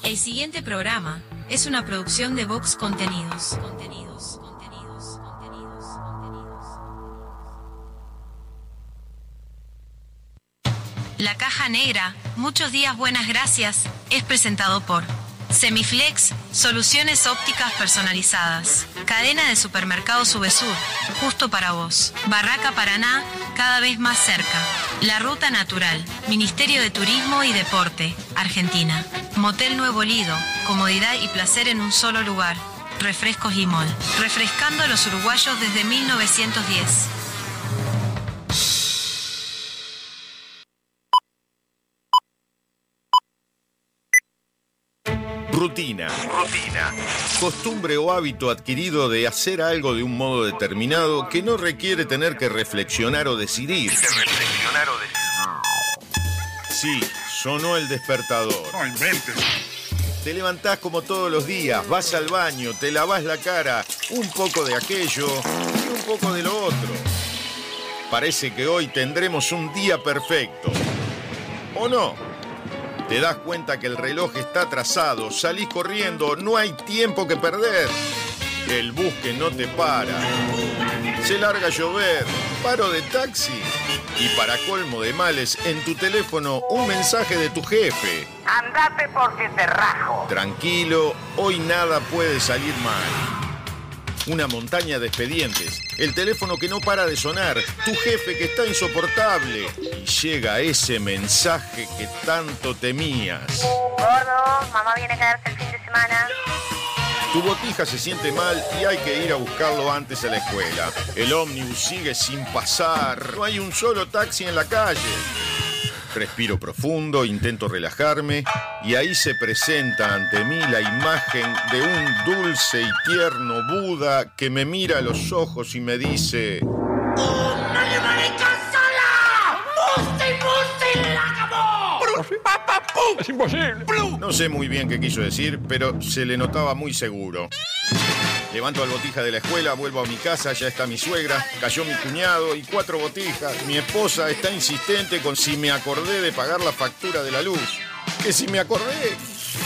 El siguiente programa es una producción de Vox Contenidos. La Caja Negra, muchos días buenas gracias, es presentado por Semiflex, soluciones ópticas personalizadas. Cadena de supermercados Subesur, justo para vos. Barraca Paraná, cada vez más cerca. La Ruta Natural, Ministerio de Turismo y Deporte, Argentina. Motel Nuevo Lido, comodidad y placer en un solo lugar. Refrescos y Mall, refrescando a los uruguayos desde 1910. Rutina. Costumbre o hábito adquirido de hacer algo de un modo determinado que no requiere tener que reflexionar o decidir. Sí, sonó el despertador. No inventes. Te levantás como todos los días, vas al baño, te lavás la cara, un poco de aquello y un poco de lo otro. Parece que hoy tendremos un día perfecto. ¿O no? Te das cuenta que el reloj está atrasado, salís corriendo, no hay tiempo que perder. El bus que no te para. Se larga a llover, paro de taxi. Y para colmo de males, en tu teléfono un mensaje de tu jefe. Andate porque te rajo. Tranquilo, hoy nada puede salir mal. Una montaña de expedientes, el teléfono que no para de sonar, tu jefe que está insoportable. Y llega ese mensaje que tanto temías. Gordo, mamá viene a quedarse el fin de semana. Tu botija se siente mal y hay que ir a buscarlo antes a la escuela. El ómnibus sigue sin pasar, no hay un solo taxi en la calle. Respiro profundo, intento relajarme y ahí se presenta ante mí la imagen de un dulce y tierno Buda que me mira a los ojos y me dice: ¡Una llamanica sola! ¡Musti, la acabó! Es imposible. No sé muy bien qué quiso decir, pero se le notaba muy seguro. Levanto al botija de la escuela, vuelvo a mi casa, ya está mi suegra, cayó mi cuñado y 4 botijas. Mi esposa está insistente con si me acordé de pagar la factura de la luz. ¿Que si me acordé?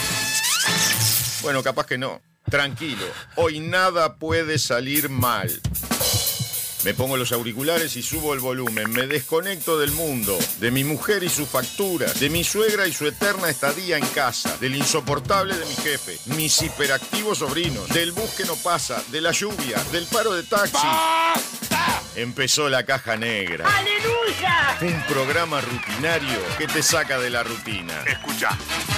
Bueno, capaz que no. Tranquilo, hoy nada puede salir mal. Me pongo los auriculares y subo el volumen. Me desconecto del mundo, de mi mujer y sus facturas, de mi suegra y su eterna estadía en casa, del insoportable de mi jefe, mis hiperactivos sobrinos, del bus que no pasa, de la lluvia, del paro de taxi. ¡Basta! Empezó La Caja Negra. ¡Aleluya! Un programa rutinario que te saca de la rutina. Escucha.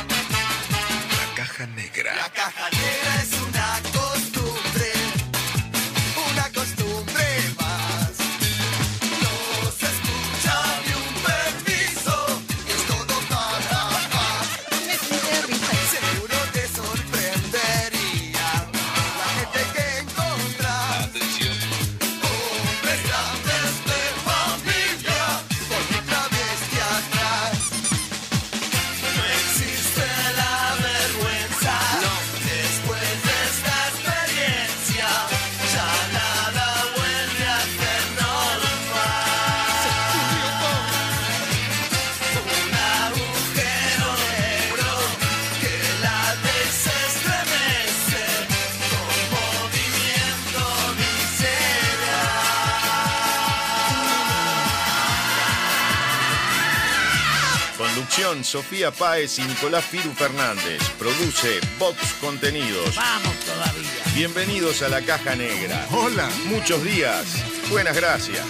La Caja Negra. La caja negra es una costumbre más. No se escucha ni un permiso, es todo para paz. Seguro te sorprendería la gente que encontrás. Atención. Hombres grandes de familia, por mi travesti atrás. No existe la vergüenza. Después de esta experiencia, ya nada vuelve a ser normal. Un agujero negro que la desestremece con movimiento visceral. Conducción: Sofía Páez y Nicolás Firu Fernández. Produce Vox Contenidos. Vamos todavía. Bienvenidos a La Caja Negra. Hola. Muchos días. Buenas gracias.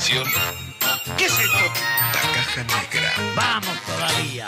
atención. ¿Qué es esto? La caja negra. Vamos todavía.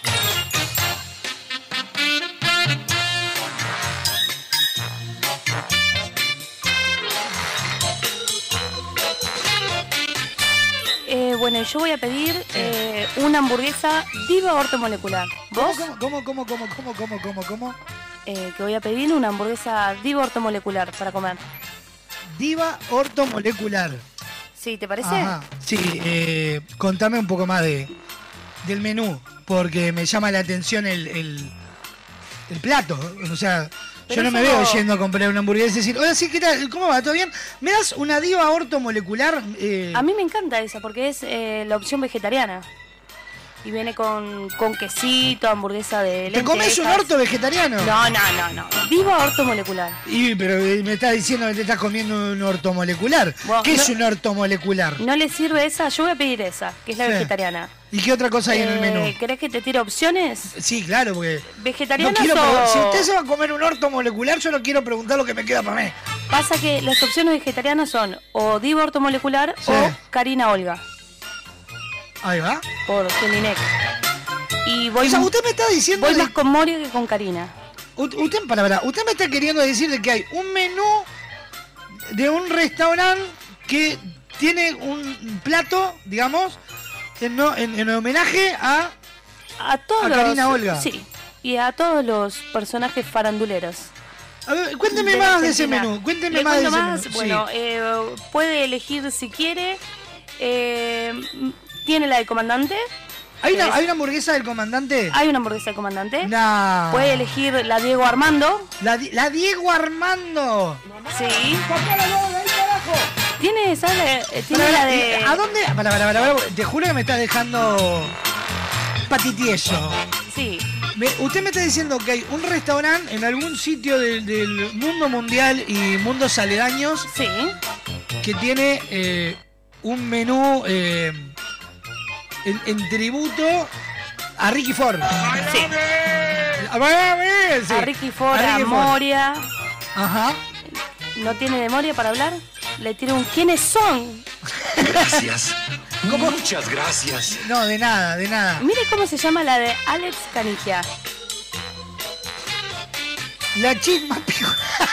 Bueno, yo voy a pedir una hamburguesa Diva ortomolecular. ¿Vos? ¿Cómo? Que voy a pedir una hamburguesa Diva ortomolecular para comer. Diva ortomolecular. Sí, ¿te parece? Ajá. Sí, contame un poco más del menú, porque me llama la atención el plato. O sea, Pero yo no me eso- veo yendo a comprar una hamburguesa y decir, oye, sí, ¿qué tal? ¿Cómo va? ¿Todo bien? ¿Me das una Diva ortomolecular? A mí me encanta esa porque es la opción vegetariana. Y viene con quesito, hamburguesa de ¿Te comes un lentejas. orto vegetariano? No. Diva ortomolecular. Pero me estás diciendo que te estás comiendo un ortomolecular. Bueno, ¿Qué es no- un ortomolecular? ¿No le sirve esa? Yo voy a pedir esa, que es la Sí. vegetariana. ¿Y qué otra cosa hay en el menú? ¿Querés que te tire opciones? Sí, claro, porque... Vegetarianas Si o... usted se va a comer un ortomolecular, yo no quiero preguntar lo que me queda para mí. Pasa que las opciones vegetarianas son o Diva ortomolecular Sí. o Karina Olga, Ahí va. por Gelinek. Y voy, O sea, usted me está diciendo... voy de- más con Moria que con Karina. Usted me está queriendo decir de que hay un menú de un restaurante que tiene un plato, digamos, en homenaje a todos a los- Karina Olga. Sí, y a todos los personajes faranduleros. A ver, cuénteme de más de ese Argentina. menú. Cuénteme ¿Le más de cuento ese más? menú. Bueno, puede elegir si quiere. Tiene la del comandante. ¿Hay una hamburguesa del comandante? Hay una hamburguesa del comandante. No. Puede elegir la Diego Armando. La Diego Armando. Sí. Tiene, ¿sabes? Tiene la de... ¿A dónde? Para, te juro que me estás dejando patitieso. Sí. Usted me está diciendo que hay un restaurante en algún sitio del mundo mundial y mundos aledaños Sí. que tiene un menú en tributo a Ricky Ford. Sí. Sí. A Ricky Ford, A a Ricky Ford. Moria. Ajá. ¿No tiene de Moria para hablar? Le tiro un ¿quiénes son? Gracias. Muchas gracias. No, de nada. Mire cómo se llama la de Alex Canigia. La chisma pijo.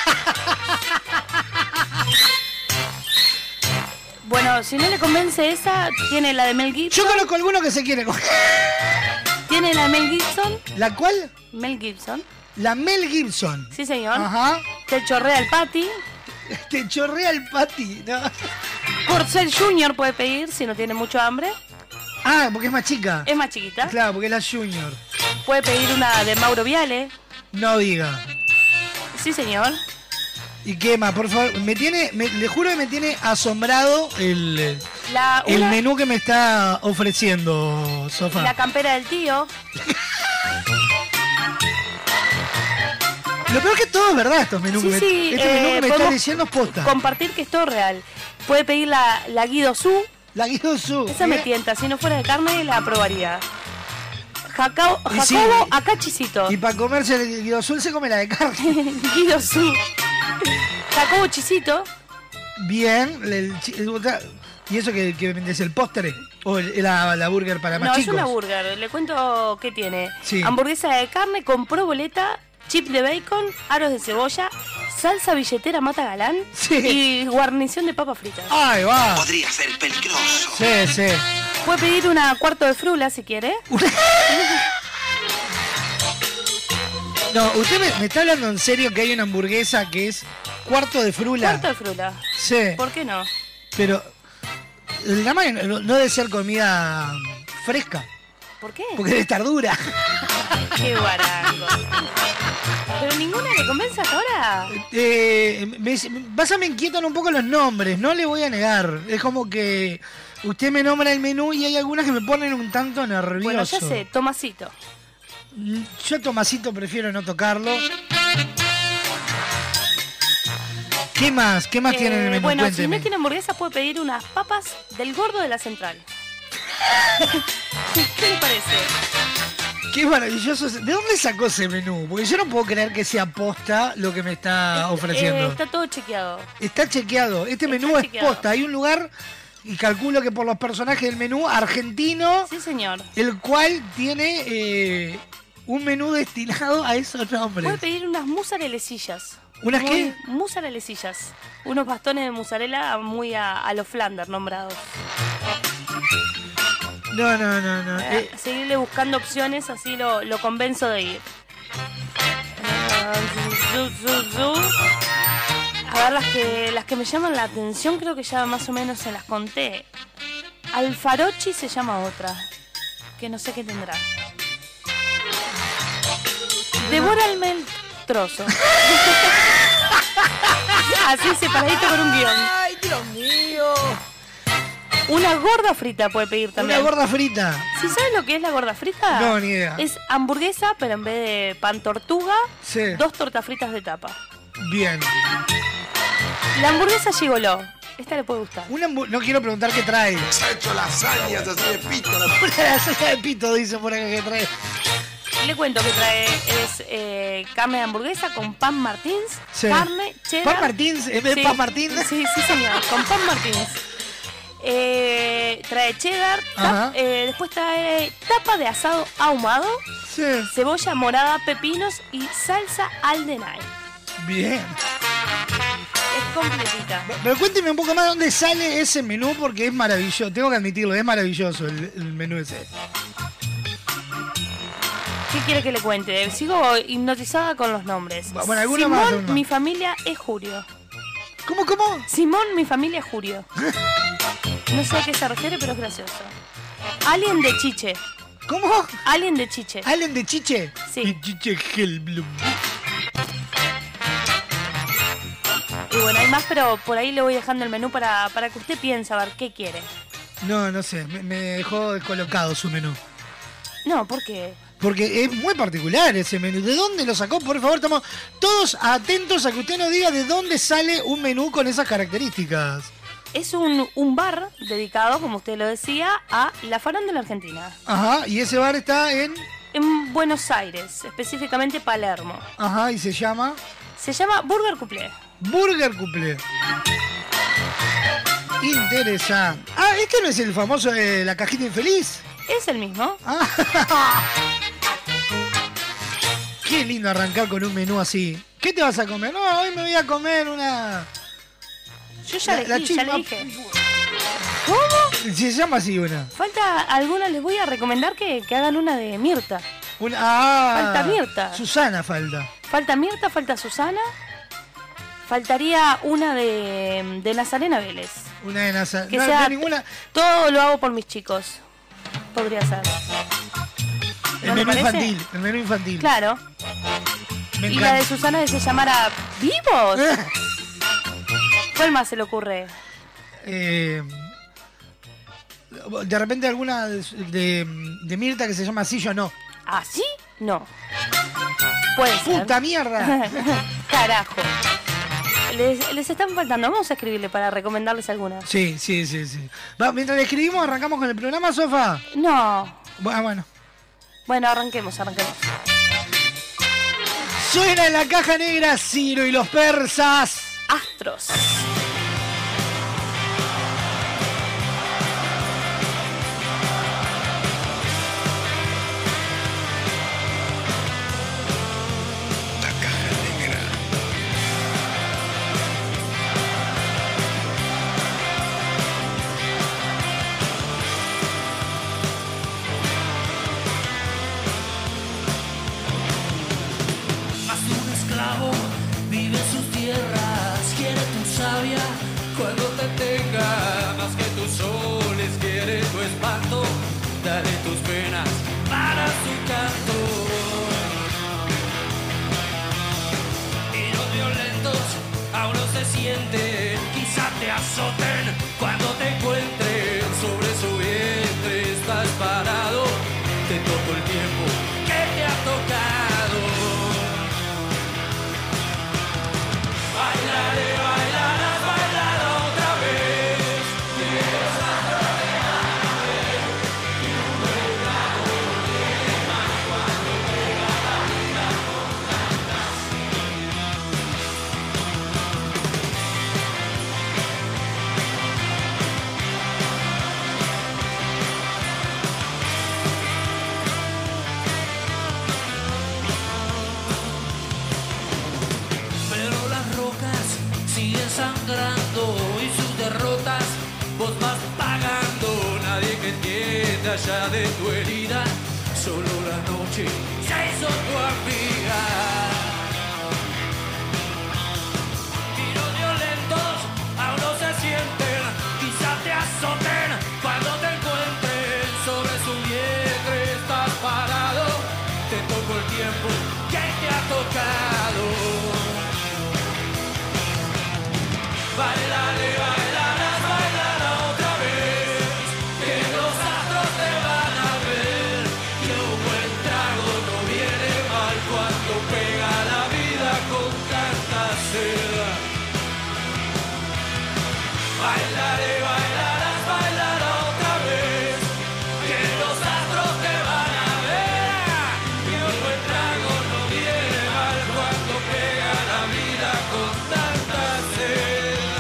Bueno, si no le convence esa, tiene la de Mel Gibson. Yo conozco alguno que se quiere coger. Tiene la de Mel Gibson. ¿La cual? Mel Gibson. La Mel Gibson. Sí, señor. Ajá. Te chorrea el patty. Te chorrea el pati, ¿no? Porcel Junior puede pedir si no tiene mucho hambre. Ah, porque es más chica. Es más chiquita. Claro, porque es la Junior. Puede pedir una de Mauro Viale. No diga. Sí, señor. ¿Y qué más? Por favor, le juro que me tiene asombrado el Una- menú que me está ofreciendo, Sofá. La campera del tío. Lo peor que todo es verdad estos menús. Sí, que sí, este menú que me está podemos diciendo es posta. Compartir que es todo real. Puede pedir la Guido Su. La Guido Su. Esa me tienta. Si no fuera de carne, la probaría. Jacobo, Y sí. acá chisito. Y para comerse el Guido Azul se come la de carne. Guido Su. Jacobo Chisito. Bien. ¿Y eso que es el postre? ¿O la burger para más No, chicos? es una burger. Le cuento qué tiene. Sí. Hamburguesa de carne con proboleta, chip de bacon, aros de cebolla, salsa billetera mata galán y guarnición de papas fritas. ¡Ahí va! Podría ser peligroso. Sí, sí. Puede pedir una cuarto de frula si quiere. No, usted me está hablando en serio que hay una hamburguesa que es cuarto de frula. Cuarto de frula. Sí. ¿Por qué no? Pero la más no debe ser comida fresca. ¿Por qué? Porque debe estar dura. Qué guarango. Pero ninguna le convence hasta ahora. Me inquietan un poco los nombres, no le voy a negar. Es como que usted me nombra el menú y hay algunas que me ponen un tanto nervioso. Bueno, ya sé, Tomasito. Yo a Tomasito prefiero no tocarlo. ¿Qué más? ¿Qué más tiene en el menú? Bueno, si Cuénteme. no quiere hamburguesa puede pedir unas papas del gordo de la central. ¿Qué le parece? Qué maravilloso. ¿De dónde sacó ese menú? Porque yo no puedo creer que sea posta lo que me está ofreciendo. Está todo chequeado. Está chequeado. Este menú es chequeado. posta. Hay un lugar y calculo que por los personajes del menú argentino. Sí, señor. El cual tiene un menú destinado a esos nombres. Puede pedir unas musarelesillas. ¿Unas qué? Musarelesillas. Unos bastones de mozzarella muy a los Flanders nombrados. No. Seguirle buscando opciones, así lo convenzo de ir. A ver, las que me llaman la atención, creo que ya más o menos se las conté. Alfarochi se llama otra, que no sé qué tendrá. Devórame el trozo. Así separadito con un guión. ¡Ay, Dios mío! Una gorda frita puede pedir también. Una gorda frita. ¿Sí sabes lo que es la gorda frita? No, ni idea. Es hamburguesa, pero en vez de pan tortuga, Sí. 2 tortas fritas de tapa. Bien. La hamburguesa gigoló. Esta le puede gustar. No quiero preguntar qué trae. Se ha hecho lasañas así de pito. Una lasaña de pito, dice por acá que trae. Le cuento que trae es carne de hamburguesa con pan Martins, Sí. carne, cheddar. ¿Pan Martins? ¿En vez de Sí. pan Martins? Sí, señor, con pan Martins. Trae cheddar, Ajá. después trae tapa de asado ahumado, Sí. cebolla morada, pepinos y salsa aldenay. Bien. Es completita. Pero cuénteme un poco más dónde sale ese menú porque es maravilloso. Tengo que admitirlo, es maravilloso el menú ese. ¿Qué quiere que le cuente? Sigo hipnotizada con los nombres. Bueno, alguno Simón, más, alguno más. mi familia es Jurio. ¿Cómo? Simón, mi familia es Jurio. No sé a qué se refiere, pero es gracioso. Alien de Chiche. ¿Cómo? Alien de Chiche. ¿Alien de Chiche? Sí. Y Chiche Hellblum. Y bueno, hay más, pero por ahí le voy dejando el menú para que usted piense a ver qué quiere. No sé, me dejó descolocado su menú. No, ¿por qué? Porque es muy particular ese menú. ¿De dónde lo sacó? Por favor, estamos todos atentos a que usted nos diga de dónde sale un menú con esas características. Es un bar dedicado, como usted lo decía, a la farándula argentina. Ajá, y ese bar está en Buenos Aires, específicamente Palermo. Ajá, y se llama Se llama Burger Couplé. Burger Couplé. Interesante. Ah, ¿este no es el famoso de la cajita infeliz? Es el mismo. Ah. Qué lindo arrancar con un menú así. ¿Qué te vas a comer? No, hoy me voy a comer una... Yo ya le dije. ¿Cómo? Se llama así una. Falta alguna, les voy a recomendar que hagan una de Mirta. Falta Mirta. Susana falta. Falta Mirta, falta Susana. Faltaría una de Nazarena Vélez. Una de Nazarena. Que No, sea, no, ninguna. todo lo hago por mis chicos. Podría ser. El ¿No le menú parece? infantil. El menú infantil. Claro. Me Y encanta. la de Susana que se llamara ¿Vivos? ¿Cuál más se le ocurre? De repente alguna de Mirta que se llama así, yo no. ¿Así? No. Puede ser. ¡Puta mierda! Carajo. Les están faltando. Vamos a escribirle para recomendarles algunas. Sí. Va, mientras le escribimos, arrancamos con el programa, Sofa. No. Bueno. Bueno, arranquemos. Suena en la caja negra Ciro y los persas. Astros. La caja negra. Más de un esclavo vive en sus tierras, quiere tu savia cuando te tenga, más que tus soles quiere tu espanto, dale tus penas para su canto. Y los violentos aún no se sienten, quizá te azoten cuando te encuentren sobre su vientre, estás parado, te toco el tiempo que te ha tocado. Bailaré, bailarás, bailará otra vez. Y un buen trago de más cuando llega la vida con más allá de tu herida, solo la noche se hizo tu amiga. Tiros violentos aún no se sienten, quizás te azoten cuando te encuentren sobre su vientre. Estás parado, te tocó el tiempo que te ha tocado. Bailale, bailarás, bailará otra vez, que los astros te van a ver, que un buen trago no viene mal cuando pega la vida con tanta sed. Bailale, bailarás, bailará otra vez, que los astros te van a ver, que un buen trago no viene mal cuando pega la vida con tanta sed.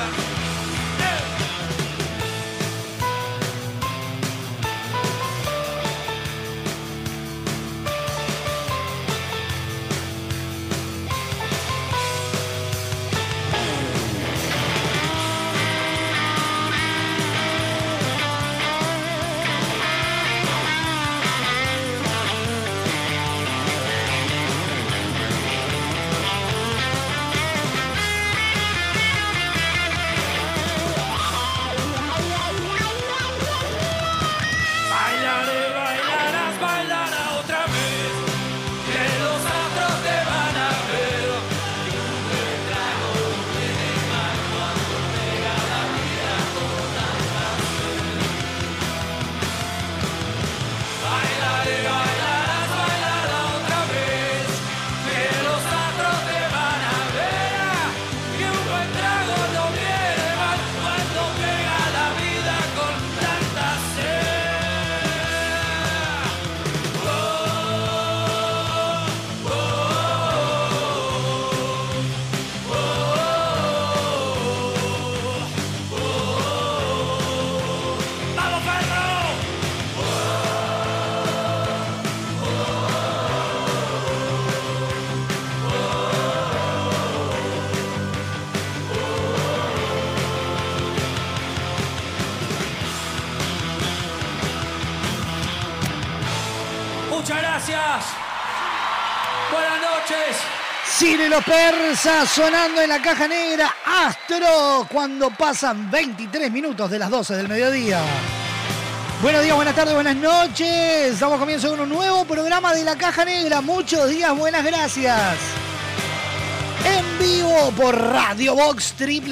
Muchas gracias. Buenas noches. Cine Los Persas sonando en la caja negra. Astro, cuando pasan 23 minutos de las 12 del mediodía. Buenos días, buenas tardes, buenas noches. Damos comienzo con un nuevo programa de la caja negra. Muchos días, buenas gracias. En vivo por Radio Box,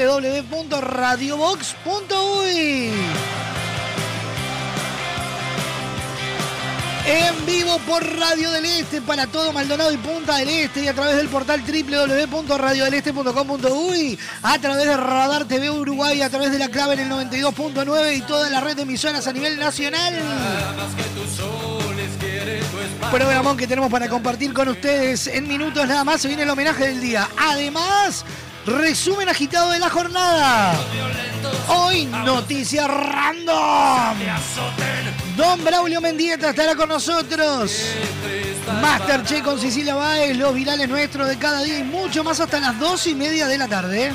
www.radiobox.uy. En vivo por Radio del Este para todo Maldonado y Punta del Este y a través del portal www.radiodeleste.com.uy, a través de Radar TV Uruguay, a través de la clave en el 92.9 y toda la red de emisoras a nivel nacional. Programón que tenemos para compartir con ustedes. En minutos nada más se viene el homenaje del día. Además, resumen agitado de la jornada. Hoy, noticias random. Don Braulio Mendieta estará con nosotros. Masterchef con Cecilia Báez, los virales nuestros de cada día y mucho más hasta las 2:30 de la tarde.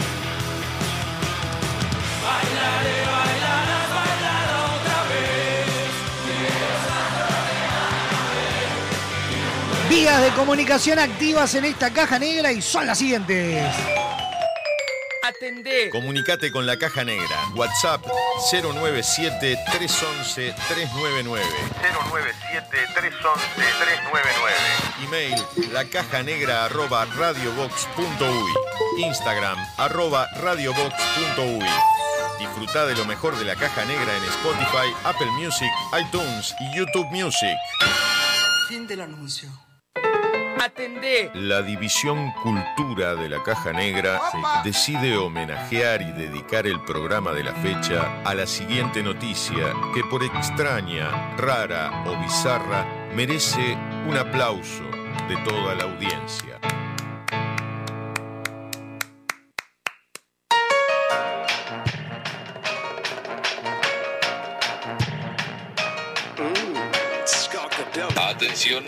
Vías de comunicación activas en esta caja negra y son las siguientes. Atendé. Comunicate con la caja negra. WhatsApp 097-311-399. 097-311-399. Email lacajanegra@radiobox.uy. Instagram @radiobox.uy. Disfrutá de lo mejor de la caja negra en Spotify, Apple Music, iTunes y YouTube Music. Fin del anuncio. Atendé. La División Cultura de la Caja Negra decide homenajear y dedicar el programa de la fecha a la siguiente noticia que por extraña, rara o bizarra merece un aplauso de toda la audiencia. Atención.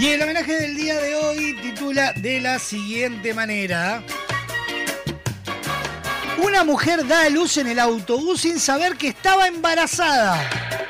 Y el homenaje del día de hoy titula de la siguiente manera: una mujer da a luz en el autobús sin saber que estaba embarazada.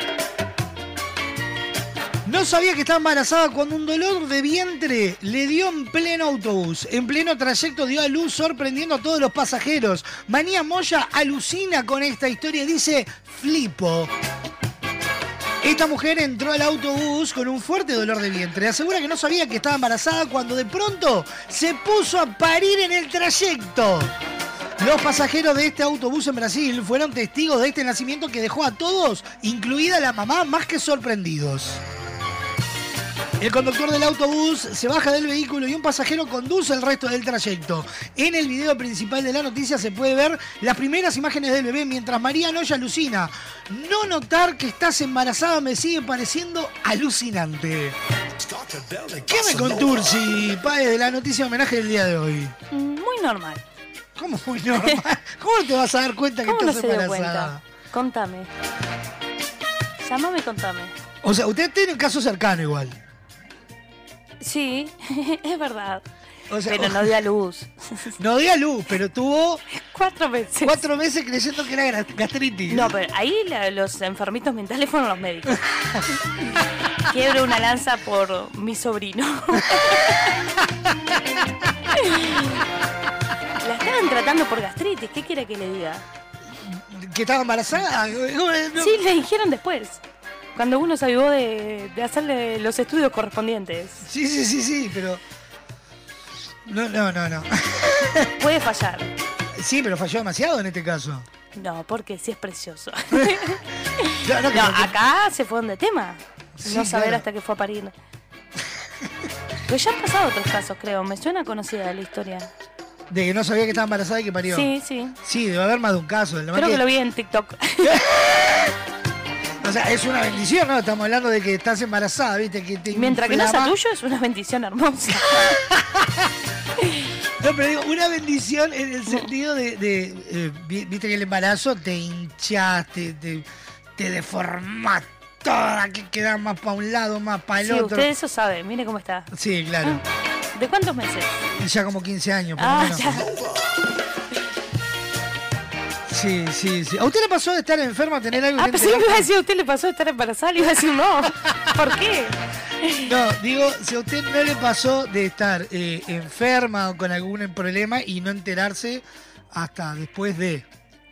No sabía que estaba embarazada cuando un dolor de vientre le dio en pleno autobús. En pleno trayecto dio a luz sorprendiendo a todos los pasajeros. Manía Moya alucina con esta historia y dice: flipo. Esta mujer entró al autobús con un fuerte dolor de vientre. Asegura que no sabía que estaba embarazada cuando de pronto se puso a parir en el trayecto. Los pasajeros de este autobús en Brasil fueron testigos de este nacimiento que dejó a todos, incluida la mamá, más que sorprendidos. El conductor del autobús se baja del vehículo y un pasajero conduce el resto del trayecto. En el video principal de la noticia se puede ver las primeras imágenes del bebé mientras María Noya alucina. No notar que estás embarazada me sigue pareciendo alucinante. ¿Qué me contursi, Páez, de la noticia de homenaje del día de hoy? Muy normal. ¿Cómo muy normal? ¿Cómo no te vas a dar cuenta que ¿Cómo estás no se dio embarazada? cuenta? Contame. Llámame y contame. O sea, usted tiene un caso cercano igual. Sí, es verdad. O sea, pero no dio a luz. No dio a luz, pero tuvo 4 meses. 4 meses creyendo que era gastritis. No, pero ahí los enfermitos mentales fueron los médicos. Quiebro una lanza por mi sobrino. La estaban tratando por gastritis. ¿Qué quiere que le diga? ¿Que estaba embarazada? No. Sí, le dijeron después. Cuando uno se avivó de hacerle los estudios correspondientes. Sí, pero... No. Puede fallar. Sí, pero falló demasiado en este caso. No, porque sí es precioso. No, acá se fueron de tema. Sí, No saber claro. hasta que fue a parir. Pero ya han pasado otros casos, creo. Me suena conocida la historia. De que no sabía que estaba embarazada y que parió. Sí. Sí, debe haber más de un caso. Creo que lo vi en TikTok. O sea, es una bendición, ¿no? Estamos hablando de que estás embarazada, ¿viste? Que te Mientras que no sea inflama. tuyo, es una bendición hermosa. No, pero digo, una bendición en el sentido de viste que el embarazo te hinchás, te deformás toda, que queda más para un lado, más para el Sí, otro. usted eso sabe. Mire cómo está. Sí, claro. ¿De cuántos meses? Ya como 15 años, por lo menos. Ya. Sí. ¿A usted le pasó de estar enferma, tener algo que Pensé que iba a decir, ¿a usted le pasó de estar embarazada? Le iba a decir no. ¿Por qué? No, digo, si a usted no le pasó de estar enferma o con algún problema y no enterarse hasta después de...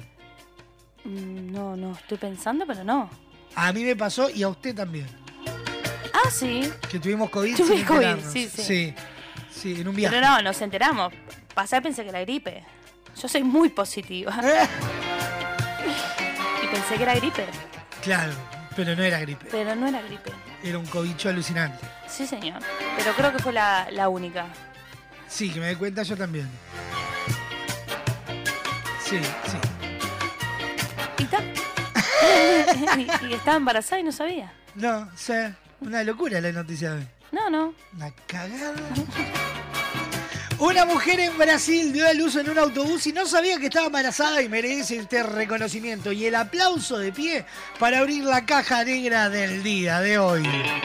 No, estoy pensando, pero no. A mí me pasó y a usted también. Ah, sí. Que tuvimos COVID Tuve sin COVID, enterarnos. sí. Sí, en un viaje. Pero no, nos enteramos. Pasé y pensé que era gripe. Yo soy muy positiva. Y pensé que era gripe. Claro, pero no era gripe. Pero no era gripe. Era un cobicho alucinante. Sí, señor. Pero creo que fue la única. Sí, que me dé cuenta yo también. Sí. ¿Y está? y estaba embarazada y no sabía. No, o sea, una locura la noticia de hoy. No. Una cagada. Una mujer en Brasil dio a luz en un autobús y no sabía que estaba embarazada y merece este reconocimiento y el aplauso de pie para abrir la caja negra del día de hoy.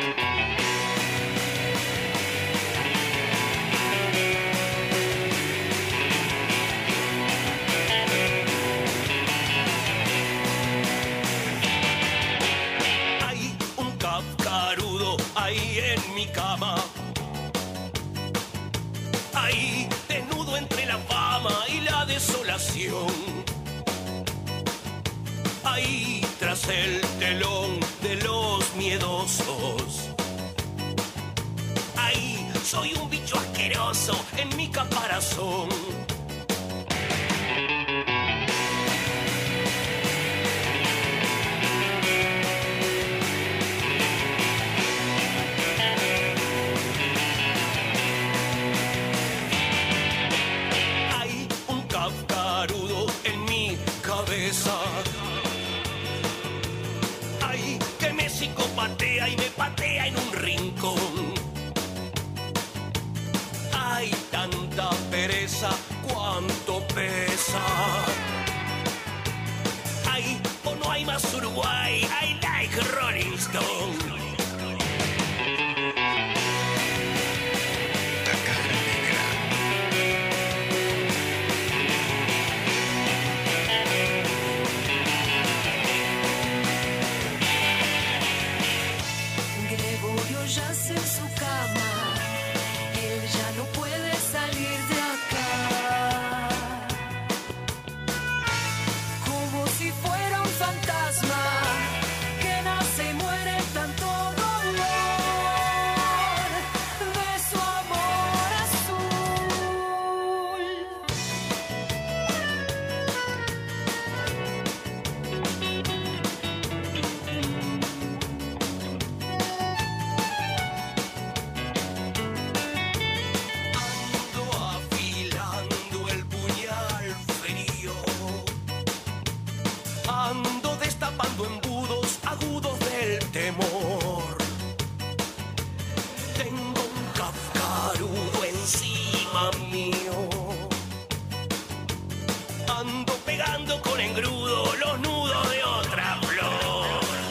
Hay un cascarudo ahí en mi cama. Ahí, desnudo entre la fama y la desolación. Ahí, tras el telón de los miedosos. Ahí, soy un bicho asqueroso en mi caparazón. Ay, que me psicopatea y me patea en un rincón. Hay tanta pereza, cuánto pesa. Ay, o no hay más Uruguay, I like Rolling Stone. mamá mío. Ando pegando con engrudo los nudos de otra flor.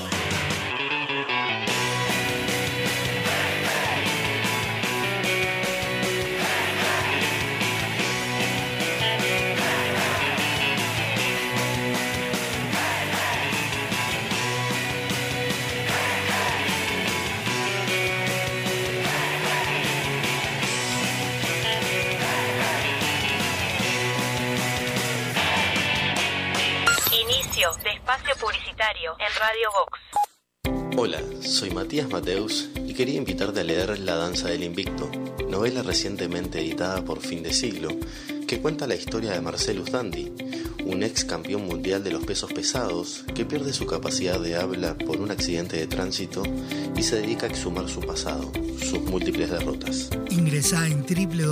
De espacio publicitario en Radio Vox. Hola, soy Matías Mateus y quería invitarte a leer La danza del invicto, novela recientemente editada por Fin de Siglo, que cuenta la historia de Marcellus Dandy, un ex campeón mundial de los pesos pesados que pierde su capacidad de habla por un accidente de tránsito y se dedica a exhumar su pasado, sus múltiples derrotas. Ingresá en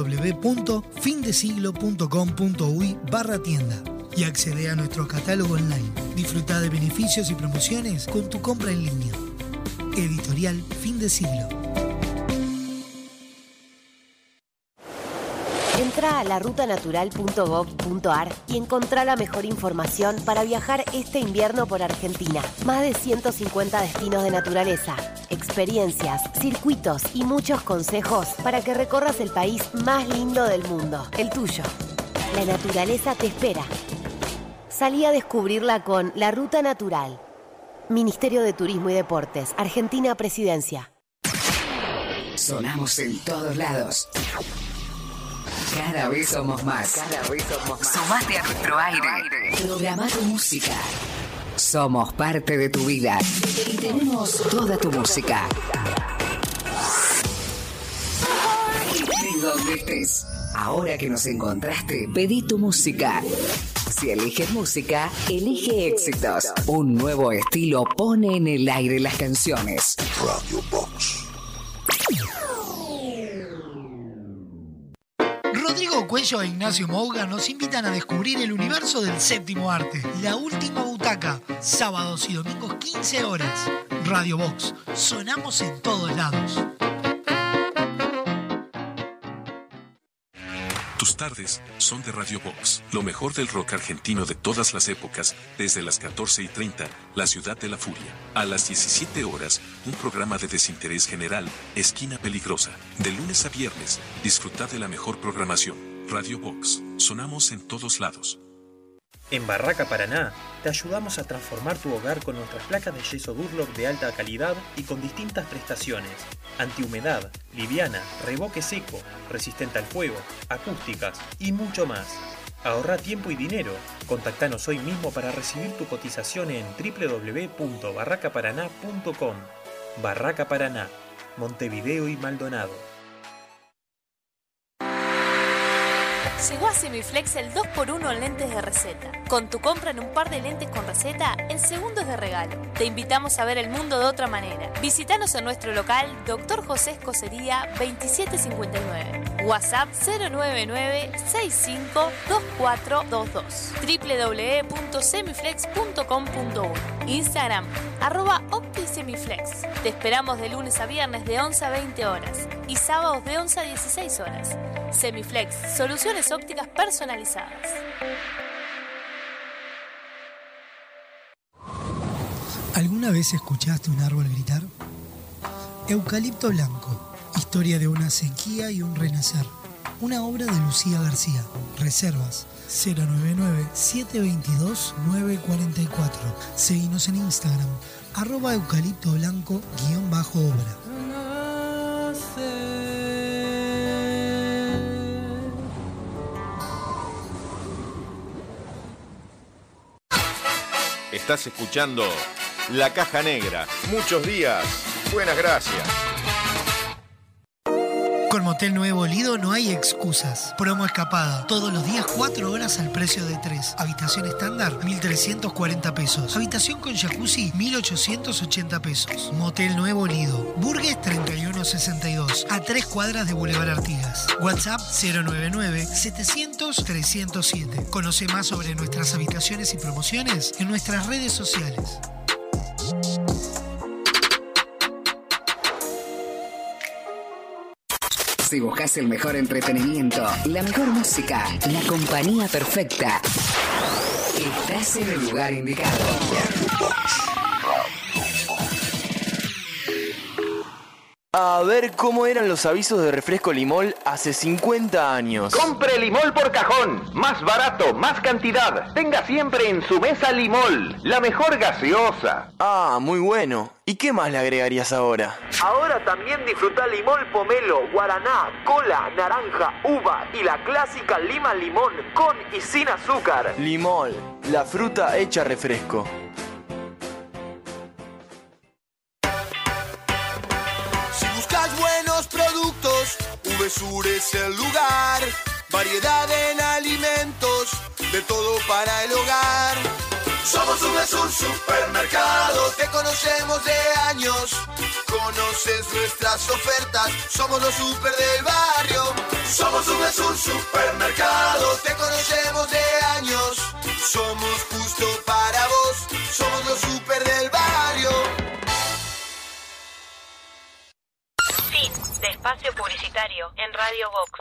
www.findesiglo.com.uy/tienda y accede a nuestro catálogo online. Disfruta de beneficios y promociones con tu compra en línea. Editorial Fin de Siglo. Entra a larutanatural.gov.ar y encontrá la mejor información para viajar este invierno por Argentina. Más de 150 destinos de naturaleza, experiencias, circuitos y muchos consejos para que recorras el país más lindo del mundo, el tuyo. La naturaleza te espera. Salí a descubrirla con La Ruta Natural. Ministerio de Turismo y Deportes, Argentina Presidencia. Sonamos en todos lados. Cada vez somos más. Sumate a nuestro aire. Programa tu música. Somos parte de tu vida. Y tenemos toda tu música. De donde estés. Ahora que nos encontraste, pedí tu música. Si eliges música, elige éxitos. Un nuevo estilo pone en el aire las canciones. Radio Box. Rodrigo Cuello e Ignacio Mouga nos invitan a descubrir el universo del séptimo arte. La última butaca, sábados y domingos 15 horas. Radio Box, sonamos en todos lados. Tus tardes son de Radio Box, lo mejor del rock argentino de todas las épocas, desde las 14:30, La Ciudad de la Furia. A las 17 horas, un programa de desinterés general, Esquina Peligrosa. De lunes a viernes, disfruta de la mejor programación. Radio Box, sonamos en todos lados. En Barraca Paraná, te ayudamos a transformar tu hogar con nuestras placas de yeso Durlock de alta calidad y con distintas prestaciones. Antihumedad, liviana, revoque seco, resistente al fuego, acústicas y mucho más. Ahorra tiempo y dinero. Contactanos hoy mismo para recibir tu cotización en www.barracaparaná.com. Barraca Paraná, Montevideo y Maldonado. Llegó a Semiflex el 2x1 en lentes de receta. Con tu compra en un par de lentes con receta, el segundo es de regalo. Te invitamos a ver el mundo de otra manera. Visítanos en nuestro local, Dr. José Escocería 2759. WhatsApp 099-652422. www.semiflex.com.uy. Instagram, @OptiSemiflex. Te esperamos de lunes a viernes de 11 a 20 horas y sábados de 11 a 16 horas. Semiflex, soluciones ópticas personalizadas. ¿Alguna vez escuchaste un árbol gritar? Eucalipto Blanco, historia de una sequía y un renacer. Una obra de Lucía García. Reservas 099-722-944. Seguinos en Instagram, @eucaliptoblanco_obra. Estás escuchando La Caja Negra. Muchos días. Buenas gracias. Con Motel Nuevo Lido no hay excusas. Promo escapada. Todos los días 4 horas al precio de 3. Habitación estándar, 1.340 pesos. Habitación con jacuzzi, 1.880 pesos. Motel Nuevo Lido. Burgues 3162. A 3 cuadras de Boulevard Artigas. WhatsApp 099-700-307. Conoce más sobre nuestras habitaciones y promociones en nuestras redes sociales. Si buscas el mejor entretenimiento, la mejor música, la compañía perfecta, estás en el lugar indicado. A ver cómo eran los avisos de refresco Limol hace 50 años. Compre Limol por cajón. Más barato, más cantidad. Tenga siempre en su mesa Limol, la mejor gaseosa. Ah, muy bueno. ¿Y qué más le agregarías ahora? Ahora también disfruta Limol pomelo, guaraná, cola, naranja, uva y la clásica lima limón con y sin azúcar. Limol, la fruta hecha refresco. Buenos productos, VSUR es el lugar. Variedad en alimentos, de todo para el hogar. Somos VSUR Supermercado, te conocemos de años. Conoces nuestras ofertas, somos los super del barrio. Somos VSUR Supermercado, te conocemos de años. Somos justo para vos, somos los super del barrio. Fin de espacio publicitario en Radio Vox.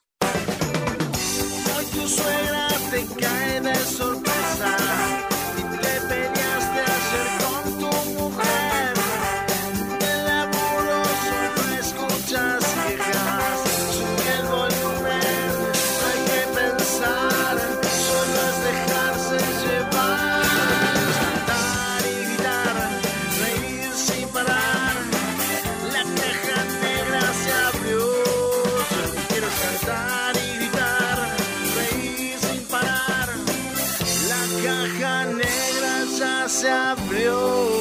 Hoy tu suegra te cae de sorpresa. Le peleaste ayer con tu mujer. El amoroso no escuchas quejas. Sube el volumen, no hay que pensar. Solo es dejarse llevar. Cantar y gritar, reír sin parar. La caja negra se abrió. Solo quiero cantar y gritar, reír sin parar. La caja negra ya se abrió.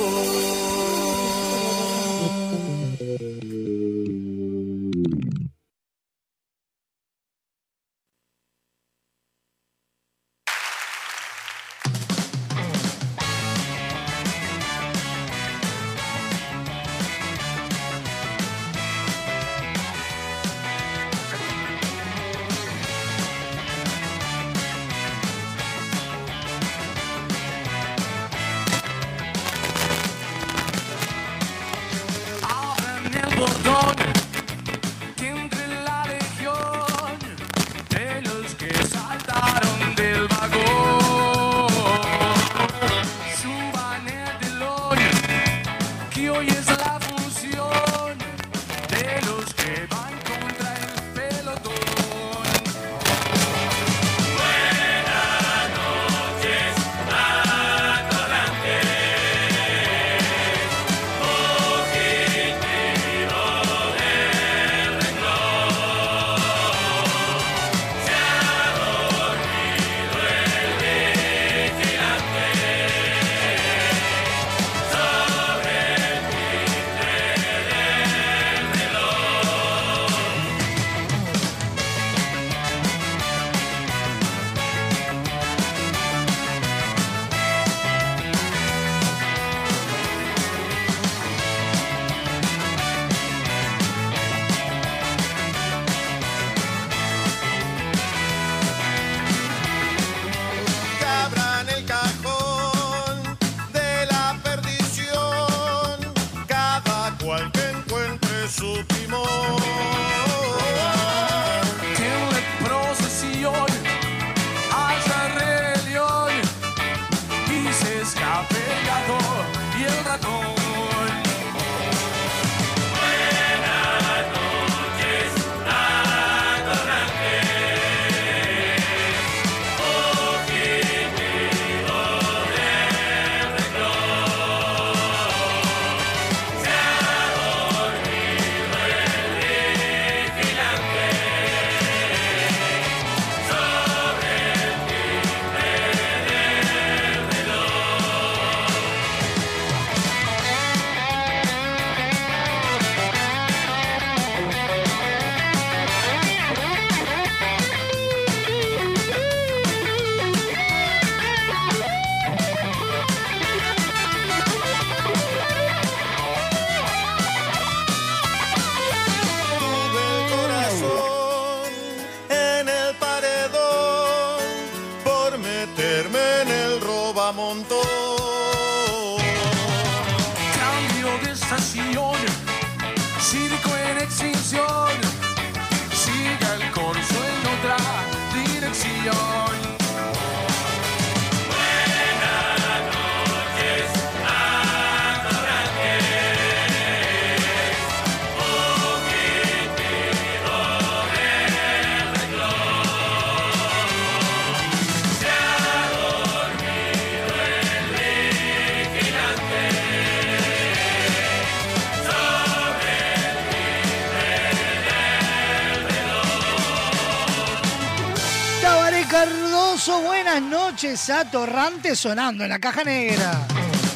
Que entre la legión de los que saltaron del vagón, suban el telón, que hoy es la función de los que van contra el pelotón. Buenas noches, atorrantes. Cambio de estación, circo en extinción, Cardoso, buenas noches. Atorrante sonando en la caja negra.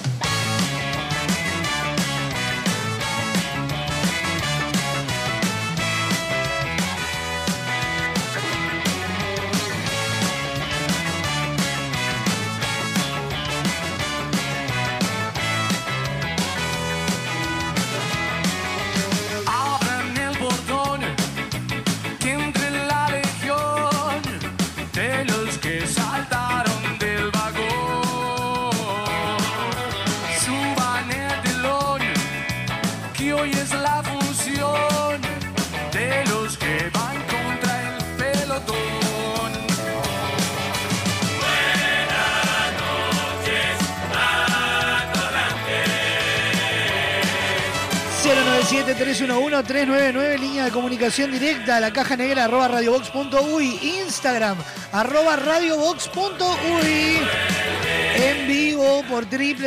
...7 311 399, línea de comunicación directa a la caja negra @radiobox.uy, Instagram @radiobox.uy, en vivo por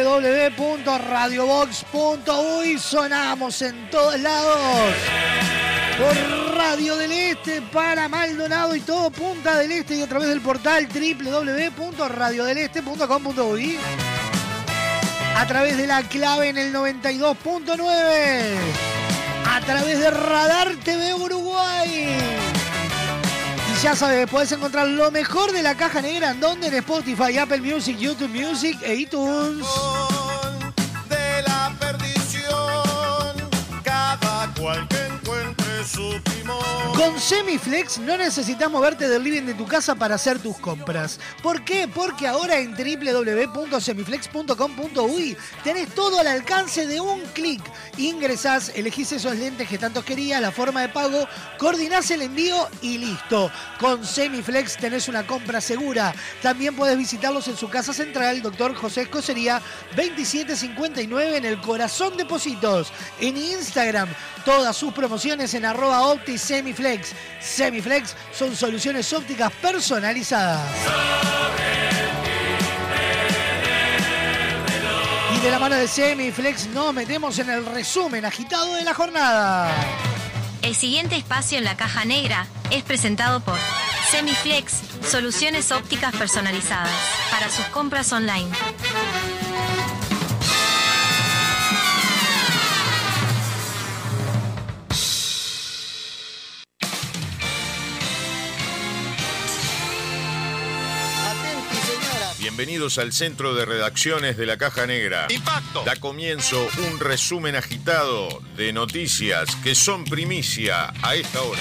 www.radiobox.uy. Sonamos en todos lados por Radio del Este para Maldonado y todo Punta del Este, y a través del portal www.radiodeleste.com.uy, a través de la clave en el 92.9, a través de Radar TV Uruguay. Y ya sabes, puedes encontrar lo mejor de la caja negra, ¿en donde? En Spotify, Apple Music, YouTube Music e iTunes. De la perdición, cada cual que encuentre su timón. Con Semiflex no necesitas moverte del living de tu casa para hacer tus compras. ¿Por qué? Porque ahora en www.semiflex.com.uy tenés todo al alcance de un clic. Ingresás, elegís esos lentes que tanto querías, la forma de pago, coordinás el envío y listo. Con Semiflex tenés una compra segura. También podés visitarlos en su casa central, Dr. José Escocería, 2759, en el corazón de Pocitos. En Instagram, todas sus promociones en @OptiSemiflex. Semiflex son soluciones ópticas personalizadas. Y de la mano de Semiflex nos metemos en el resumen agitado de la jornada. El siguiente espacio en la caja negra es presentado por Semiflex, soluciones ópticas personalizadas para sus compras online. Bienvenidos al centro de redacciones de la Caja Negra. ¡Impacto! Da comienzo un resumen agitado de noticias que son primicia a esta hora.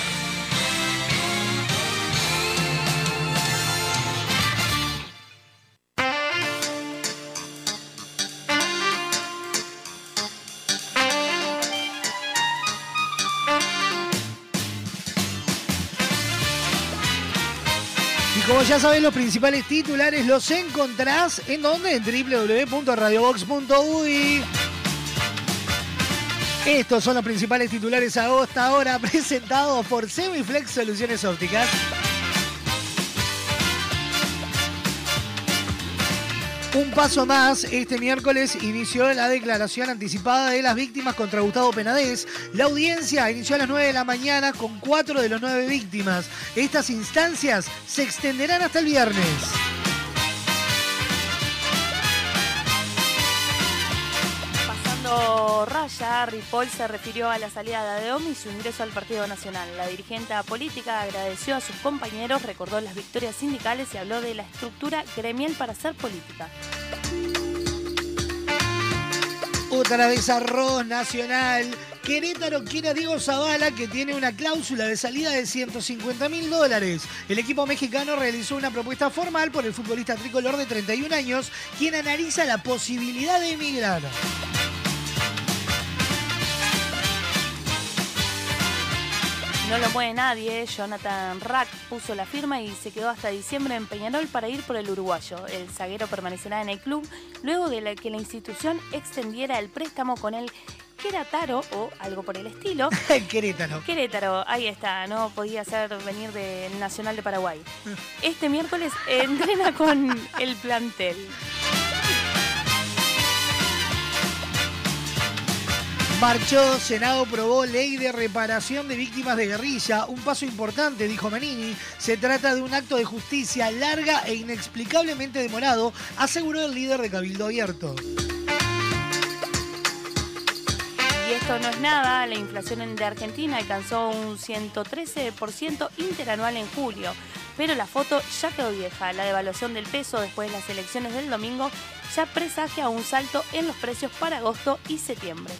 Como ya sabés, los principales titulares los encontrás en donde, en www.radiobox.uy. Estos son los principales titulares a esta hora, presentados por Semiflex Soluciones Ópticas. Un paso más, este miércoles inició la declaración anticipada de las víctimas contra Gustavo Penadez. La audiencia inició a las 9 de la mañana con 4 de las 9 víctimas. Estas instancias se extenderán hasta el viernes. Pasando raya, Ripoll se refirió a la salida de Adeomi y su ingreso al Partido Nacional. La dirigente política agradeció a sus compañeros, recordó las victorias sindicales y habló de la estructura gremial para hacer política. Otra vez arroz nacional. Querétaro quiere a Diego Zavala, que tiene una cláusula de salida de $150.000. El equipo mexicano realizó una propuesta formal por el futbolista tricolor de 31 años, quien analiza la posibilidad de emigrar. No lo mueve nadie, Jonathan Rack puso la firma y se quedó hasta diciembre en Peñarol para ir por el uruguayo. El zaguero permanecerá en el club luego de que la institución extendiera el préstamo con el Querétaro o algo por el estilo. Querétaro, ahí está, no podía ser venir del Nacional de Paraguay. Este miércoles entrena con el plantel. Marchó, Senado aprobó ley de reparación de víctimas de guerrilla. Un paso importante, dijo Manini. Se trata de un acto de justicia larga e inexplicablemente demorado, aseguró el líder de Cabildo Abierto. Y esto no es nada, la inflación de Argentina alcanzó un 113% interanual en julio. Pero la foto ya quedó vieja. La devaluación del peso después de las elecciones del domingo ya presagia un salto en los precios para agosto y septiembre.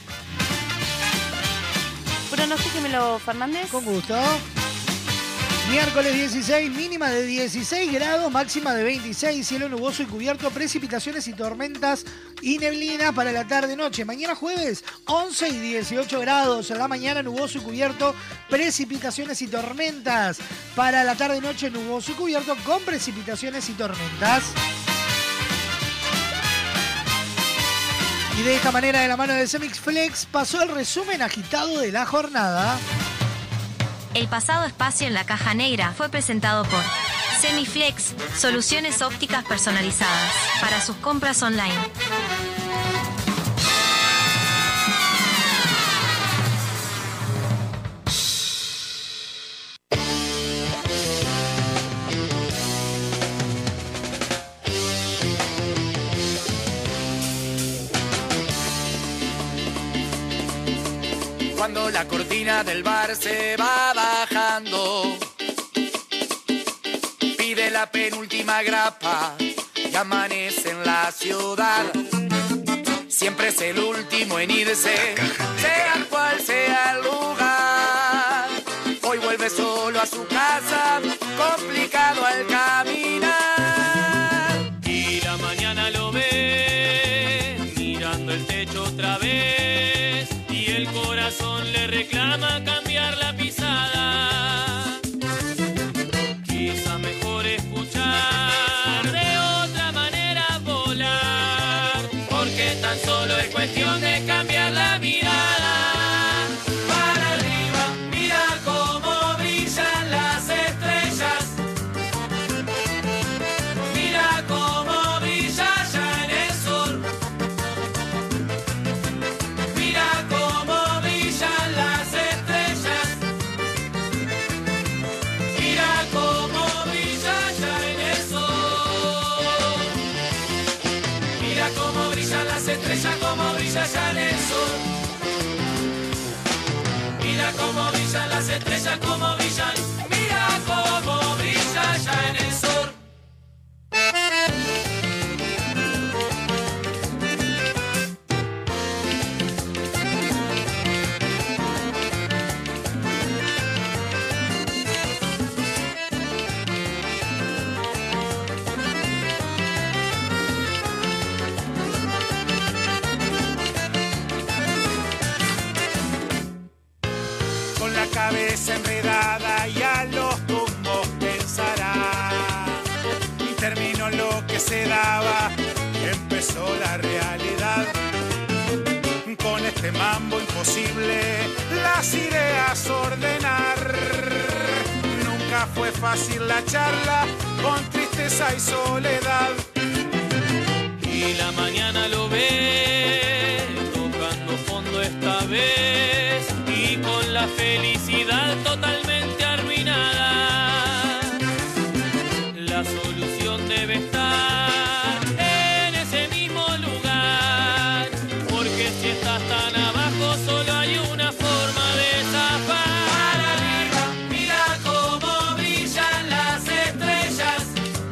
Pronostíquemelo, Fernández. Con gusto. Miércoles 16, mínima de 16 grados, máxima de 26, cielo nuboso y cubierto, precipitaciones y tormentas y neblina para la tarde-noche. Mañana jueves, 11 y 18 grados, en la mañana nuboso y cubierto, precipitaciones y tormentas. Para la tarde-noche nuboso y cubierto con precipitaciones y tormentas. Y de esta manera, de la mano de Semix Flex, pasó el resumen agitado de la jornada. El pasado espacio en la caja negra fue presentado por Semiflex, soluciones ópticas personalizadas para sus compras online. Cuando la cortina del bar se va bajando, pide la penúltima grapa y amanece en la ciudad. Siempre es el último en irse, sea cual sea el lugar. Hoy vuelve solo a su casa, complicado al caminar. Y la mañana lo ve, mirando el techo otra vez. El corazón le reclama cambiar la pisada. Quizá mejor escuchar, de otra manera volar, porque tan solo es cuestión de cambiar la mirada. Para arriba, mira cómo brillan las estrellas. Mira cómo brilla ya en el sol. Mira cómo las estrellas, mira cómo brilla ya en el sol. Mira cómo brillan las estrellas, cómo brilla ya en el sol. Mira cómo brillan las estrellas, cómo brillan. Mira cómo brilla ya en el sol. Cabeza enredada y a los tumbos pensará. Y terminó lo que se daba y empezó la realidad. Con este mambo imposible las ideas ordenar. Nunca fue fácil la charla con tristeza y soledad. Y la mañana lo ve, tocando fondo esta vez. Y con la felicidad totalmente arruinada, la solución debe estar en ese mismo lugar, porque si estás tan abajo solo hay una forma de zafar. Para arriba, mira cómo brillan las estrellas.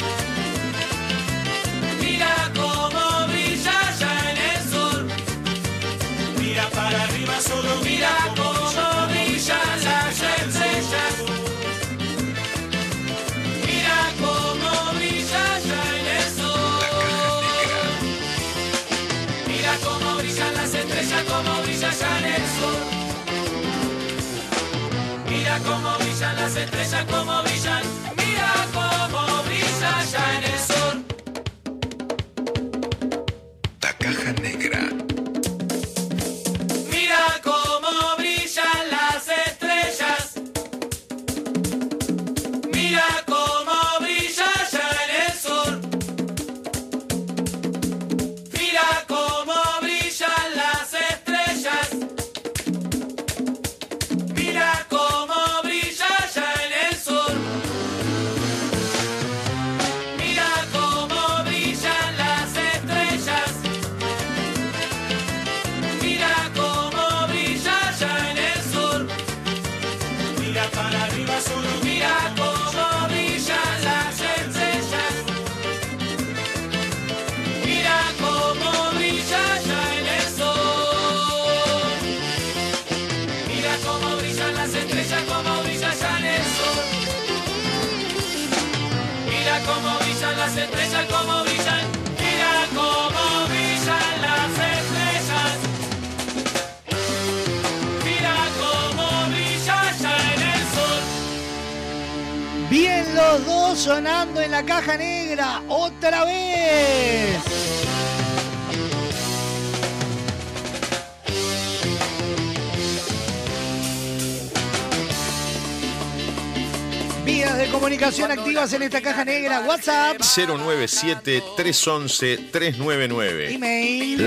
Mira cómo brilla ya en el sol. Mira para arriba, solo mira cómo brillan las estrellas. Mira cómo brilla ya en el sol. Mira cómo brillan las estrellas, cómo brilla ya en el sol. Mira cómo brillan las estrellas, cómo brillan. Mira cómo brilla ya en el sol. La caja negra. Mira cómo brillan las estrellas. Mira cómo brilla ya en el sol. Mira cómo brillan las estrellas. Siguen los dos sonando en la caja negra otra vez. Vías de comunicación activas en esta caja negra. WhatsApp 097-311-399. Email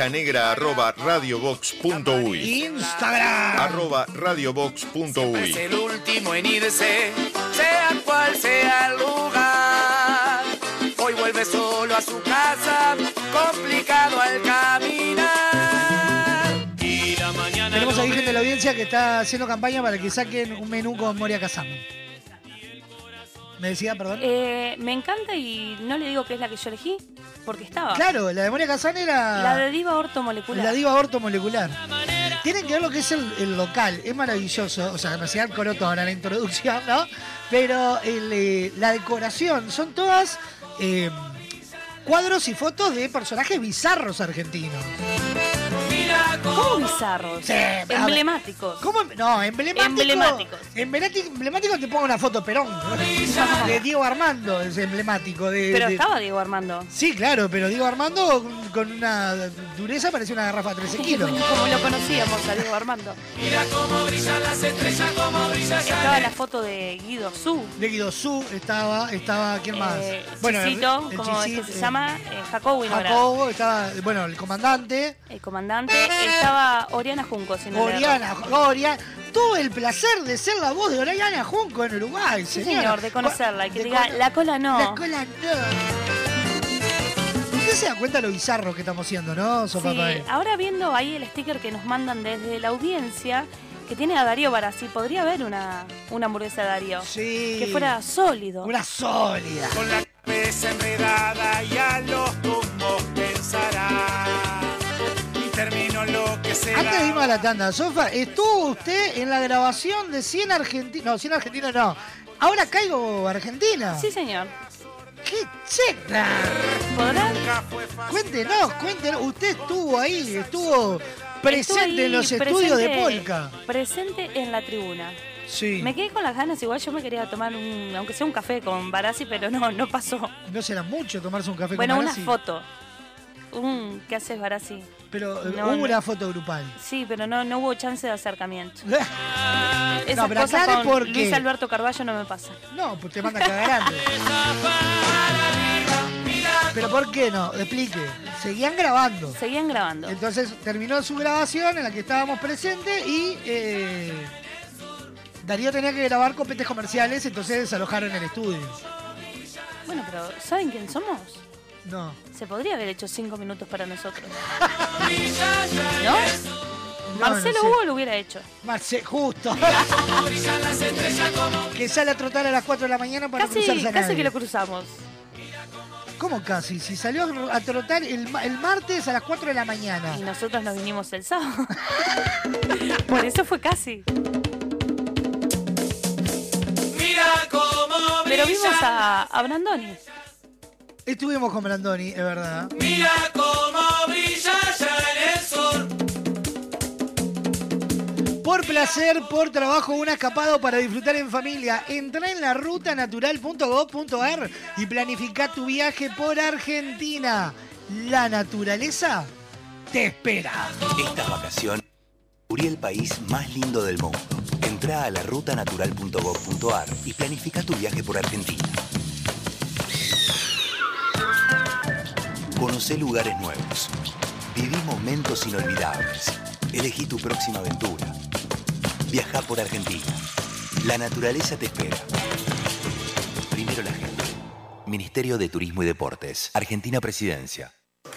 lacajanegra@radiobox.uy. Instagram @radiobox.uy. Es el último en irse, sea cual sea el lugar. Hoy vuelve solo a su casa, complicado al caminar. Y la mañana tenemos ahí gente de la audiencia que está haciendo campaña para que saquen un menú con Moria Kazan. ¿Me decía, perdón? Me encanta y no le digo que es la que yo elegí, porque estaba. Claro, la de Moria Kazan era... La de Diva Ortomolecular. La Diva Ortomolecular. Tienen que ver lo que es el local, es maravilloso. O sea, en realidad corotó ahora la introducción, ¿no? Pero la decoración son todas cuadros y fotos de personajes bizarros argentinos. ¿Cómo bizarros? Sí, emblemáticos. ¿Cómo? No, emblemáticos. Emblemático te pongo una foto de Perón. De Diego Armando es emblemático. Pero estaba Diego Armando. Sí, claro, pero Diego Armando con una dureza parecía una garrafa de 13 kilos. Como lo conocíamos a Diego Armando. Mira cómo brillan las estrellas, cómo brilla estaba la foto de Guido Su. De Guido Su estaba ¿quién más? Bueno, Chisito, como es que se llama, Jacobo Winograd. Jacobo, estaba, bueno, el comandante. Estaba Oriana Junco, si no Oriana, tuve el placer de ser la voz de Oriana Junco en Uruguay, señor. Sí, señor, de conocerla. Y que diga, la cola no. La cola no. Usted se da cuenta de lo bizarro que estamos haciendo, ¿no, Sí, ahora viendo ahí el sticker que nos mandan desde la audiencia, que tiene a Darío Barassi, podría haber una hamburguesa de Darío. Sí. Que fuera sólido. Una sólida. Con la cabeza enredada y a los tumbos pensará. Termino lo que será. Antes de irnos a la tanda, Sofa, ¿estuvo usted en la grabación de 100 Argentinos? No, 100 Argentinos no. Ahora caigo Argentina. Sí, señor. ¡Qué cheta! ¿Podrán? Cuéntenos. Usted estuvo ahí, estuvo presente en los estudios de Polka. Presente en la tribuna. Sí. Me quedé con las ganas, igual yo me quería tomar aunque sea un café con Barassi, pero no pasó. No será mucho tomarse un café con Barassi. Barassi. Bueno, una foto. ¿Qué haces, Barassi? Pero hubo una foto grupal. Sí, pero no hubo chance de acercamiento. Esas cosas con por Luis Alberto Carballo no me pasa. No, pues te manda a cagar antes. Pero ¿por qué no? Explique. Seguían grabando. Entonces terminó su grabación en la que estábamos presentes y Darío tenía que grabar copetes comerciales, entonces desalojaron el estudio. Bueno, pero ¿saben quién somos? No. Se podría haber hecho 5 minutos para nosotros. ¿No? Marcelo Hugo lo hubiera hecho. Justo. Que sale a trotar a las 4 de la mañana para cruzarse a nadie. Casi que lo cruzamos. ¿Cómo casi? Si salió a trotar el martes a las 4 de la mañana. Y nosotros nos vinimos el sábado. Por eso fue casi. Mira cómo brilla. Pero vimos a Brandoni. Estuvimos con Brandoni, es verdad. Mira cómo brilla ya en el sol. Por placer, por trabajo, un escapado para disfrutar en familia. Entra en la rutanatural.gov.ar y planifica tu viaje por Argentina. La naturaleza te espera. Esta vacación, descubrí el país más lindo del mundo. Entra a la rutanatural.gov.ar y planifica tu viaje por Argentina. Conocé lugares nuevos. Viví momentos inolvidables. Elegí tu próxima aventura. Viajá por Argentina. La naturaleza te espera. Primero la gente. Ministerio de Turismo y Deportes. Argentina Presidencia.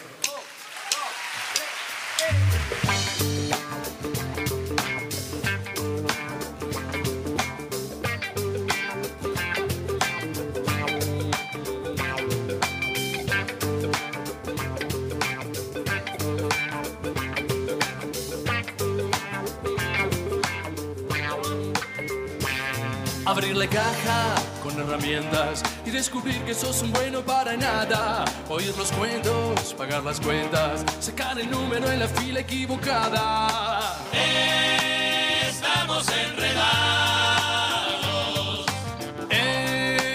Abrir la caja con herramientas y descubrir que sos un bueno para nada. Oír los cuentos, pagar las cuentas, sacar el número en la fila equivocada. Estamos enredados.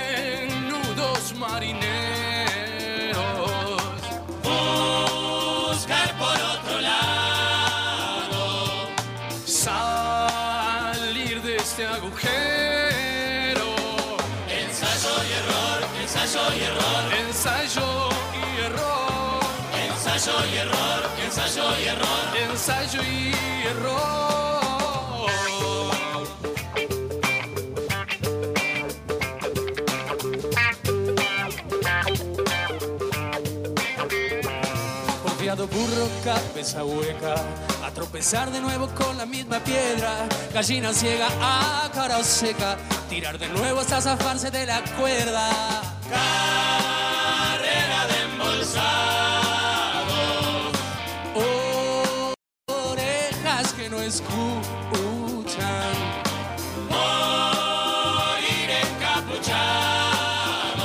ensayo y error, ensayo y error, ensayo y error, ensayo y error, ensayo y error. Confiado burro, cabeza hueca, a tropezar de nuevo con la misma piedra, gallina ciega a cara seca, tirar de nuevo hasta zafarse de la cuerda. Carrera de embolsado, orejas que no escuchan, morir encapuchado,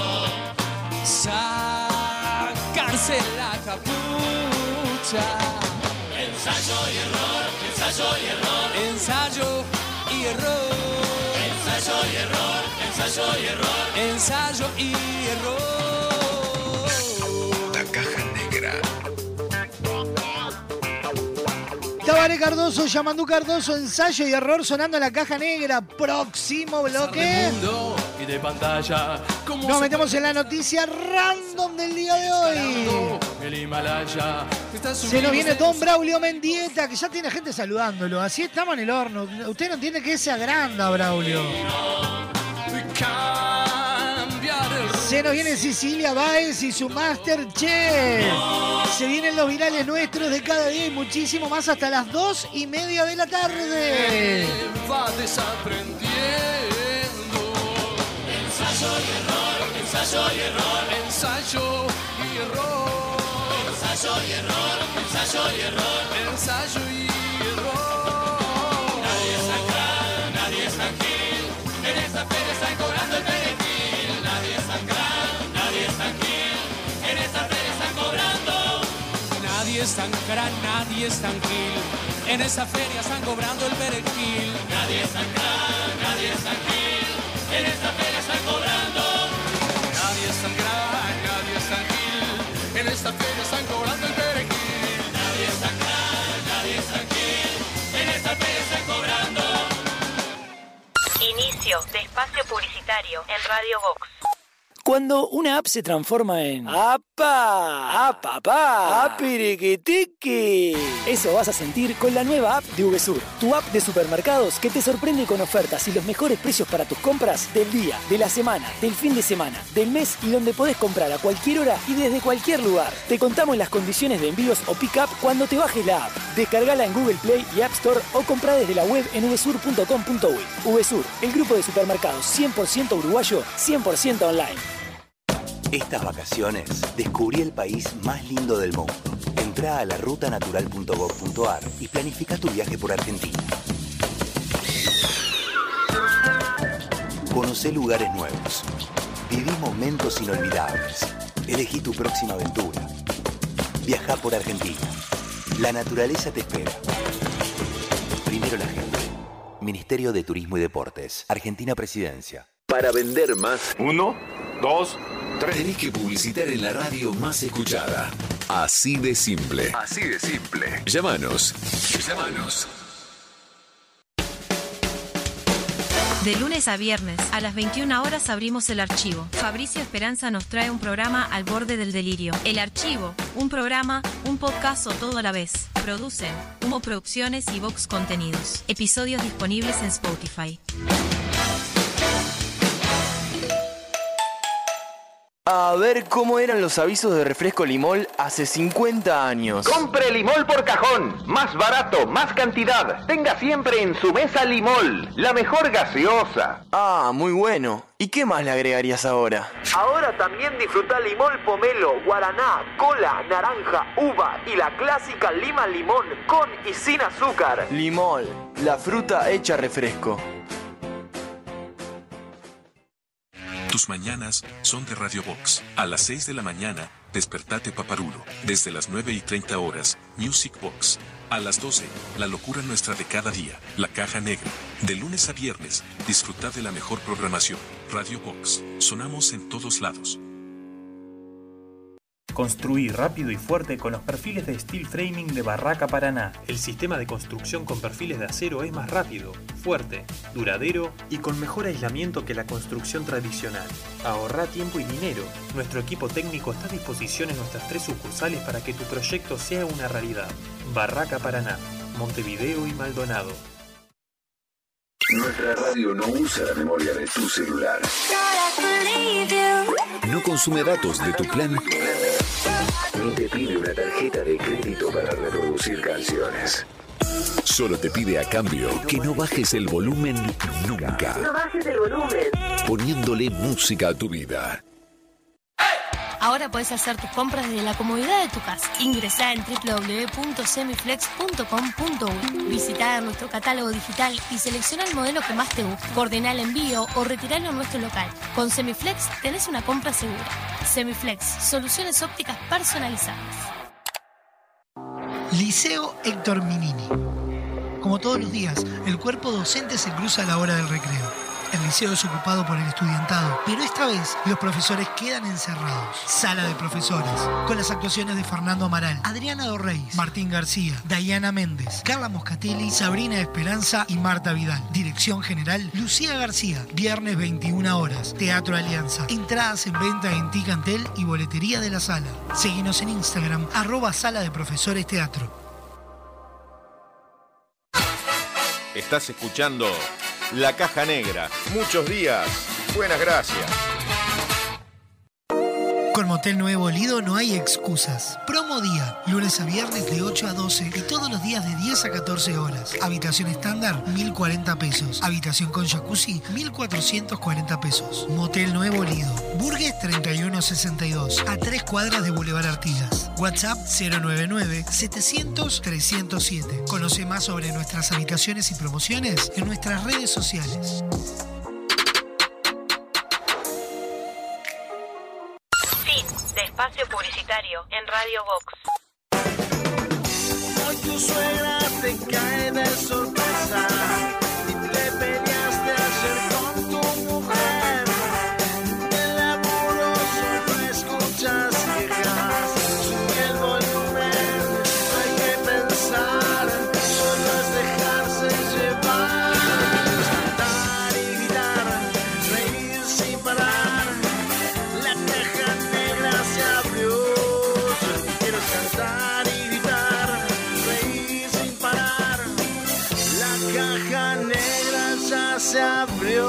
sacarse la capucha. Ensayo y error, ensayo y error, ensayo y error, ensayo y error, ensayo y error, ensayo y error. La caja negra. Tabaré Cardoso, Yamandú Cardoso, ensayo y error sonando en la caja negra. Próximo bloque. Y de pantalla, nos metemos en la noticia random del día de hoy. El Himalaya, se nos viene Don Braulio Mendieta, que ya tiene gente saludándolo. Así estamos en el horno. Usted no entiende que se agranda, Braulio. Se nos viene Cecilia Báez y su Masterchef. Se vienen los virales nuestros de cada día y muchísimo más hasta las 2:30 de la tarde. Va desaprendiendo. Ensayo y error, ensayo y error, ensayo y error, ensayo y error, ensayo y error, ensayo y error. Nadie es acá, nadie es aquí, en esta feria están cobrando el perejil. Nadie es acá, nadie es aquí, en esta feria están cobrando. Nadie es tan cara, nadie es tan gil, en esa feria están cobrando el perejil. Nadie es acá, nadie es aquí, en esta feria están cobrando. Nadie es tan gran, nadie es tan gil, en esta feria están cobrando el perejil. Nadie es tan gran, nadie es tan gil, en esta feria están cobrando. Inicio de espacio publicitario en Radio Vox. Cuando una app se transforma en ¡apa! ¡Apapá! ¡Apiriquitiqui! Eso vas a sentir con la nueva app de VSUR, tu app de supermercados que te sorprende con ofertas y los mejores precios para tus compras del día, de la semana, del fin de semana, del mes y donde podés comprar a cualquier hora y desde cualquier lugar. Te contamos las condiciones de envíos o pick-up cuando te bajes la app. Descargala en Google Play y App Store o comprá desde la web en vsur.com.uy. VSUR, el grupo de supermercados 100% uruguayo, 100% online. Estas vacaciones descubrí el país más lindo del mundo. Entrá a larutanatural.gov.ar y planifica tu viaje por Argentina. Conocé lugares nuevos. Viví momentos inolvidables. Elegí tu próxima aventura. Viajá por Argentina. La naturaleza te espera. Primero la gente. Ministerio de Turismo y Deportes. Argentina Presidencia. Para vender más. 1, 2, 3. Tenés que publicitar en la radio más escuchada. Así de simple. Así de simple. Llámanos. Llámanos. De lunes a viernes, a las 21 horas abrimos El Archivo. Fabricio Esperanza nos trae un programa al borde del delirio. El Archivo, un programa, un podcast o todo a la vez. Producen Humo Producciones y Vox Contenidos. Episodios disponibles en Spotify. A ver cómo eran los avisos de refresco Limol hace 50 años. Compre Limol por cajón. Más barato, más cantidad. Tenga siempre en su mesa Limol. La mejor gaseosa. Ah, muy bueno. ¿Y qué más le agregarías ahora? Ahora también disfruta Limol Pomelo, Guaraná, Cola, Naranja, Uva y la clásica Lima Limón con y sin azúcar. Limol, la fruta hecha refresco. Tus mañanas son de Radio Vox. A las 6 de la mañana, Despertate Paparulo. Desde las 9:30 horas, Music Box. A las 12, La locura nuestra de cada día, La caja negra. De lunes a viernes, disfruta de la mejor programación. Radio Vox. Sonamos en todos lados. Construí rápido y fuerte con los perfiles de Steel Framing de Barraca Paraná. El sistema de construcción con perfiles de acero es más rápido, fuerte, duradero y con mejor aislamiento que la construcción tradicional. Ahorrá tiempo y dinero. Nuestro equipo técnico está a disposición en nuestras 3 sucursales para que tu proyecto sea una realidad. Barraca Paraná, Montevideo y Maldonado. Nuestra radio no usa la memoria de tu celular. No consume datos de tu plan. Ni te pide una tarjeta de crédito para reproducir canciones. Solo te pide a cambio que no bajes el volumen nunca. No bajes el volumen. Poniéndole música a tu vida. Ahora puedes hacer tus compras desde la comodidad de tu casa. Ingresá en www.semiflex.com.uy. Visitá nuestro catálogo digital y selecciona el modelo que más te guste. Coordiná el envío o retiralo en nuestro local. Con Semiflex tenés una compra segura. Semiflex, soluciones ópticas personalizadas. Liceo Héctor Minini. Como todos los días, el cuerpo docente se cruza a la hora del recreo. El liceo es ocupado por el estudiantado, pero esta vez los profesores quedan encerrados. Sala de profesores, con las actuaciones de Fernando Amaral, Adriana Dorreis, Martín García, Dayana Méndez, Carla Moscatelli, Sabrina Esperanza y Marta Vidal. Dirección general, Lucía García. Viernes 21 horas, Teatro Alianza. Entradas en venta en Ticantel y boletería de la sala. Seguinos en Instagram, @Sala de Profesores Teatro. Estás escuchando La Caja Negra. Muchos días. Buenas gracias. Con Motel Nuevo Lido no hay excusas. Promo día, lunes a viernes de 8 a 12 y todos los días de 10 a 14 horas. Habitación estándar, 1.040 pesos. Habitación con jacuzzi, 1.440 pesos. Motel Nuevo Lido. Burgues 3162, a 3 cuadras de Boulevard Artigas. WhatsApp 099-700-307. Conoce más sobre nuestras habitaciones y promociones en nuestras redes sociales. Espacio publicitario en Radio Vox. Hoy tu suegra te cae de sorpresa y te peleaste ayer con tu mujer. El laburo solo escuchas quejas, sube el volumen, no hay que pensar, solo es dejarse llevar. Cantar y gritar, reír sin parar, la caja negra se abrió. Yo quiero cantar y gritar, reír sin parar. La caja negra ya se abrió.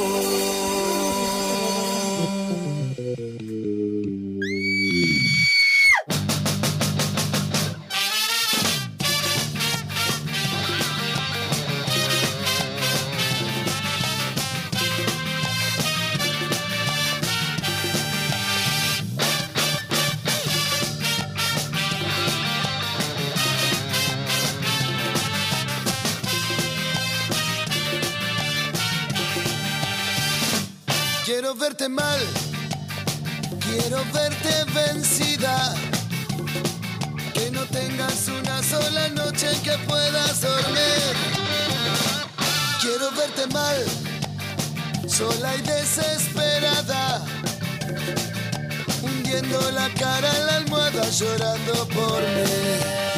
Quiero verte mal, quiero verte vencida, que no tengas una sola noche en que puedas dormir. Quiero verte mal, sola y desesperada, hundiendo la cara en la almohada llorando por mí.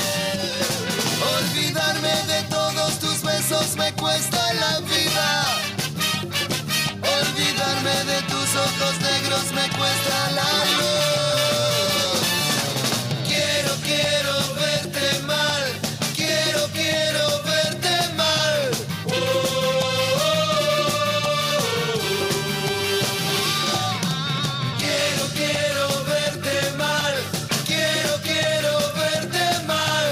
Olvidarme de todos tus besos me cuesta la vida. Olvidarme de tus ojos negros me cuesta la luz. Quiero verte mal. Quiero verte mal. Quiero verte mal. Quiero verte mal.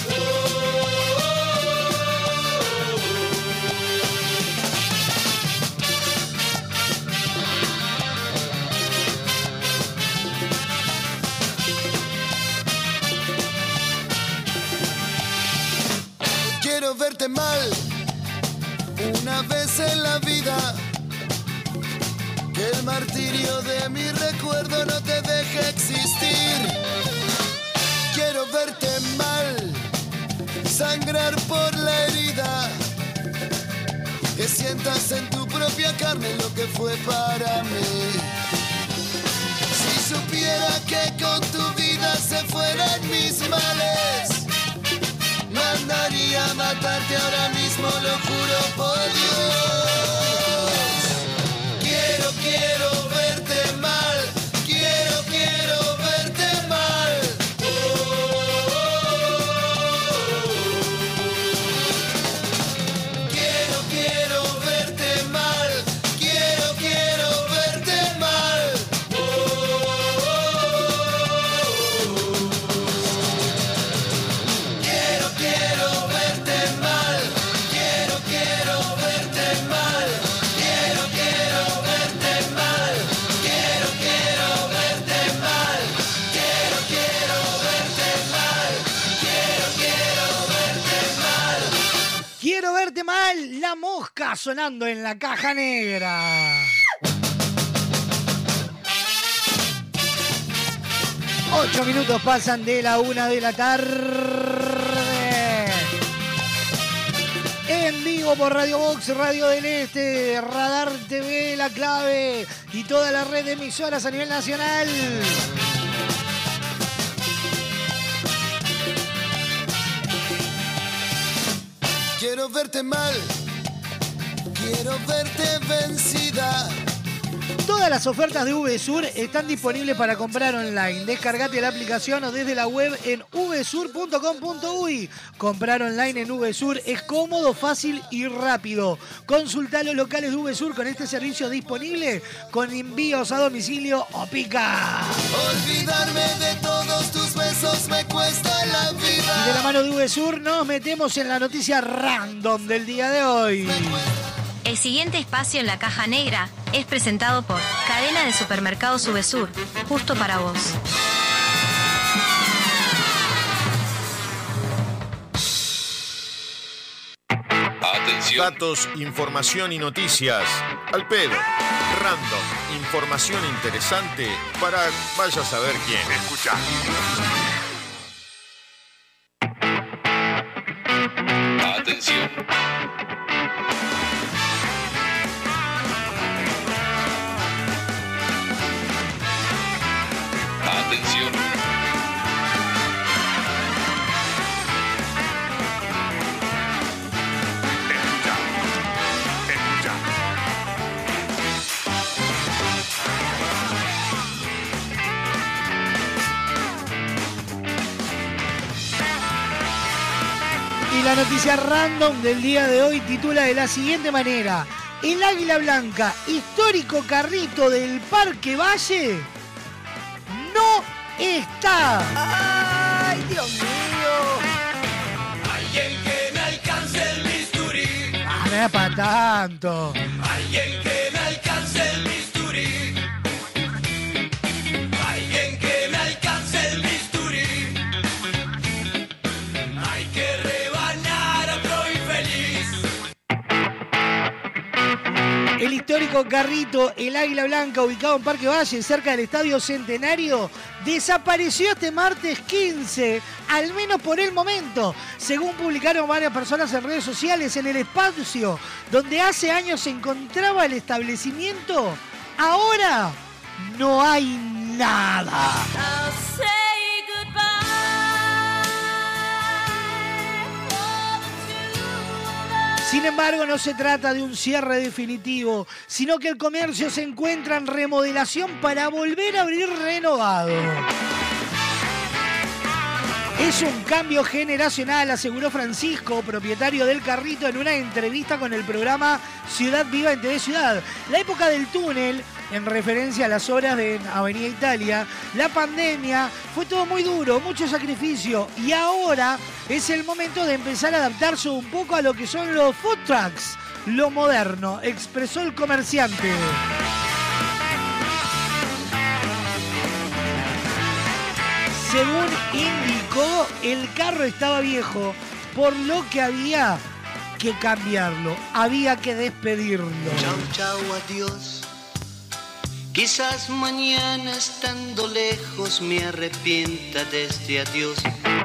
Quiero verte mal una vez en la vida, que el martirio de mi recuerdo no te deje existir. Quiero verte mal, sangrar por la herida, que sientas en tu propia carne lo que fue para mí. Si supiera que con tu vida Mosca sonando en la caja negra. Ocho minutos pasan de la 1 de la tarde. En vivo por Radio Box, Radio del Este, Radar TV, La Clave y toda la red de emisoras a nivel nacional. Quiero verte mal, quiero verte vencida. Todas las ofertas de VSUR están disponibles para comprar online. Descargate la aplicación o desde la web en vsur.com.uy. Comprar online en VSUR es cómodo, fácil y rápido. Consulta los locales de VSUR con este servicio disponible con envíos a domicilio o pica. Olvidarme de todos tus besos me cuesta la vida. Y de la mano de VSUR nos metemos en la noticia random del día de hoy. El siguiente espacio en la caja negra es presentado por Cadena de Supermercados VSUR, justo para vos. Atención. Datos, información y noticias. Al pedo. Random. Información interesante para vaya a saber quién. Escucha. Atención. Atención. Escucha. Y la noticia random del día de hoy titula de la siguiente manera: el Águila Blanca, histórico carrito del Parque Valle, no está. ¡Ay, Dios mío! Alguien que me alcance el bisturí. Ah, no era para tanto. Alguien que me alcance el bisturí. Alguien que me alcance el bisturí. Hay que rebanar a otro infeliz. El histórico carrito, el Águila Blanca, ubicado en Parque Valle, cerca del Estadio Centenario, desapareció este martes 15, al menos por el momento, según publicaron varias personas en redes sociales. En el espacio donde hace años se encontraba el establecimiento, ahora no hay nada. Sin embargo, no se trata de un cierre definitivo, sino que el comercio se encuentra en remodelación para volver a abrir renovado. Es un cambio generacional, aseguró Francisco, propietario del carrito, en una entrevista con el programa Ciudad Viva en TV Ciudad. La época del túnel, en referencia a las obras de Avenida Italia, la pandemia, fue todo muy duro, mucho sacrificio, y ahora es el momento de empezar a adaptarse un poco a lo que son los food trucks, lo moderno, expresó el comerciante. Según indicó, el carro estaba viejo, por lo que había que cambiarlo, había que despedirlo. Chau, chau, adiós. Quizás mañana estando lejos me arrepienta de este adiós.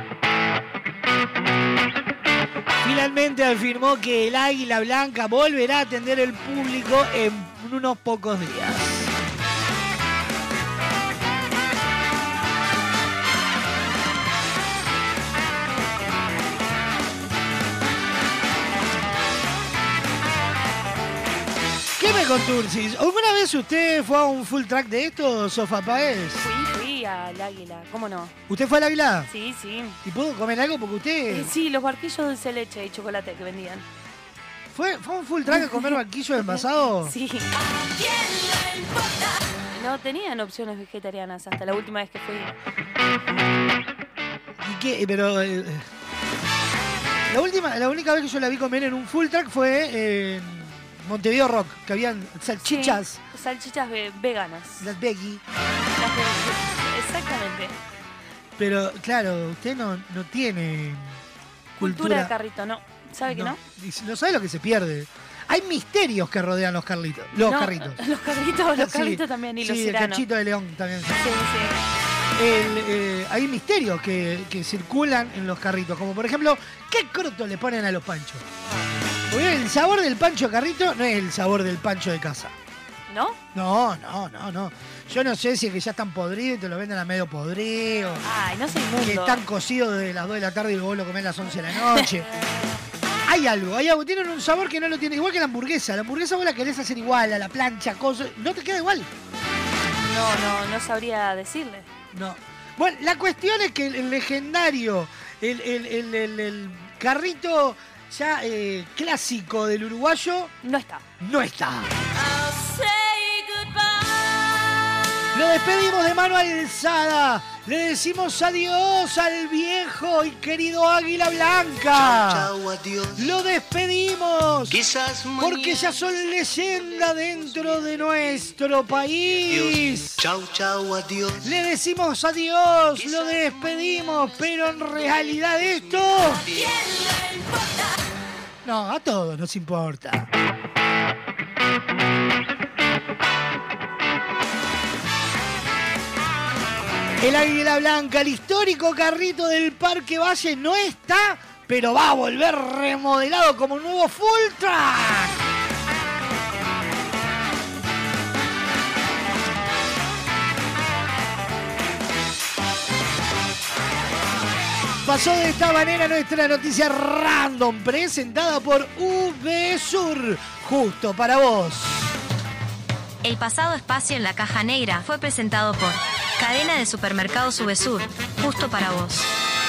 Finalmente afirmó que el Águila Blanca volverá a atender al público en unos pocos días. ¿Qué me conturcis? ¿Alguna vez usted fue a un full track de estos, Sofa Páez? Fui al Águila, ¿cómo no? ¿Usted fue al Águila? Sí, sí. ¿Y pudo comer algo? Porque usted... Sí, los barquillos de dulce de leche y chocolate que vendían. ¿Fue un full track a comer barquillos envasados? Sí. No tenían opciones vegetarianas hasta la última vez que fui. ¿Y qué? Pero... la única vez que yo la vi comer en un full track fue en Montevideo Rock, que habían salchichas. Sí, salchichas veganas. Las veggie. Exactamente. Pero, claro, usted no tiene cultura de carrito, no. ¿Sabe que no? No sabe lo que se pierde. hay misterios que rodean los carritos. Los No, carritos. Los carritos también, y los Sí, el ciranos. cachito de León también. Sí, sí. Hay misterios que circulan en los carritos, como por ejemplo, ¿qué croto le ponen a los panchos? Porque el sabor del pancho de carrito no es el sabor del pancho de casa. ¿No? No. Yo no sé si es que ya están podridos y te lo venden a medio podrido. Ay, no soy mundo. Que están cocidos desde las 2 de la tarde y vos lo comés a las 11 de la noche. Hay algo. Tienen un sabor que no lo tiene. Igual que la hamburguesa. La hamburguesa vos la querés hacer igual, a la plancha, cosas. No te queda igual. No sabría decirle. No. Bueno, la cuestión es que el legendario, el carrito ya clásico del uruguayo... No está. Lo despedimos de mano alzada. Le decimos adiós al viejo y querido Águila Blanca. Chau, adiós. Lo despedimos. Quizás porque ya son leyenda dentro de nuestro país. Chau, adiós. Le decimos adiós, lo despedimos, pero en realidad esto... No, a todos nos importa. El Águila Blanca, el histórico carrito del Parque Valle, no está, pero va a volver remodelado como un nuevo full track. Pasó de esta manera nuestra noticia random, presentada por VSUR, justo para vos. El pasado espacio en la caja negra fue presentado por Cadena de Supermercados VSUR, justo para vos.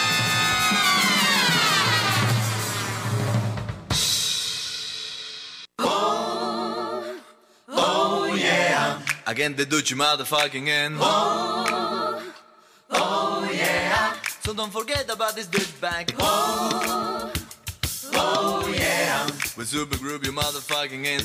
Oh yeah, again the Dutch motherfucking end. Oh yeah, so don't forget about this douchebag. Oh yeah, with super group you motherfucking end.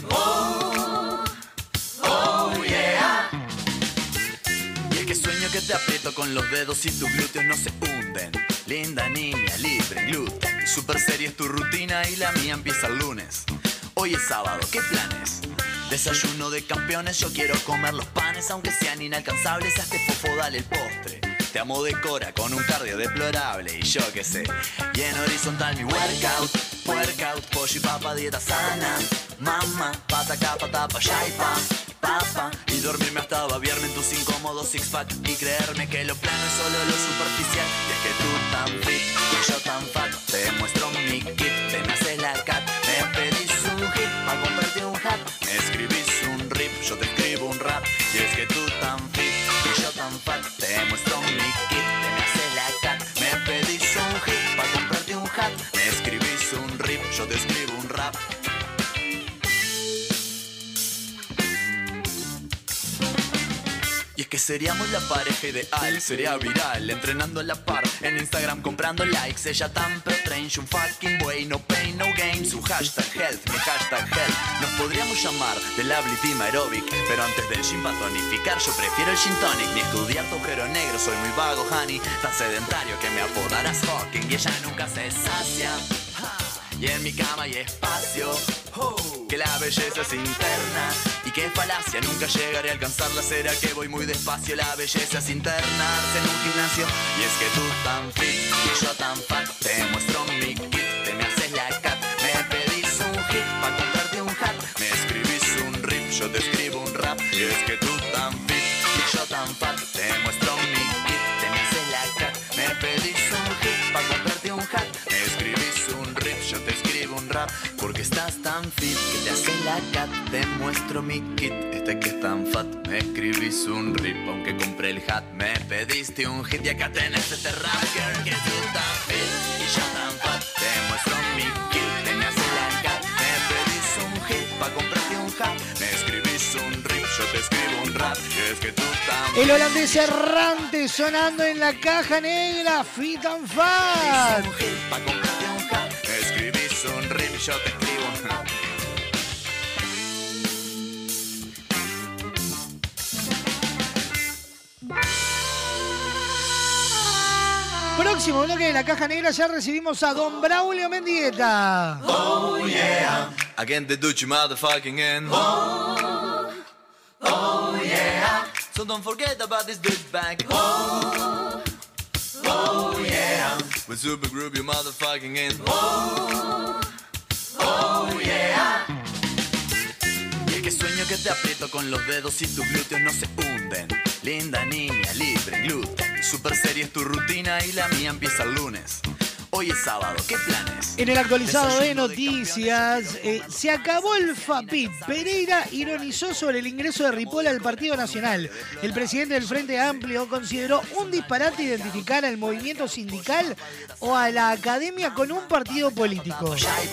Oh yeah. Y es que sueño que te aprieto con los dedos y tus glúteos no se hunden. Linda niña, libre, gluten. Super seria es tu rutina y la mía empieza el lunes. Hoy es sábado, ¿qué planes? Desayuno de campeones, yo quiero comer los panes, aunque sean inalcanzables, a este fofo dale el postre. Te amo de cora con un cardio deplorable y yo qué sé. Y en horizontal mi workout, pollo y papa, dieta sana. Mamá, pata acá, pata pa' allá y papa. Y dormirme hasta babiarme en tus incómodos six pack y creerme que lo plano es solo lo superficial. Y es que tú tan fit y yo tan fat, te muestro mi kit, te me haces la cat. Me pedís un hit pa' comprarte un hat, me escribís un rip, yo te escribo un rap. Y es que tú tan fit y yo tan fat, te muestro mi kit, te me haces la cat. Me pedís un hit pa' comprarte un hat, me escribís un rip, yo te escribo un rap. Y es que seríamos la pareja ideal, sería viral, entrenando a la par, en Instagram comprando likes. Ella tan pre-train, un fucking way, no pain, no gain. Su hashtag health, mi hashtag health. Nos podríamos llamar The Lovely Team Aerobic, pero antes del gym para tonificar yo prefiero el gin tonic. Ni estudiar tu agujero negro, soy muy vago, honey, tan sedentario que me apodarás Hawking. Y ella nunca se sacia, y en mi cama hay espacio, que la belleza es interna y que es falacia, nunca llegaré a alcanzarla. Será que voy muy despacio, la belleza es internarse en un gimnasio. Y es que tú tan fit y yo tan fat, te muestro mi kit, te me haces la cat. Me pedís un hit pa' comprarte un hat, me escribís un rip, yo te escribo un rap. Y es que tú tan fit y yo tan fat, te muestro mi kit, te me haces la cat. Me pedís un hit pa' comprarte un hat, me escribís un rip, yo te escribo un rap. Porque estás tan fit que te hace la cat, te muestro mi kit, este que es tan fat. Me escribís un rip aunque compré el hat, me pediste un hit y acá tenés este rap. Girl, que tú tan fit y yo tan fat, te muestro mi kit, te me hace la cat. Me pedís un hit pa' comprarte un hat, me escribís un rip, yo te escribo un rap. Y es que tú tan El holandés errante sonando en la caja negra, Fit and Fat. un hit pa' comprarte un hat, me escribís un rip y yo te escribo un rap. Próximo bloque de la caja negra, ya recibimos a Don Braulio Mendieta. Oh yeah, Again the Dutch motherfucking end. Oh, oh yeah. So don't forget about this douchebag. Oh, oh yeah. With super group you motherfucking end. Oh, oh yeah. Y es que sueño que te aprieto con los dedos y tus glúteos no se hunden. Linda niña, libre, gluten. Super seria es tu rutina y la mía empieza el lunes. Hoy es sábado, ¿qué planes? En el actualizado de noticias, se acabó el FAPIP. Pereira ironizó sobre el ingreso de Ripoll al Partido Nacional. El presidente del Frente Amplio consideró un disparate identificar al movimiento sindical o a la academia con un partido político.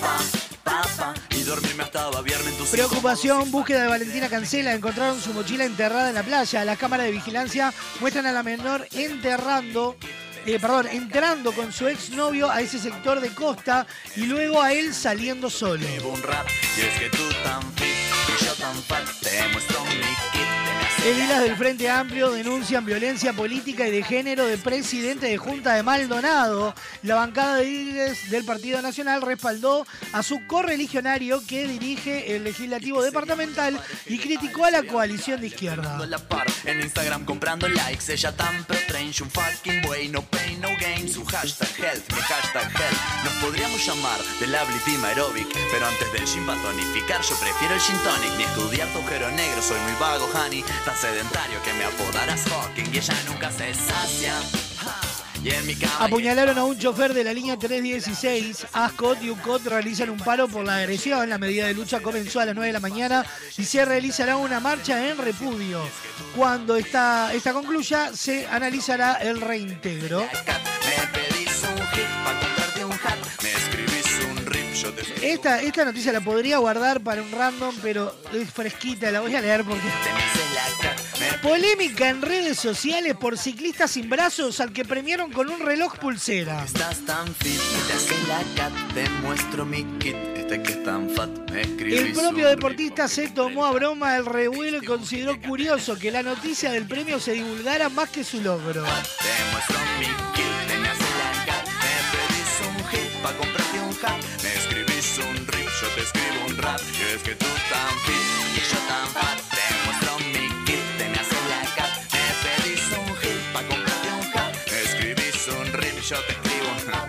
Y dormirme hasta viernes en tu Preocupación, búsqueda de Valentina Cancela. Encontraron su mochila enterrada en la playa. Las cámaras de vigilancia muestran a la menor entrando con su exnovio a ese sector de costa y luego a él saliendo solo. Un rap, y es que tú tan fit y yo tan fat, te muestro mi kit. Edilas del Frente Amplio denuncian violencia política y de género de presidente de Junta de Maldonado. La bancada de ediles del Partido Nacional respaldó a su correligionario que dirige el legislativo departamental y criticó a la coalición de izquierda. En Instagram comprando likes, ella tan pro trench, un fucking way, no pain, no gain, su hashtag health, mi hashtag health. Nos podríamos llamar de la Team Aerobic, pero antes del gym para tonificar yo prefiero el gin tonic, ni estudiar tu agujero negro, soy muy vago, honey, tan sedentario que me apodarás Hawking y ella nunca se sacia. Y en mi cama apuñalaron a un chofer de la línea 316. ASCOT y UCOT realizan un paro por la agresión. La medida de lucha comenzó a las 9 de la mañana y se realizará una marcha en repudio. Cuando esta concluya, se analizará el reintegro. me pedís un hit para comprarte un hat, me escribís un rip, yo te Esta noticia la podría guardar para un random, pero es fresquita, la voy a leer porque... Polémica en redes sociales por ciclistas sin brazos al que premiaron con un reloj pulsera. Estás tan fit, te hace la cat, te muestro mi kit, este que es tan fat, me escribís. El propio deportista se tomó a broma el revuelo y consideró curioso que la noticia del premio se divulgara más que su logro. Te muestro mi kit, te me hace la cat, me pedís un hit pa' comprarte un hat, me escribís un rip, yo te escribo un rap, y es que tú tan fit y yo tan fat, te muestro mi kit, te me hace la cat, me pedís un hit pa' comprarte un hat, me escribís un rip, yo te escribo un rap.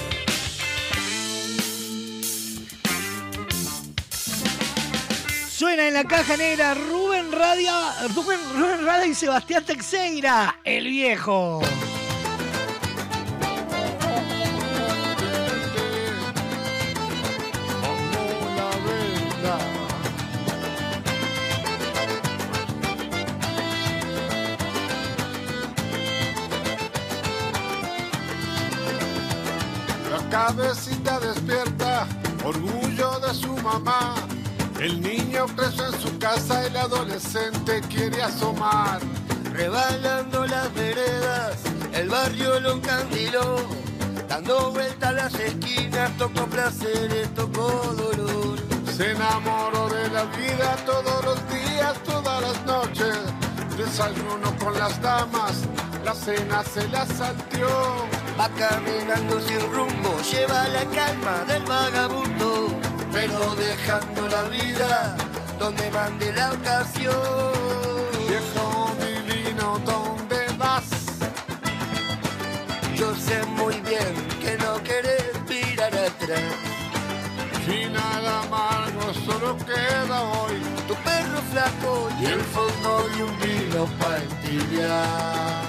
Suena en la caja negra Rubén Rada y Sebastián Teixeira, el viejo. La cabecita despierta, orgullo de su mamá. El niño crece en su casa, el adolescente quiere asomar. Rebalando las veredas, el barrio lo encandiló. Dando vueltas a las esquinas, tocó placeres, tocó dolor. Se enamoró de la vida todos los días, todas las noches. Desayuno con las damas, la cena se la salteó. Va caminando sin rumbo, lleva la calma del vagabundo, pero dejando la vida donde mande la ocasión. Viejo divino, ¿dónde vas? Yo sé muy bien que no querés mirar atrás. Final amargo solo queda hoy, tu perro flaco y el fondo de un vino para entibiar.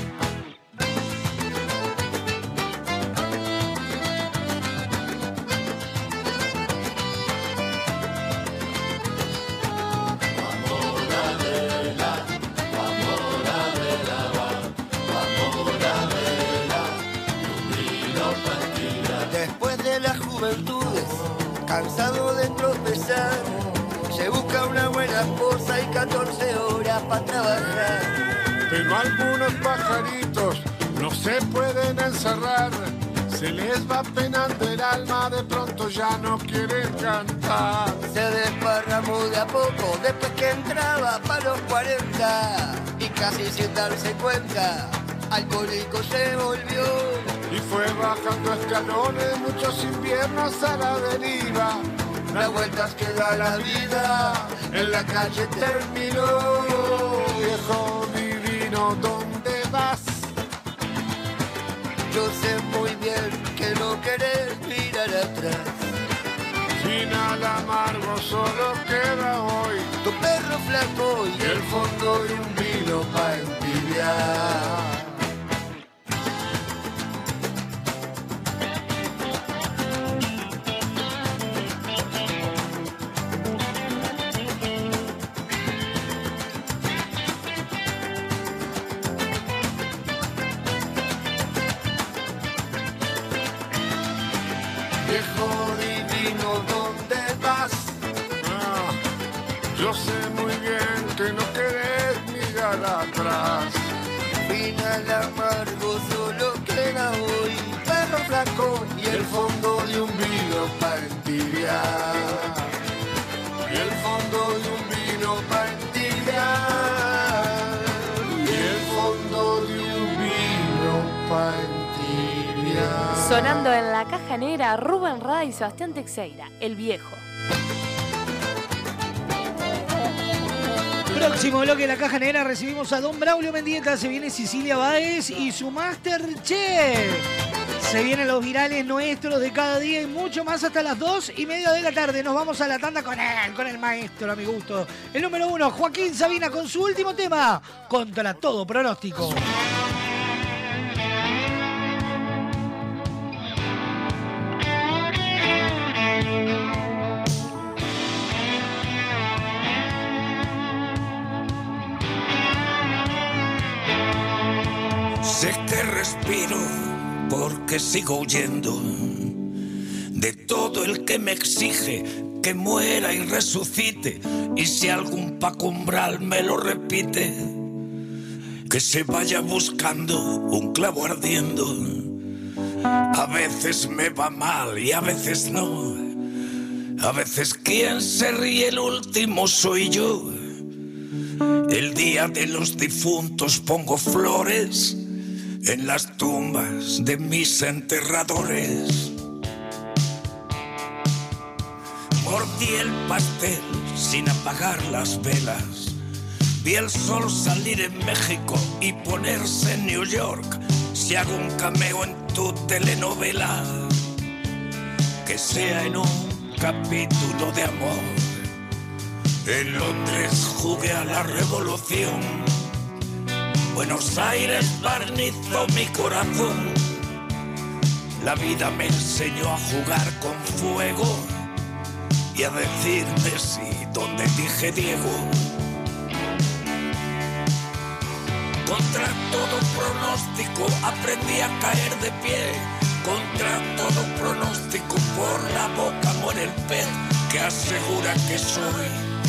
Cansado de tropezar, se busca una buena esposa y 14 horas para trabajar. Pero algunos pajaritos no se pueden encerrar, se les va penando el alma, de pronto ya no quieren cantar. Se desparramó de a poco después que entraba para los 40 y casi sin darse cuenta, alcohólico se volvió. Y fue bajando escalones, muchos inviernos a la deriva, las vueltas que da la vida en la calle terminó. Viejo divino, ¿dónde vas? Yo sé muy bien que no querés mirar atrás. Final amargo solo queda hoy tu perro flaco y el fondo de un vino pa' entibiar. Yo sé muy bien que no querés mirar atrás. Final amargo solo queda hoy perro flaco y el fondo de un vino pa' entibiar. Y el fondo de un vino pa' entibiar. Y el fondo de un vino pa' entibiar. Sonando en la caja negra, Rubén Rada y Sebastián Teixeira, El Viejo. Próximo bloque de la caja negra recibimos a Don Braulio Mendieta, se viene Cecilia Báez y su Masterchef. Se vienen los virales nuestros de cada día y mucho más hasta las 2:30 de la tarde. Nos vamos a la tanda con él, con el maestro, a mi gusto. El número 1, Joaquín Sabina, con su último tema, Contra todo pronóstico. Sé que respiro porque sigo huyendo de todo el que me exige que muera y resucite. Y si algún pacumbral me lo repite, que se vaya buscando un clavo ardiendo. A veces me va mal y a veces no. A veces quien se ríe el último soy yo. El día de los difuntos pongo flores en las tumbas de mis enterradores. Mordí el pastel sin apagar las velas. Vi el sol salir en México y ponerse en New York. Si hago un cameo en tu telenovela, que sea en un capítulo de amor. En Londres jugué a la revolución. Buenos Aires barnizó mi corazón. La vida me enseñó a jugar con fuego y a decir Messi donde dije Diego. Contra todo pronóstico aprendí a caer de pie. Contra todo pronóstico por la boca muere el pez que asegura que soy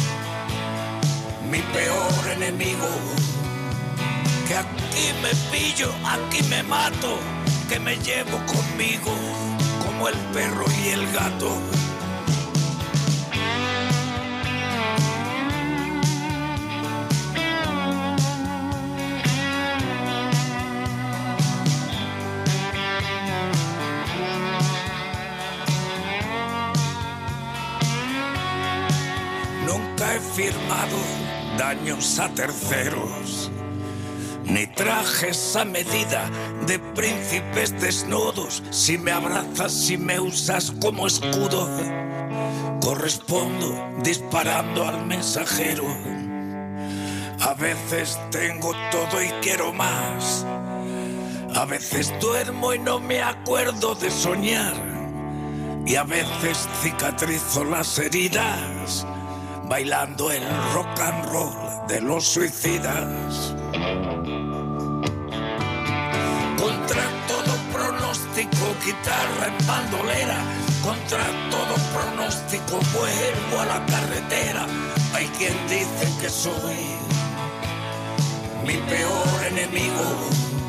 mi peor enemigo. Que aquí me pillo, aquí me mato, que me llevo conmigo como el perro y el gato. Nunca he firmado daños a terceros, ni trajes a medida de príncipes desnudos. Si me abrazas, si me usas como escudo, correspondo disparando al mensajero. A veces tengo todo y quiero más. A veces duermo y no me acuerdo de soñar. Y a veces cicatrizo las heridas bailando el rock and roll de los suicidas. Contra todo pronóstico, guitarra en bandolera. Contra todo pronóstico, vuelvo a la carretera. Hay quien dice que soy mi peor enemigo.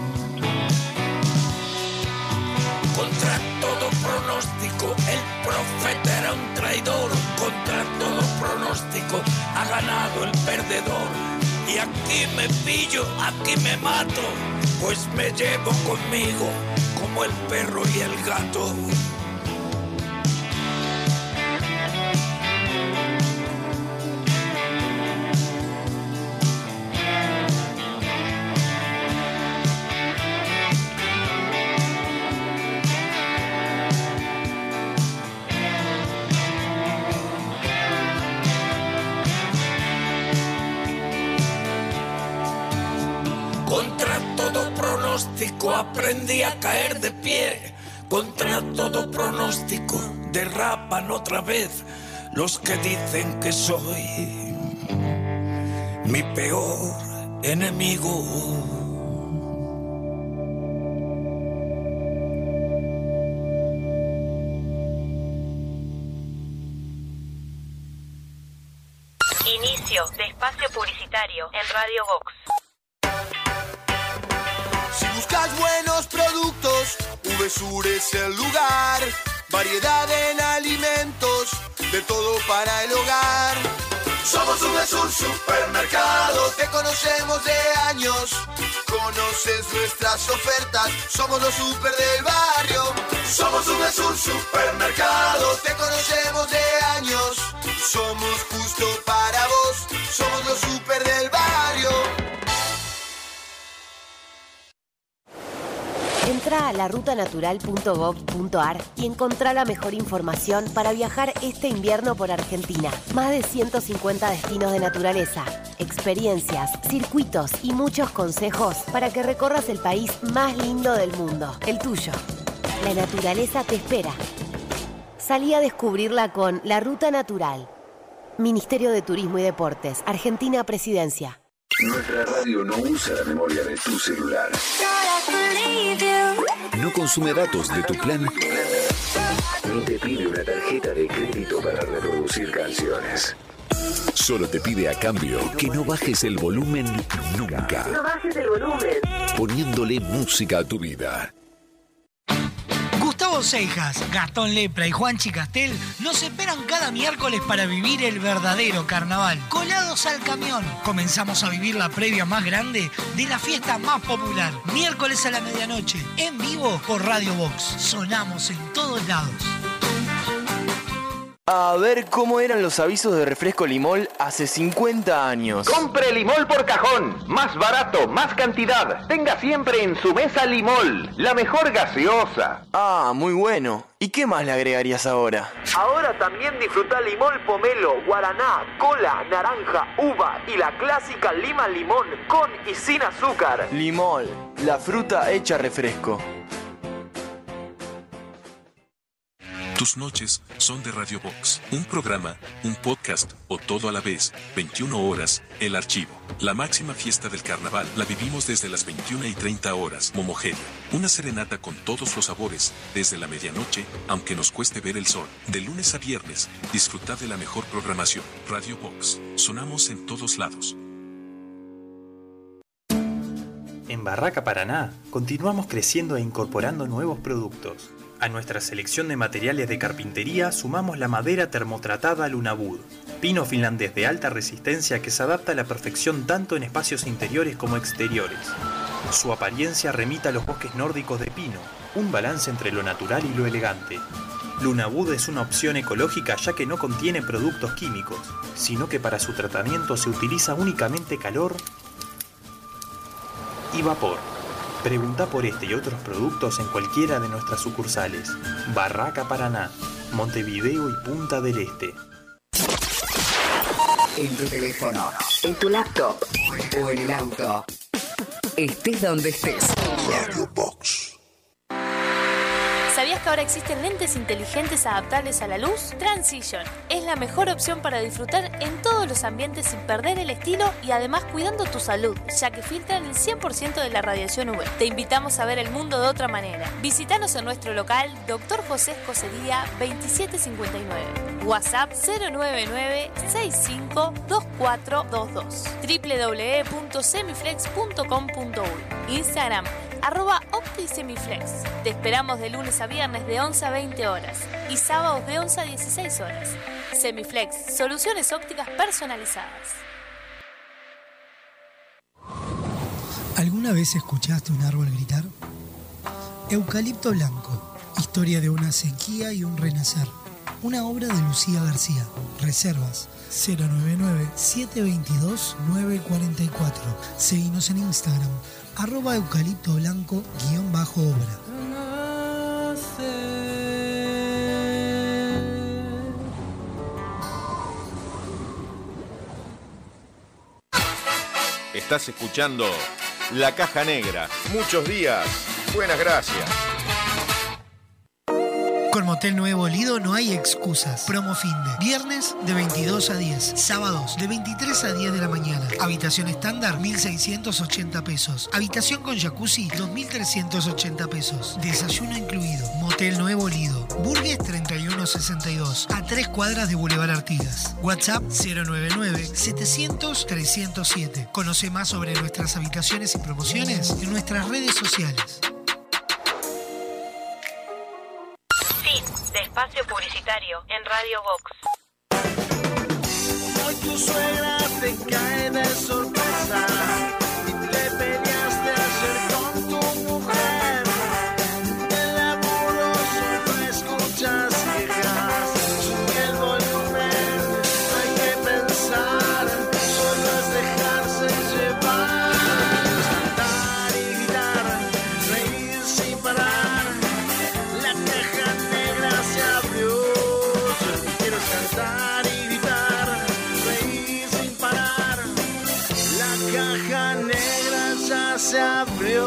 Contra todo pronóstico, el profeta era un traidor. Contra todo pronóstico, ha ganado el perdedor. Y aquí me pillo, aquí me mato, pues me llevo conmigo como el perro y el gato. Contra todo pronóstico aprendí a caer de pie. Contra todo pronóstico derrapan otra vez los que dicen que soy mi peor enemigo. Inicio de espacio publicitario en Radio Vox. Si buscas buenos productos, VSUR es el lugar. Variedad en alimentos, de todo para el hogar. Somos VSUR Supermercado, te conocemos de años. Conoces nuestras ofertas, somos los super del barrio. Somos VSUR Supermercado, te conocemos de años. Somos justo para vos, somos los super del barrio. Entra a larutanatural.gov.ar y encontrá la mejor información para viajar este invierno por Argentina. Más de 150 destinos de naturaleza, experiencias, circuitos y muchos consejos para que recorras el país más lindo del mundo, el tuyo. La naturaleza te espera. Salí a descubrirla con La Ruta Natural. Ministerio de Turismo y Deportes, Argentina Presidencia. Nuestra radio no usa la memoria de tu celular. No consume datos de tu plan. No te pide una tarjeta de crédito para reproducir canciones. Solo te pide a cambio que no bajes el volumen nunca. No bajes el volumen. Poniéndole música a tu vida. Gustavo Seijas, Gastón Lepra y Juanchi Castel nos esperan cada miércoles para vivir el verdadero carnaval. Colados al camión, comenzamos a vivir la previa más grande de la fiesta más popular. Miércoles a la medianoche, en vivo por Radio Vox. Sonamos en todos lados. A ver cómo eran los avisos de refresco Limol hace 50 años. Compre Limol por cajón. Más barato, más cantidad. Tenga siempre en su mesa Limol. La mejor gaseosa. Ah, muy bueno. ¿Y qué más le agregarías ahora? Ahora también disfruta Limol Pomelo, Guaraná, Cola, Naranja, Uva y la clásica Lima Limón con y sin azúcar. Limol, la fruta hecha refresco. Tus noches son de Radio Vox, un programa, un podcast o todo a la vez, 21 horas, El Archivo. La máxima fiesta del carnaval la vivimos desde las 21:30 horas, Momogeria. Una serenata con todos los sabores, desde la medianoche, aunque nos cueste ver el sol. De lunes a viernes, disfruta de la mejor programación. Radio Vox, sonamos en todos lados. En Barraca Paraná, continuamos creciendo e incorporando nuevos productos. A nuestra selección de materiales de carpintería sumamos la madera termotratada Lunabud, pino finlandés de alta resistencia que se adapta a la perfección tanto en espacios interiores como exteriores. Su apariencia remite a los bosques nórdicos de pino, un balance entre lo natural y lo elegante. Lunabud es una opción ecológica ya que no contiene productos químicos, sino que para su tratamiento se utiliza únicamente calor y vapor. Pregunta por este y otros productos en cualquiera de nuestras sucursales. Barraca Paraná, Montevideo y Punta del Este. En tu teléfono, en tu laptop o en el auto. Estés donde estés. Radio Box. ¿Sabías que ahora existen lentes inteligentes adaptables a la luz? Transition es la mejor opción para disfrutar en todos los ambientes sin perder el estilo y además cuidando tu salud, ya que filtran el 100% de la radiación UV. Te invitamos a ver el mundo de otra manera. Visítanos en nuestro local Dr. José Escocería 2759. WhatsApp 099-652422. www.semiflex.com.uy. Instagram @OptiSemiflex. Te esperamos de lunes a viernes de 11 a 20 horas y sábados de 11 a 16 horas. Semiflex, soluciones ópticas personalizadas. ¿Alguna vez escuchaste un árbol gritar? Eucalipto Blanco, historia de una sequía y un renacer. Una obra de Lucía García. Reservas 099-722-944. Seguinos en Instagram, @eucaliptoblanco_obra. Estás escuchando La Caja Negra. Muchos días. Buenas gracias. Con Motel Nuevo Lido no hay excusas. Promo finde. Viernes de 22 a 10. Sábados de 23 a 10 de la mañana. Habitación estándar, 1.680 pesos. Habitación con jacuzzi, 2.380 pesos. Desayuno incluido. Motel Nuevo Lido. Burgues 3162. A 3 cuadras de Boulevard Artigas. WhatsApp 099-700-307. Conoce más sobre nuestras habitaciones y promociones en nuestras redes sociales. De espacio publicitario en Radio Vox. Hoy tu suegra te cae de sorpresa y te peleaste ayer con tu mujer. El laburo solo escuchas quejas, sube el volumen, no hay que pensar, solo es dejarse llevar. Cantar y gritar, reír sin parar, la caja negra se abrió. Solo quiero cantar y gritar, reír sin parar. La caja negra ya se abrió.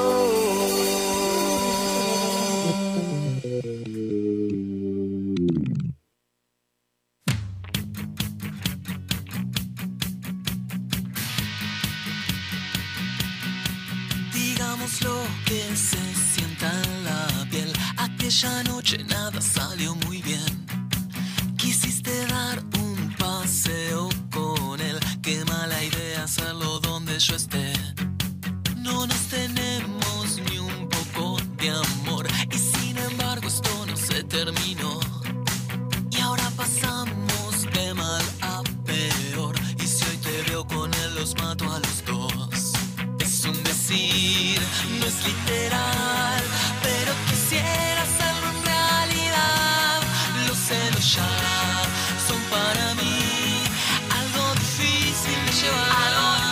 Digamos lo que se sienta en la piel. Aquella noche nada salió muy bien. Quisiste dar un paseo con él. Qué mala idea hacerlo donde yo esté. No nos tenemos ni un poco de amor. Y sin embargo esto no se terminó. Y ahora pasamos de mal a peor. Y si hoy te veo con él los mato a los dos. Es un decir, no es literal, pero quisiera hacerlo en realidad. Los celos ya son para mí algo difícil de llevar.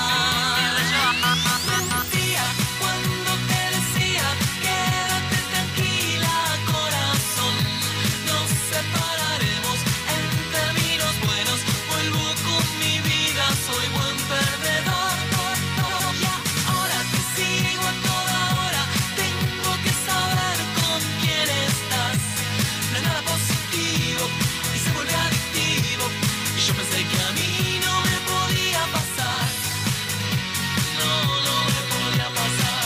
Mentía cuando te decía quédate tranquila, corazón. Nos separaremos en términos buenos. Vuelvo con mi vida, soy buen perdedor. Y ahora te sigo a toda hora. Tengo que saber con quién estás. No es nada positivo y se vuelve adictivo. Y yo pensé que a mí no me podía pasar. No me podía pasar.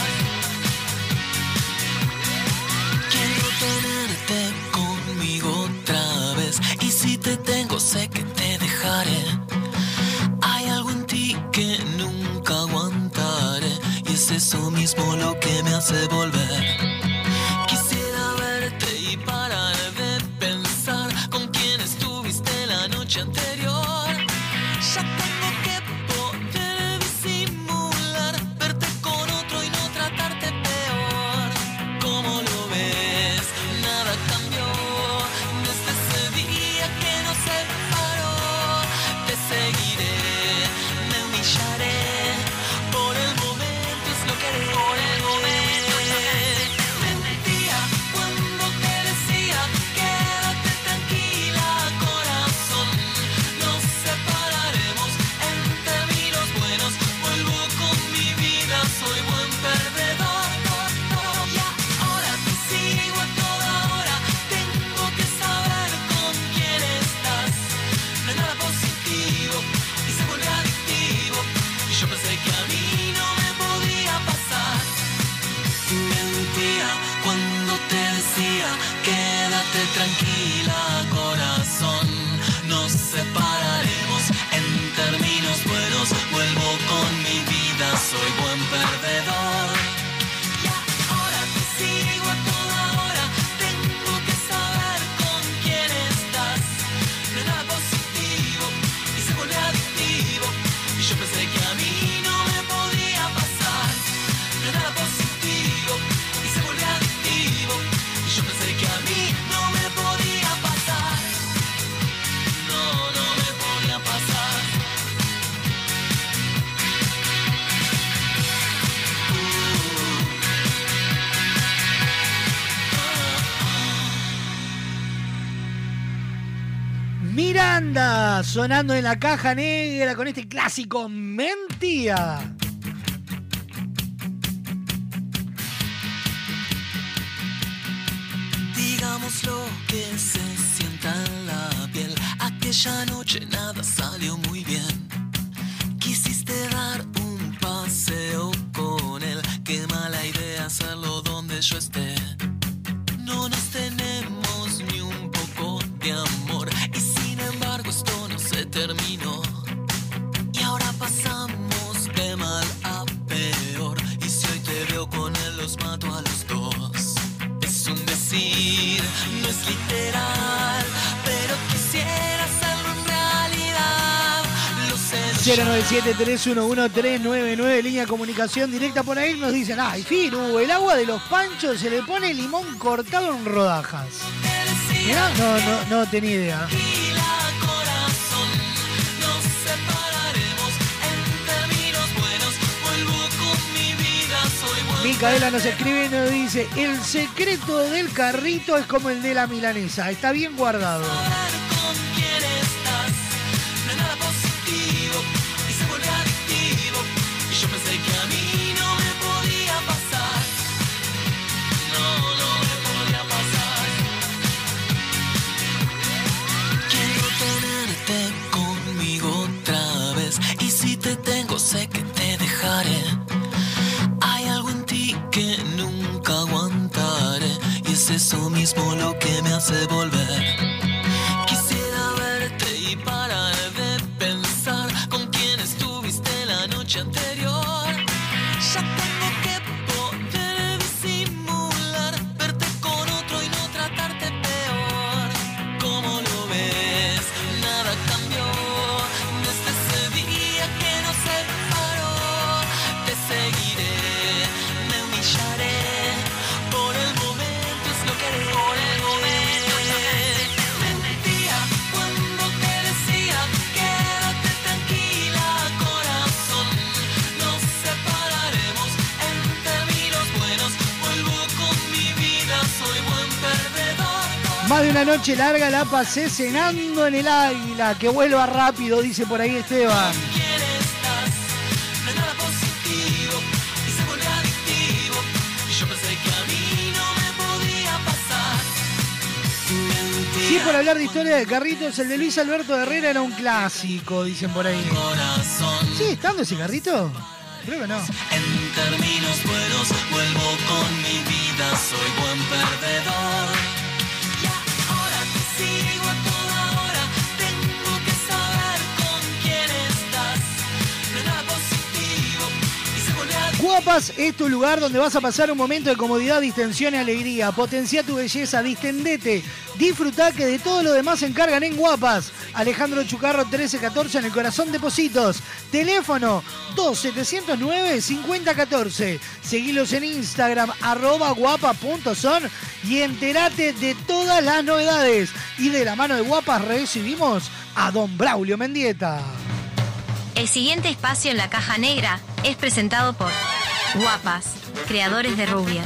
Quiero tenerte conmigo otra vez. Y si te tengo sé que te dejaré. Hay algo en ti que nunca aguantaré. Y es eso mismo lo que me hace volver. Quisiera verte y parar de pensar con quién estuviste la noche anterior. Ya tengo que poder disimular, verte con otro y no tratarte peor. ¿Cómo lo ves? Nada cambió desde ese día que nos separó. Te seguiré, me humillaré. Por el momento es lo que haré. Por el momento mentía cuando te decía quédate tranquila, corazón. Nos separaremos en términos buenos. Vuelvo con mi vida, soy buen perdedor. Y ahora te sigo a toda hora. Tengo que saber con quién estás. No es nada positivo y se vuelve adictivo. Y yo pensé que a mí no me podía pasar. Mentía cuando te decía quédate tranquila, corazón. Nos separaremos en términos buenos. Vuelvo con mi vida, soy buen perdedor. Y ahora te sigo a toda hora. Tengo que saber con quién estás. No es nada positivo y se vuelve adictivo. Y yo pensé que a mí no me podía pasar. No es nada positivo y se vuelve adictivo. Y yo pensé que a mí no me podía pasar. No me podía pasar. Miranda, sonando en la Caja Negra con este clásico Mentía. Sentimos lo que se sienta en la piel. Aquella noche nada salió muy bien. Quisiste dar un paseo con él. Qué mala idea hacerlo donde yo esté. No nos tenemos ni un poco de amor. Y sin embargo esto no se terminó. Y ahora pasamos de mal a peor. Y si hoy te veo con él los mato a los dos. Es un decir, no es literal, pero quisiera hacerlo en realidad. Lo sé. 097-311-399, línea de comunicación directa. Por ahí nos dicen, ay, Firu, el agua de los panchos se le pone limón cortado en rodajas. Mirá, no tenía idea. Micaela nos escribe y nos dice, el secreto del carrito es como el de la milanesa, está bien guardado. Conmigo otra vez, y si te tengo sé que te dejaré. Hay algo en ti que nunca aguantaré, y es eso mismo lo que me hace volver. Quisiera verte y parar de pensar con quién estuviste la noche anterior. Ya tengo que poder disimular, verte con otro y no tratarte peor. ¿Cómo lo ves? Nada cambió desde ese día que nos separó. Te seguiré, me humillaré, por el momento es lo que haré. Por el momento mentía cuando te decía quédate tranquila, corazón. Nos separaremos en términos buenos. Vuelvo con mi vida, soy buen perdedor. Más de una noche larga la pasé cenando en el Águila, que vuelva rápido, dice por ahí Esteban. No es nada positivo y se vuelve adictivo. Y yo pensé que a mí no me podía pasar. Sí, por hablar de historia de carritos, el de Luis Alberto Herrera era un clásico, dicen por ahí. ¿Sigue estando ese carrito? Creo que no. En términos buenos, vuelvo con mi vida, soy buen perdedor. Y ahora te sigo a toda hora, tengo que saber con quién estás. No es nada positivo y se vuelve adictivo. Guapas es tu lugar donde vas a pasar un momento de comodidad, distensión y alegría. Potencia tu belleza, distendete. Disfrutá que de todo lo demás se encargan en Guapas. Alejandro Chucarro 1314 en el corazón de Positos. Teléfono 2709-5014. Seguilos en Instagram @guapa.son y entérate de todas las novedades. Y de la mano de Guapas recibimos a don Braulio Mendieta. El siguiente espacio en la caja negra es presentado por Guapas, creadores de rubias.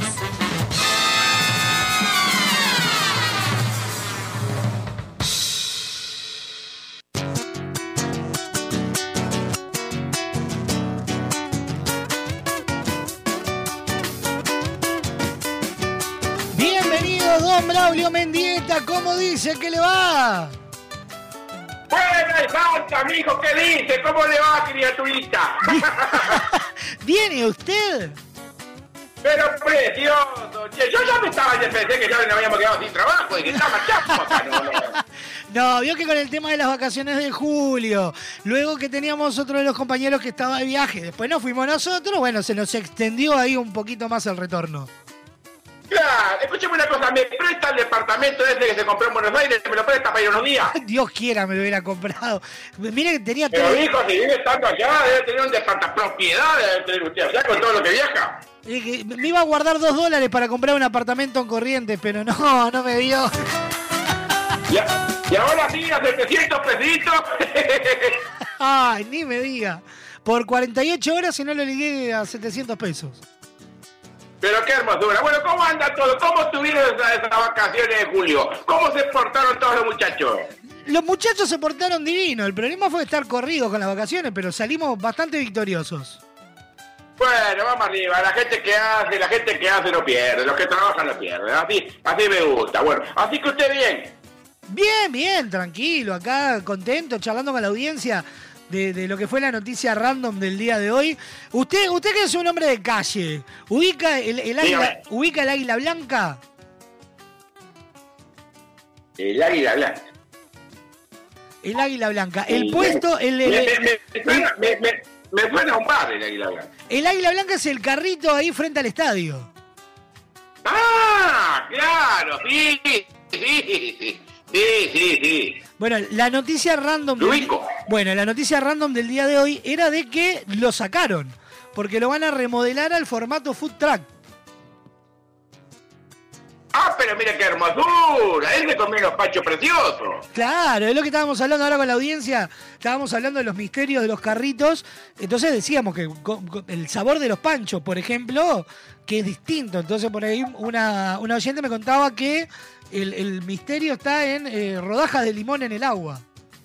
Bienvenido don Braulio Mendieta, ¿cómo dice que le va? Buena y santa, mijo, ¿qué dice? ¿Cómo le va, criaturita? ¿Viene usted? Pero precioso, che, yo ya pensé que ya nos habíamos quedado sin trabajo y que estaba chapo acá, no. No, vio que con el tema de las vacaciones de julio, luego que teníamos otro de los compañeros que estaba de viaje, después nos fuimos nosotros, bueno, se nos extendió ahí un poquito más el retorno. Claro, escúcheme una cosa, ¿me presta el departamento ese que se compró en Buenos Aires? ¿Me lo presta para ir unos días? Dios quiera me lo hubiera comprado. Mire que tenía... Pero hijo, si vive estando allá, debe tener un departamento, propiedad debe tener usted allá con todo lo que viaja. Me iba a guardar $2 para comprar un apartamento en Corrientes, pero no me dio. Y ahora sí, a 700 pesitos. Ay, ni me diga. Por 48 horas y no lo ligué a 700 pesos. Pero qué hermosura. Bueno, ¿cómo anda todo? ¿Cómo estuvieron esas vacaciones de julio? ¿Cómo se portaron todos los muchachos? Los muchachos se portaron divino. El problema fue estar corridos con las vacaciones, pero salimos bastante victoriosos. Bueno, vamos arriba. La gente que hace no pierde. Los que trabajan no pierden. Así me gusta. Bueno, así que usted bien. Bien, tranquilo. Acá contento, charlando con la audiencia de lo que fue la noticia random del día de hoy. Usted que es un hombre de calle, ¿ubica el águila blanca? El águila blanca. El águila blanca. El puesto... Me suena a un bar el águila blanca. El águila blanca es el carrito ahí frente al estadio. ¡Ah! ¡Claro! Sí. Bueno, la noticia random del día de hoy era de que lo sacaron, porque lo van a remodelar al formato food truck. ¡Ah, pero mira qué hermosura! Él me comió unos pachos preciosos. Claro, es lo que estábamos hablando ahora con la audiencia. Estábamos hablando de los misterios de los carritos. Entonces decíamos que el sabor de los panchos, por ejemplo, que es distinto. Entonces por ahí una oyente me contaba que el misterio está en rodajas de limón en el agua.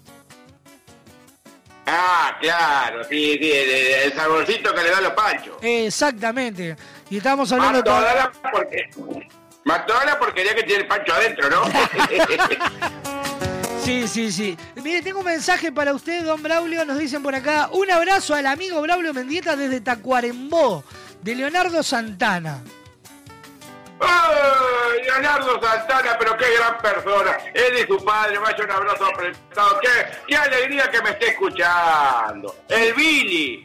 Ah, claro, sí, el saborcito que le dan los panchos. Exactamente. Y estábamos hablando... Mató a la porquería que tiene el pancho adentro, ¿no? Sí. Mire, tengo un mensaje para usted, don Braulio. Nos dicen por acá, un abrazo al amigo Braulio Mendieta desde Tacuarembó, de Leonardo Santana. ¡Ay, Leonardo Santana, pero qué gran persona! Él y su padre, vaya un abrazo apretado. ¡Qué alegría que me esté escuchando! ¡El Billy!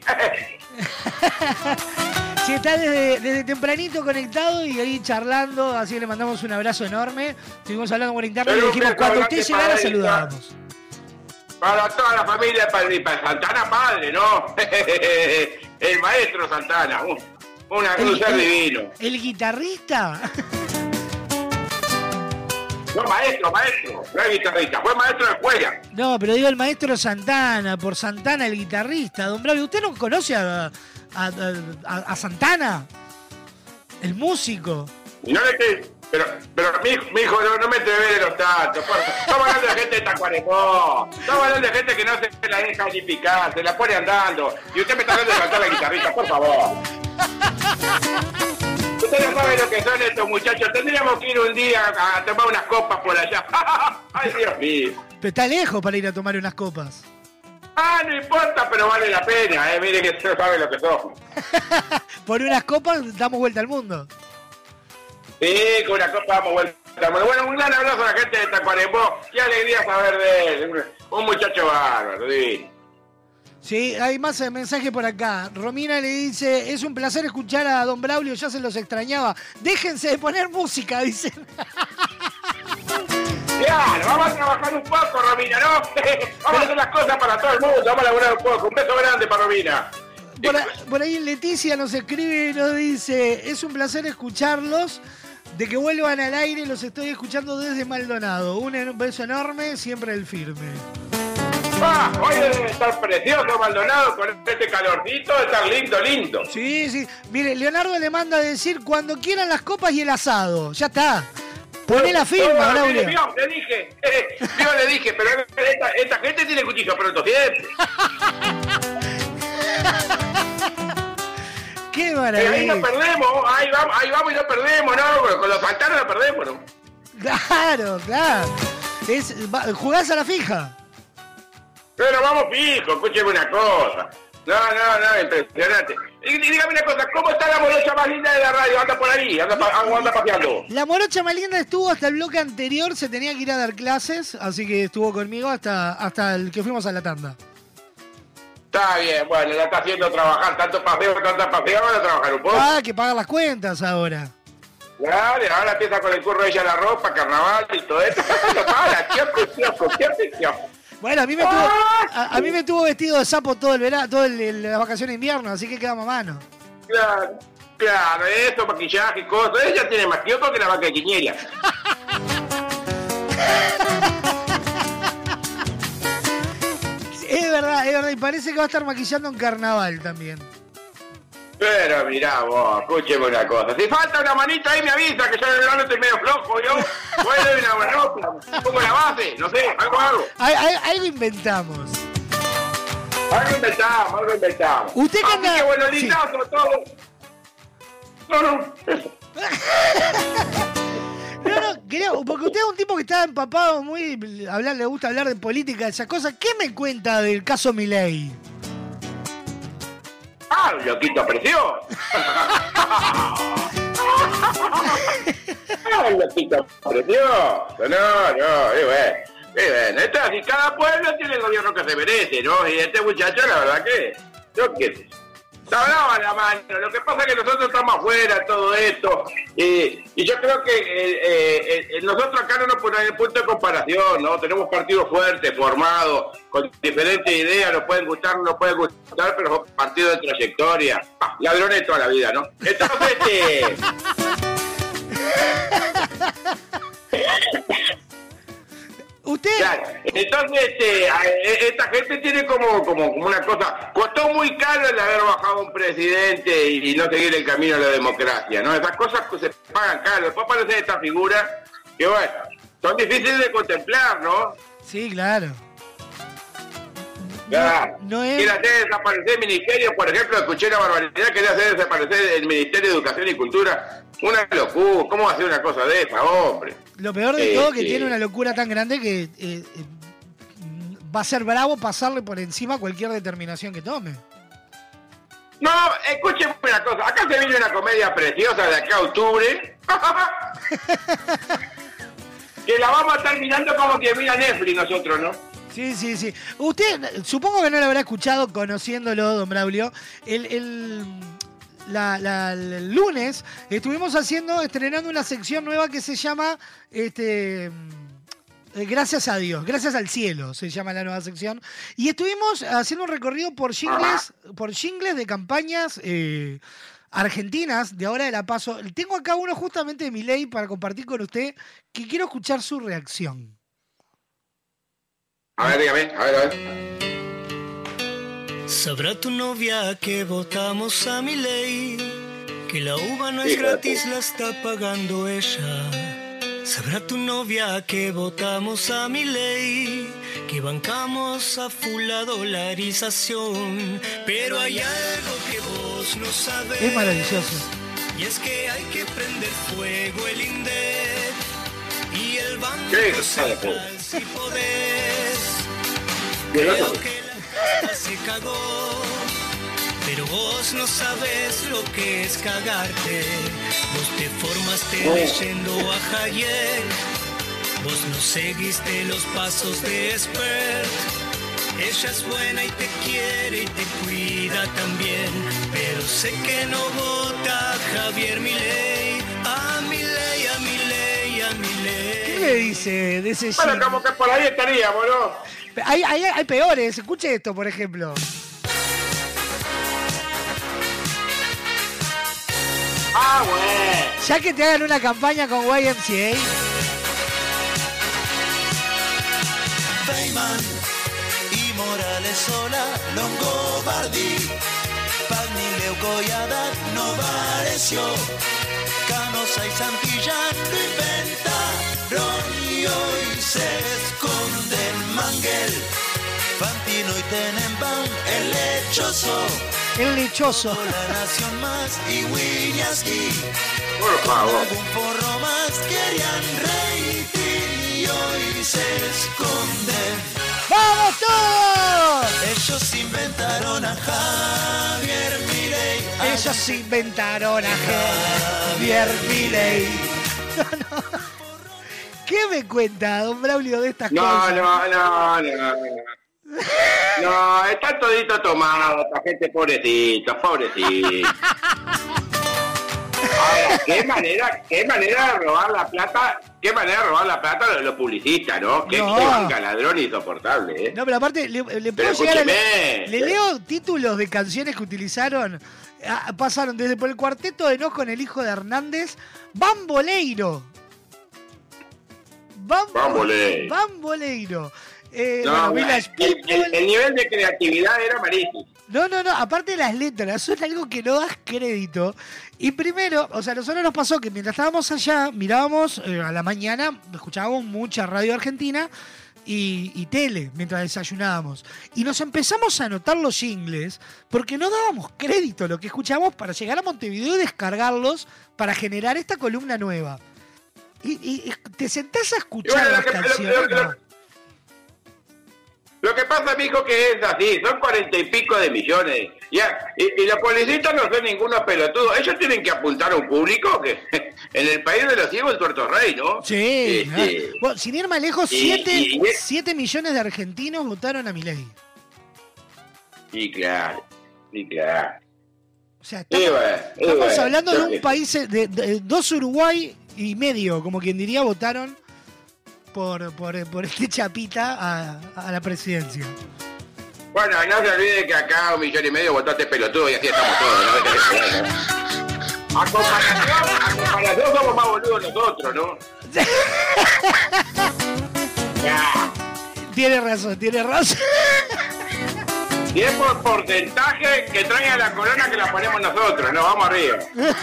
Sí, está desde tempranito conectado y ahí charlando, así que le mandamos un abrazo enorme. Estuvimos hablando por internet y le dijimos, cuando usted llegara saludábamos. Para toda la familia, para Santana padre, ¿no? El maestro Santana, un ser divino. ¿El guitarrista? No, maestro, no es guitarrista, fue maestro de escuela. No, pero digo el maestro Santana, por Santana el guitarrista. Don Braulio, ¿usted no conoce a Santana? El músico. No le pero mi hijo, no me atreveré los tantos. Estamos hablando de gente de Tacuarembó. Estamos hablando de gente que no se la deja ni picar, se la pone andando. Y usted me está hablando de cantar la guitarrista, por favor. Usted no sabe lo que son estos muchachos. Tendríamos que ir un día a tomar unas copas por allá. Ay, Dios mío. Pero está lejos para ir a tomar unas copas. Ah, no importa, pero vale la pena, mire que usted sabe lo que somos. Por unas copas damos vuelta al mundo. Sí, con una copa damos vuelta al mundo. Bueno, un gran abrazo a la gente de Tacuarembó. Qué alegría saber de él. Un muchacho bárbaro, divino. Sí, hay más mensajes por acá. Romina le dice, es un placer escuchar a don Braulio, ya se los extrañaba. Déjense de poner música, dicen. Claro, vamos a trabajar un poco, Romina, ¿no? Vamos a hacer las cosas para todo el mundo, vamos a laburar un poco. Un beso grande para Romina. Por ahí Leticia nos escribe y nos dice, es un placer escucharlos, de que vuelvan al aire, los estoy escuchando desde Maldonado. Un beso enorme, siempre el firme. Hoy debe estar precioso Maldonado con este calorcito, de estar lindo. Sí. Mire, Leonardo le manda a decir cuando quieran las copas y el asado. Ya está. Poné la firma, Braulio. Le dije, pero esta gente tiene cuchillo pronto siempre. Qué maravilla. Ahí no perdemos, ahí vamos y no perdemos, ¿no? Con los Santanos no perdemos, ¿no? Claro. Jugás a la fija. Pero vamos fijo, escúcheme una cosa. No, impresionante. Y dígame una cosa, ¿cómo está la morocha más linda de la radio? ¿Anda por ahí? ¿Anda paseando? La morocha más linda estuvo hasta el bloque anterior, se tenía que ir a dar clases, así que estuvo conmigo hasta el que fuimos a la tanda. Está bien, bueno, la está haciendo trabajar, tanta paseo, van a trabajar un poco. Que pagar las cuentas ahora. Claro, ahora empieza con el curro ella la ropa, carnaval y todo eso. Kiosco. Bueno, a mí me tuvo vestido de sapo todo el verano, las vacaciones de invierno, así que quedamos a mano. Claro, eso, maquillaje y cosas. Ella tiene más kiosco que la vaca de Quiñera. Es verdad, y parece que va a estar maquillando en carnaval también. Pero mirá vos, escúcheme una cosa. Si falta una manita ahí me avisa, que yo en el verano estoy medio flojo, yo. Voy a dar una ropa, pongo la base, no sé, algo. Algo inventamos. Algo inventamos. Usted que anda... Así que bueno, lindazo todo. No, eso. No, quería, porque usted es un tipo que está empapado muy... le gusta hablar de política, esas cosas. ¿Qué me cuenta del caso Milei? ¡Ah, loquito precioso! ¡Ah, loquito precioso! No, bueno. Esto es así, cada pueblo tiene el gobierno que se merece, ¿no? Y este muchacho, la verdad que... Yo qué sé. Se hablaba la mano, lo que pasa es que nosotros estamos afuera de todo esto y yo creo que nosotros acá no nos ponemos en el punto de comparación, ¿no? Tenemos partidos fuertes, formados, con diferentes ideas, nos pueden gustar, no nos pueden gustar, pero son partidos de trayectoria, ladrones de toda la vida, ¿no? Entonces, ¿Usted? Claro. Entonces, esta gente tiene como una cosa. Costó muy caro el haber bajado un presidente y no seguir el camino de la democracia, ¿no? Esas cosas se pagan caro. Después aparecen estas figuras que, bueno, son difíciles de contemplar, ¿no? Sí, claro. Claro. No es... Quiere hacer desaparecer ministerios, por ejemplo, escuché una barbaridad, quería hacer desaparecer el Ministerio de Educación y Cultura. Una locura. ¿Cómo va a hacer una cosa de esa, hombre? Lo peor de todo es que tiene una locura tan grande que va a ser bravo pasarle por encima cualquier determinación que tome. No, escúcheme una cosa. Acá se viene una comedia preciosa de acá a octubre. Que la vamos a estar mirando como que mira Netflix nosotros, ¿no? Sí. Usted, supongo que no lo habrá escuchado conociéndolo, don Braulio. El lunes estuvimos estrenando una sección nueva que se llama Gracias a Dios, Gracias al Cielo se llama la nueva sección, y estuvimos haciendo un recorrido por jingles de campañas argentinas de ahora de la PASO. Tengo acá uno justamente de Milei para compartir con usted, que quiero escuchar su reacción. A ver, dígame, a ver. Sabrá tu novia que votamos a Milei, que la uva no es gratis, la está pagando ella. Sabrá tu novia que votamos a Milei, que bancamos a full la dolarización. Pero hay algo que vos no sabés. Es maravilloso. Y es que hay que prender fuego el INDEC y el banco central si podés. Creo que se cagó, pero vos no sabes lo que es cagarte. Vos te formaste leyendo a Hayek, vos no seguiste los pasos de Expert. Ella es buena y te quiere y te cuida también, pero sé que no vota a Javier Milei, a Milei, a Milei, a Milei. ¿Qué le dice de ese Bueno, como que por ahí estaríamos, ¿no? Hay peores, escuche esto, por ejemplo. Bueno. Ya que te hagan una campaña con YMCA. Feynman y Morales sola, Longobardi, Pagni, Leuco y Haddad no pareció. Canosa y Santillán lo inventaron y hoy se esconden Manguel, Fantino y Tenenbaum, el lechoso. El lechoso. La Nación Más y Wiñaski. Por favor. Algún porro más querían rating y hoy se esconden. ¡Vamos todos! Ellos inventaron a Javier Milei. Ellos inventaron a Javier Milei. No. ¿Qué me cuenta, don Braulio, de estas cosas? No. No, está todito tomado, esta gente pobrecita. Ahora, qué manera de robar la plata, de los publicistas, ¿no? Qué banca ladrón insoportable, No, pero aparte, le puedo llegar a le leo títulos de canciones que utilizaron. Pasaron desde por el Cuarteto de Nos con el hijo de Hernández, Bamboleiro. El nivel de creatividad era malísimo. No, aparte las letras son algo que no das crédito. Y primero, o sea, nosotros nos pasó que mientras estábamos allá, mirábamos a la mañana, escuchábamos mucha radio argentina, y tele mientras desayunábamos. Y nos empezamos a anotar los jingles porque no dábamos crédito a lo que escuchábamos para llegar a Montevideo y descargarlos para generar esta columna nueva. Y te sentás a escuchar las canciones. Lo que pasa, mijo, que es así, son 40 y pico de millones. Y los publicistas no son ningunos pelotudos. Ellos tienen que apuntar a un público que en el país de los ciegos el tuerto rey, ¿no? Sí. Bueno, sin ir más lejos, 7 millones de argentinos votaron a Milei. Sí, claro. O sea, estamos hablando de un país, de 2 Uruguay y medio, como quien diría, votaron por este chapita a la presidencia. Bueno, no se olvide que acá 1,5 millones votaste pelotudo y así estamos todos, ¿no? A comparación somos más boludos nosotros, ¿no? Tiene razón. Y es por porcentaje que traen a la corona que la ponemos nosotros, ¿no? Vamos arriba.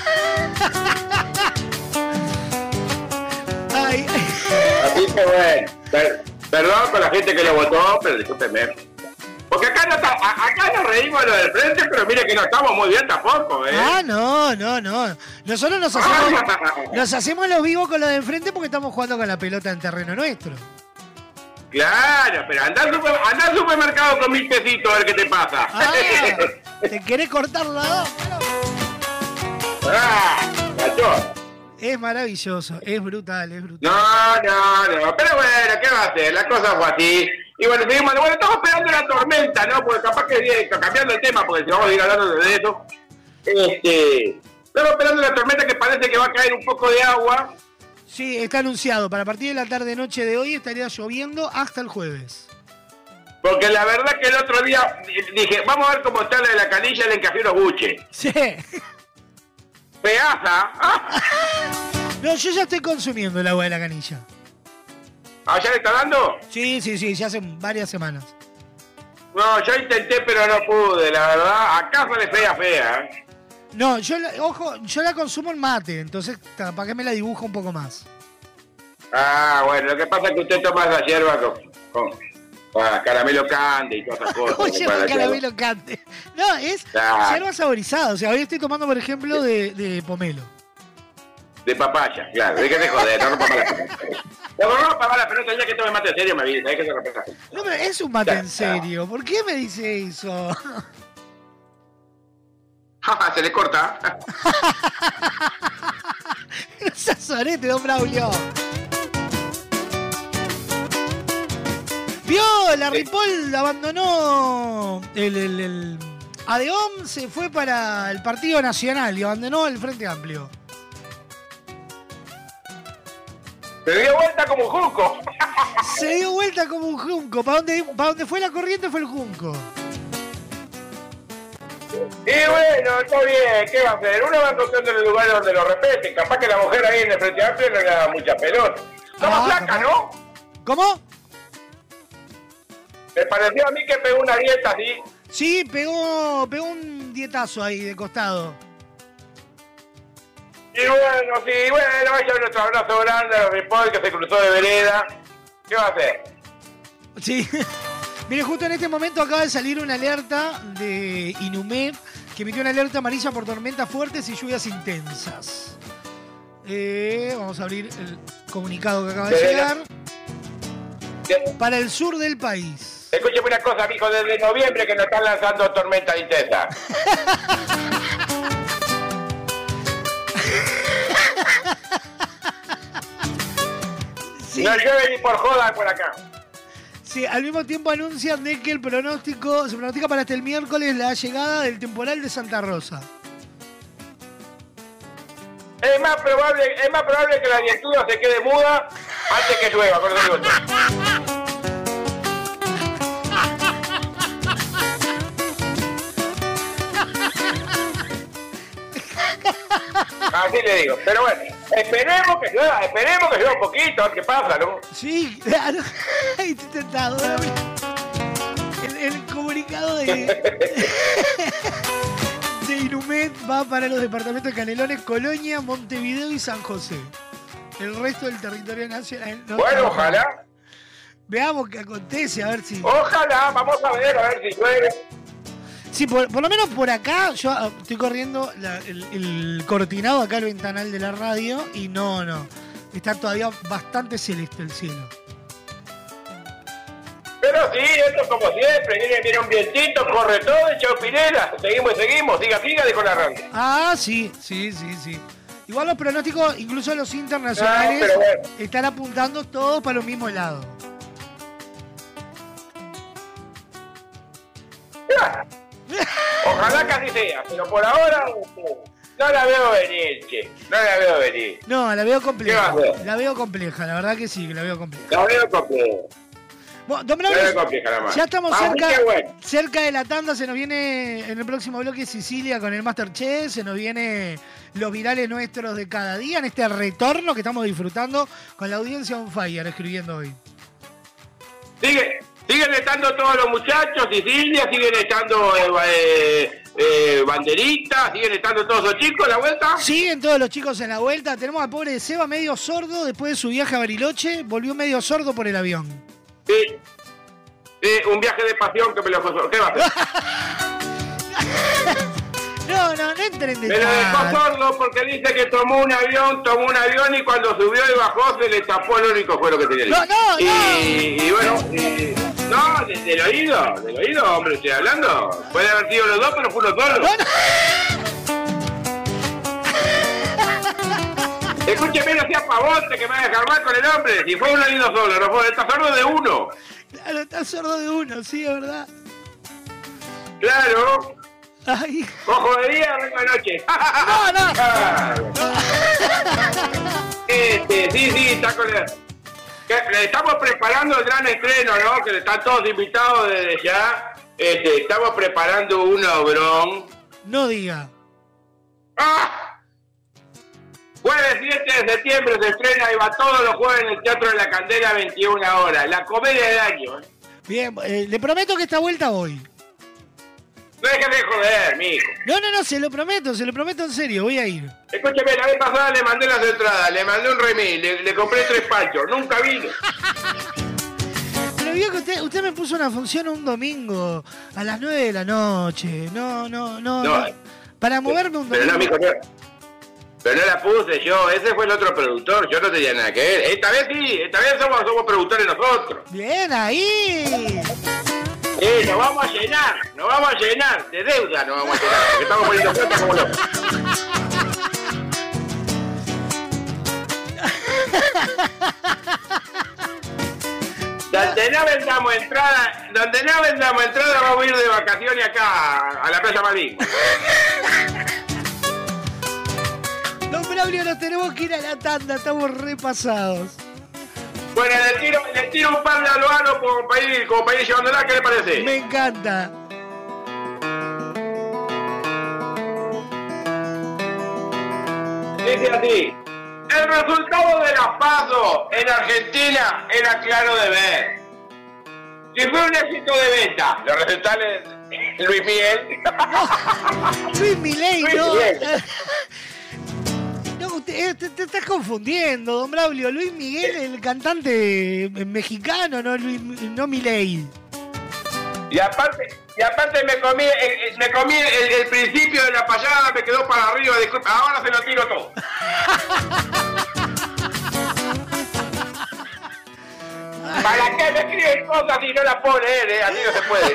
Ay. Así que bueno, perdón con la gente que lo votó, pero discúlpenme. Porque acá nos reímos lo del frente, pero mire que no estamos muy bien tampoco, ¿eh? Ah, no. Nosotros nos hacemos los vivos con lo de enfrente porque estamos jugando con la pelota en terreno nuestro. Claro, pero andá al supermercado con 1.000 pesitos a ver qué te pasa. ¿Te querés cortar la cacho. Es maravilloso, es brutal. No, pero bueno, ¿qué va a hacer? La cosa fue así. Y bueno, seguimos, estamos esperando la tormenta, ¿no? Porque capaz que, cambiando el tema, porque si vamos a ir hablando de eso, estamos esperando la tormenta que parece que va a caer un poco de agua. Sí, está anunciado, para partir de la tarde-noche de hoy estaría lloviendo hasta el jueves. Porque la verdad que el otro día dije, vamos a ver cómo está la de la canilla del Café Los Buches. Sí. Peaza. No, yo ya estoy consumiendo el agua de la canilla. ¿Ah, ya le está dando? Sí, ya hace varias semanas. No, yo intenté, pero no pude, la verdad. Acá sale fea. No, yo la consumo en mate, entonces para que me la dibujo un poco más. Ah, bueno, lo que pasa es que usted toma esa hierba con caramelo cande y todas esas cosas. ¿Cómo hierba caramelo cande? No, es hierba saborizada. O sea, hoy estoy tomando, por ejemplo, de pomelo. De papaya, claro. Déjate joder, no rompa más la pelota. No rompa más la pelota, ya que tome mate en serio me avisa, que se respeta. No, pero es un mate en serio. ¿Por qué me dice eso? Se le corta. No seas sorete, don Braulio. Vio, la Ripoll abandonó el Adeón, se fue para el Partido Nacional y abandonó el Frente Amplio. Se dio vuelta como un junco. Se dio vuelta como un junco. ¿Para dónde fue la corriente fue el junco? Y bueno, está bien, ¿qué va a hacer? Uno va encontrando en el lugar donde lo respeten. Capaz que la mujer ahí en el Frente Amplio no le da mucha pelota. Estamos flaca, ¿no? ¿Cómo? Me pareció a mí que pegó una dieta así. Sí, pegó un dietazo ahí de costado. Y bueno, vaya nuestro abrazo grande a los Ripoll que se cruzó de vereda. ¿Qué va a hacer? Sí. Mire, justo en este momento acaba de salir una alerta de Inumet que emitió una alerta amarilla por tormentas fuertes y lluvias intensas. Vamos a abrir el comunicado que acaba de llegar. Para el sur del país. Escúcheme una cosa, mijo, desde noviembre que nos están lanzando tormentas intensas. Sí. No llueve ni por joda por acá. Sí, al mismo tiempo anuncian de que se pronostica para hasta el miércoles la llegada del temporal de Santa Rosa. Es más probable que la dietuda se quede muda antes que llueva, por eso digo. Así le digo, pero bueno, esperemos que llueva un poquito, a ver qué pasa, ¿no? Sí, claro. El comunicado de Inumet va para los departamentos de Canelones, Colonia, Montevideo y San José. El resto del territorio nacional. No, bueno, ojalá. Veamos qué acontece, a ver si... Ojalá, vamos a ver si llueve. Sí, por lo menos por acá, yo estoy corriendo el cortinado acá al ventanal de la radio y no. Está todavía bastante celeste el cielo. Pero sí, esto como siempre, viene un vientito, corre todo, chau Pinela. Seguimos, siga, dijo la radio. Ah, sí. Igual los pronósticos, incluso los internacionales, bueno, están apuntando todos para los mismos lados. Ojalá que así sea, pero por ahora no la veo venir, che. No la veo venir. No, la veo compleja. ¿Qué va a hacer? La veo compleja, la verdad que sí, que la veo compleja. La veo compleja. Bueno, don Braulio, ya estamos cerca de la tanda, se nos viene en el próximo bloque Sicilia con el Masterchef, se nos viene los virales nuestros de cada día en este retorno que estamos disfrutando con la audiencia on fire escribiendo hoy. Siguen estando todos los muchachos, Sicilia, siguen estando banderitas, siguen estando todos los chicos en la vuelta. Siguen todos los chicos en la vuelta, tenemos al pobre Seba medio sordo después de su viaje a Bariloche, volvió medio sordo por el avión. Sí, un viaje de pasión que me lo pasó. ¿Qué va a hacer? No entren de me lo dejó sordo porque dice que tomó un avión y cuando subió y bajó se le tapó el único cuero que tenía. Y bueno, no, del oído, hombre, estoy hablando. Puede haber sido los dos, pero fue uno solo. Escúcheme, no sea pavote que me va a dejar mal con el hombre. Si fue un oído solo, no fue, está sordo de uno. Claro, está sordo de uno, sí, es verdad. Claro. Ay. Ojo de día, vengo de noche. Sí, está con el... Estamos preparando el gran estreno, ¿no? Que están todos invitados desde ya. Estamos preparando un obrón. No diga. Jueves 7 de septiembre se estrena y va todos los jueves en el Teatro de la Candela, 21 horas. La comedia del año. Bien, le prometo que esta vuelta voy. No dejes de joder, mijo. No, se lo prometo en serio, voy a ir. Escúcheme, la vez pasada le mandé las entradas, le mandé un remis, le compré 3 panchos, nunca vino. Pero vio que usted me puso una función un domingo a las 9 de la noche. No. Para moverme un domingo. Pero no, mijo, pero no la puse yo, ese fue el otro productor, yo no tenía nada que ver. Esta vez sí, somos productores nosotros. Bien ahí. Nos vamos a llenar, de deuda nos vamos a llenar, porque estamos poniendo plata como locos. Donde no vendamos entrada, vamos a ir de vacaciones acá, a la Playa Malín. Don Braulio, nos tenemos que ir a la tanda, estamos repasados. Bueno, le tiro un par de aloanos como para ir llevándola, ¿qué le parece? Me encanta. Dice así: el resultado de las PASO en Argentina era claro de ver. Si fue un éxito de venta, los resultados Luis Miguel. Luis Milei, no. Te estás confundiendo, don Braulio. Luis Miguel, el cantante mexicano, no Milei. Y aparte me comí el principio de la payada, me quedó para arriba, disculpa, ahora se lo tiro todo. ¿Para qué me escriben cosas si no las pone él, Así no se puede.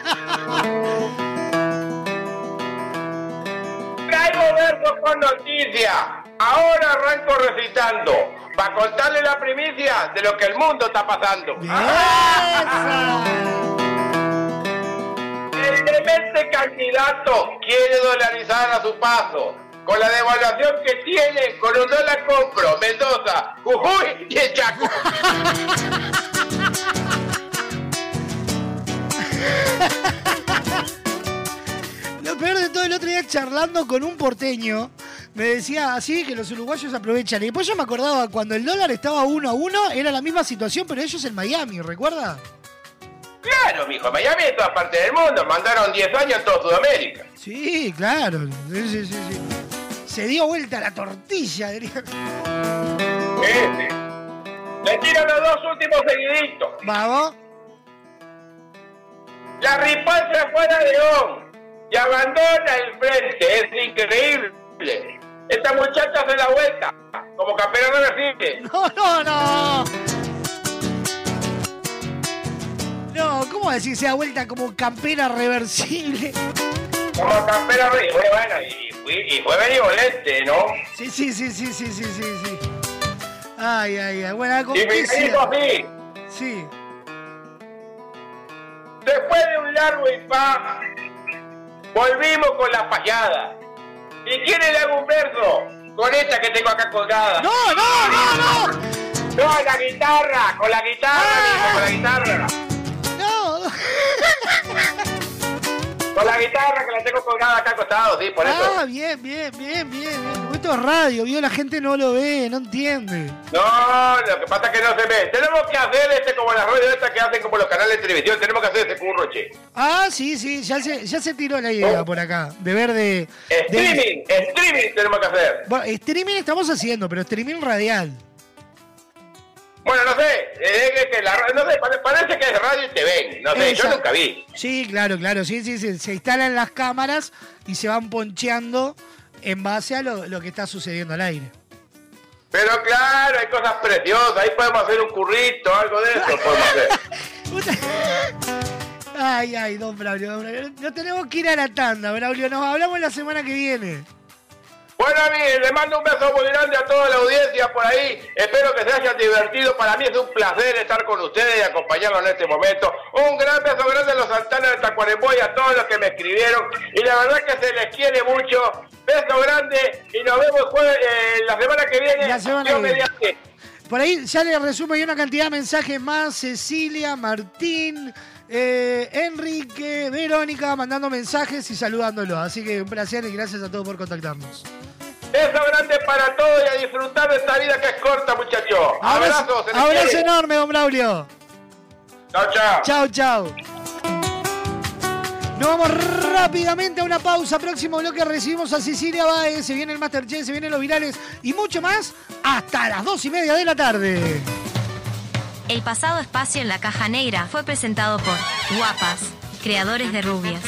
Traigo versos con noticias. Ahora arranco recitando, para contarle la primicia de lo que el mundo está pasando. El demente candidato quiere dolarizar a su paso. Con la devaluación que tiene, con un dólar compro Mendoza, Jujuy y el Chaco. Lo peor de todo, el otro día charlando con un porteño, me decía así que los uruguayos aprovechan. Y después yo me acordaba, cuando el dólar estaba 1-1, era la misma situación, pero ellos en Miami, ¿recuerda? Claro, mijo, Miami en todas partes del mundo. Mandaron 10 años en toda Sudamérica. Sí, claro. Sí. Se dio vuelta la tortilla, diría. No, Le tiro los dos últimos seguiditos. Vamos. La Ripoll se fue a León y abandona el frente. Es increíble. Esta muchacha hace la vuelta. Como campera reversible. No. No, ¿cómo decir se da vuelta como campera reversible? Como campera reversible. Bueno, y fue benevolente, ¿no? Sí. Ay. Buena Y me conquista. dijo así. Sí. Después de un largo impas, volvimos con la payada. ¿Y quién le hago un verso? Con esta que tengo acá colgada. No. No, la guitarra, con la guitarra, mijo, con la guitarra. No. Con la guitarra que la tengo colgada acá al costado, sí, por eso. Ah, bien. Esto es radio, vio, la gente no lo ve, no entiende. No, lo que pasa es que no se ve. Tenemos que hacer como las radios estas que hacen como los canales de televisión. Tenemos que hacer ese curro, che. Ah, sí, ya se tiró la idea por acá. De ver de... Streaming tenemos que hacer. Bueno, streaming estamos haciendo, pero streaming radial. Bueno, no sé, no sé, parece que es radio y te ven. No sé, yo nunca vi. Sí, claro, sí, se instalan las cámaras y se van poncheando en base a lo que está sucediendo al aire. Pero claro, hay cosas preciosas, ahí podemos hacer un currito, algo de eso podemos hacer. Ay, don Braulio. No tenemos que ir a la tanda, Braulio. Nos hablamos la semana que viene. Bueno, amigos, les mando un beso muy grande a toda la audiencia por ahí. Espero que se hayan divertido. Para mí es un placer estar con ustedes y acompañarlos en este momento. Un gran beso grande a los Santana de Tacuarembó y a todos los que me escribieron. Y la verdad que se les quiere mucho. Beso grande y nos vemos la semana que viene. La semana que viene. Por ahí ya les resumo, hay una cantidad de mensajes más. Cecilia, Martín, Enrique, Verónica, mandando mensajes y saludándolos. Así que un placer y gracias a todos por contactarnos. Beso grande para todos y a disfrutar de esta vida que es corta, muchachos. Abrazos. Abrazo enorme, don Braulio. Chao. Chao. Nos vamos rápidamente a una pausa. Próximo bloque recibimos a Cecilia Báez. Se viene el Masterchef, se vienen los virales y mucho más hasta las 2:30 de la tarde. El pasado espacio en la caja negra fue presentado por Guapas, creadores de rubias.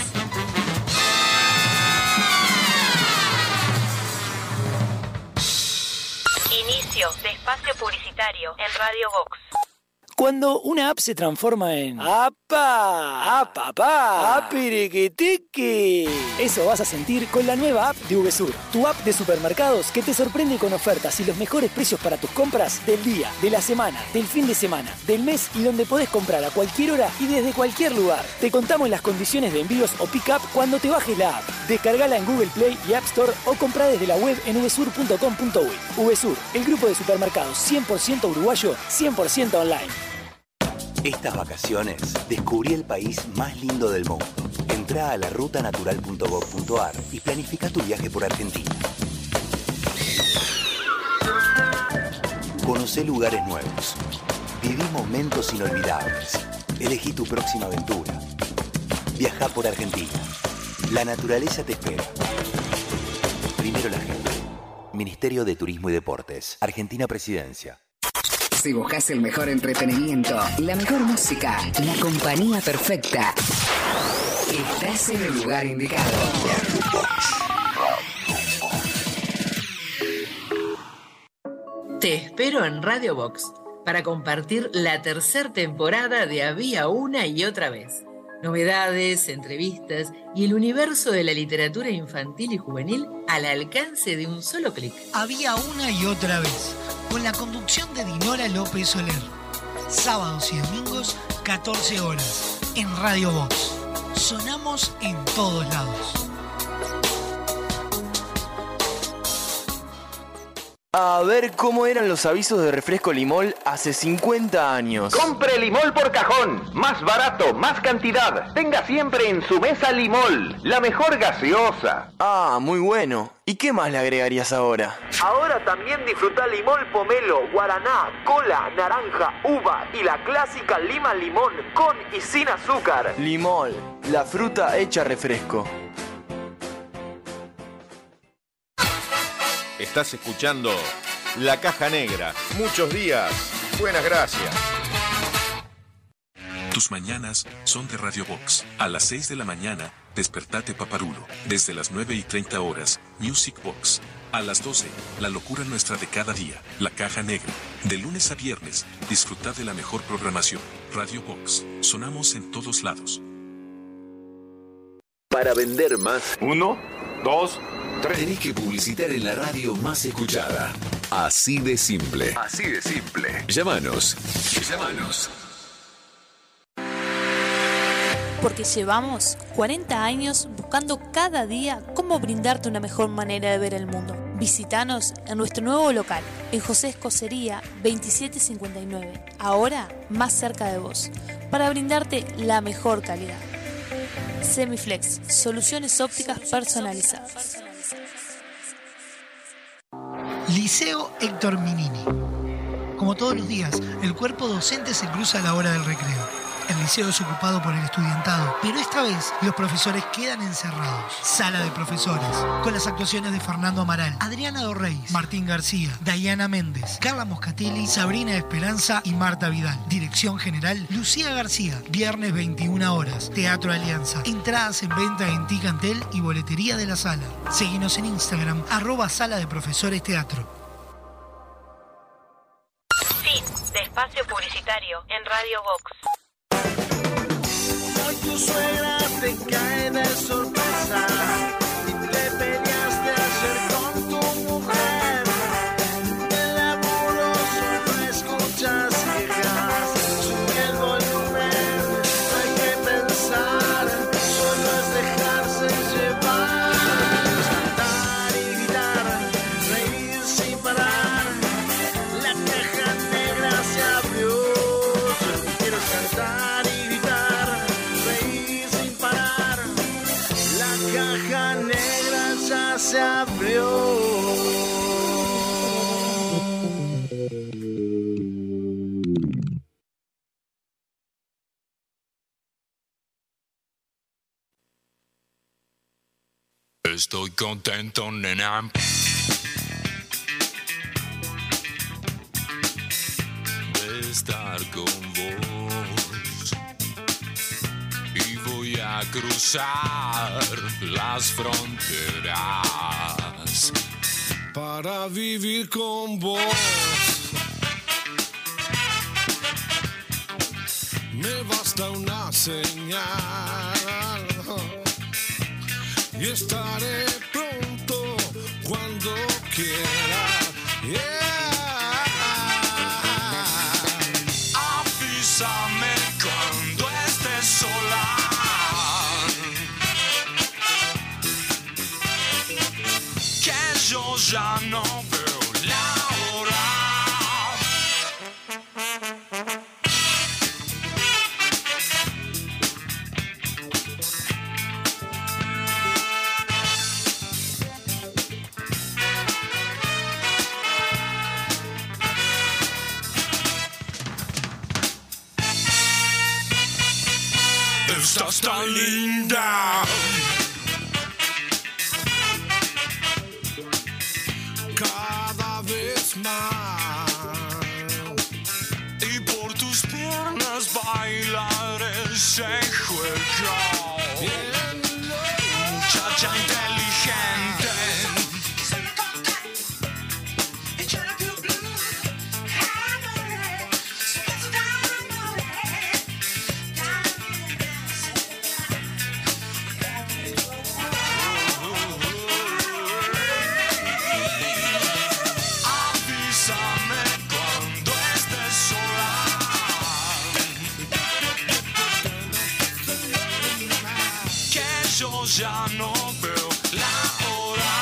Inicio de espacio publicitario en Radio Vox. Cuando una app se transforma en ¡apa! ¡Apapá! ¡Apiriquitiqui! Eso vas a sentir con la nueva app de VSUR, tu app de supermercados que te sorprende con ofertas y los mejores precios para tus compras del día, de la semana, del fin de semana, del mes y donde podés comprar a cualquier hora y desde cualquier lugar. Te contamos las condiciones de envíos o pick-up cuando te bajes la app. Descargala en Google Play y App Store o comprá desde la web en vsur.com.uy. VSUR, el grupo de supermercados 100% uruguayo, 100% online. Estas vacaciones descubrí el país más lindo del mundo. Entrá a larutanatural.gov.ar y planifica tu viaje por Argentina. Conocé lugares nuevos. Viví momentos inolvidables. Elegí tu próxima aventura. Viajá por Argentina. La naturaleza te espera. Primero la gente. Ministerio de Turismo y Deportes. Argentina Presidencia. Si buscas el mejor entretenimiento, la mejor música, la compañía perfecta, estás en el lugar indicado. Te espero en Radio Vox para compartir la tercera temporada de Había una y otra vez. Novedades, entrevistas y el universo de la literatura infantil y juvenil al alcance de un solo clic. Había una y otra vez, con la conducción de Dinora López Soler. Sábados y domingos, 14 horas, en Radio Vox. Sonamos en todos lados. A ver cómo eran los avisos de refresco Limol hace 50 años. Compre Limol por cajón. Más barato, más cantidad. Tenga siempre en su mesa Limol. La mejor gaseosa. Ah, muy bueno. ¿Y qué más le agregarías ahora? Ahora también disfruta Limol Pomelo, Guaraná, Cola, Naranja, Uva y la clásica Lima Limón con y sin azúcar. Limol, la fruta hecha refresco. Estás escuchando La Caja Negra. Muchos días, buenas gracias. Tus mañanas son de Radio Box. A las 6 de la mañana, despertate paparulo. Desde las 9:30 horas, Music Box. A las 12, la locura nuestra de cada día, La Caja Negra. De lunes a viernes, disfruta de la mejor programación. Radio Box. Sonamos en todos lados. Para vender más, 1, 2, 3. Tenés que publicitar en la radio más escuchada. Así de simple. Así de simple. Llámanos. Porque llevamos 40 años buscando cada día cómo brindarte una mejor manera de ver el mundo. Visítanos en nuestro nuevo local, en José Escocería 2759, ahora más cerca de vos, para brindarte la mejor calidad. Semiflex, soluciones ópticas personalizadas. Liceo Héctor Minini. Como todos los días, el cuerpo docente se cruza a la hora del recreo. El liceo es ocupado por el estudiantado, pero esta vez los profesores quedan encerrados. Sala de profesores, con las actuaciones de Fernando Amaral, Adriana Dorreis, Martín García, Dayana Méndez, Carla Moscatelli, Sabrina Esperanza y Marta Vidal. Dirección general, Lucía García. Viernes 21 horas, Teatro Alianza. Entradas en venta en Ticantel y boletería de la sala. Seguinos en Instagram, @Sala de Profesores Teatro. Fin de espacio publicitario en Radio Box. Hoy tu suegra te cae de sorpresa. Te peleaste ayer con tu mujer. El laburo solo escuchas quejas. Sube el volumen, hay que pensar. Solo es dejarse llevar. Cantar y gritar, reír sin parar. La caja negra se abrió. Yo quiero cantar y gritar, reír sin parar. La caja negra ya se abrió. Estoy contento, nena. De estar con vos. Y voy a cruzar las fronteras para vivir con vos. Me basta una señal y estaré pronto cuando quiera. Yeah. Avísame cuando estés sola. Que yo ya no veo la hora. Estás tan linda. Cada vez más. Y por tus piernas bailar ese juego. Muchacha inteligente. Avísame cuando estés sola. Que yo ya no veo la hora.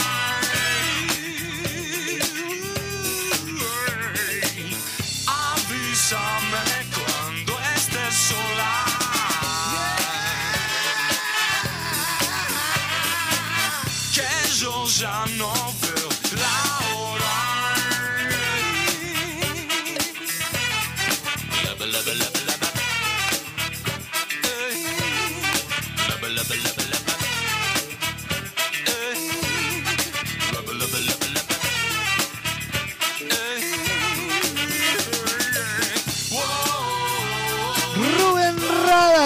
Avísame cuando estés sola. Que yo ya no veo la hora. Love, love, love, love. Love, love, love, love.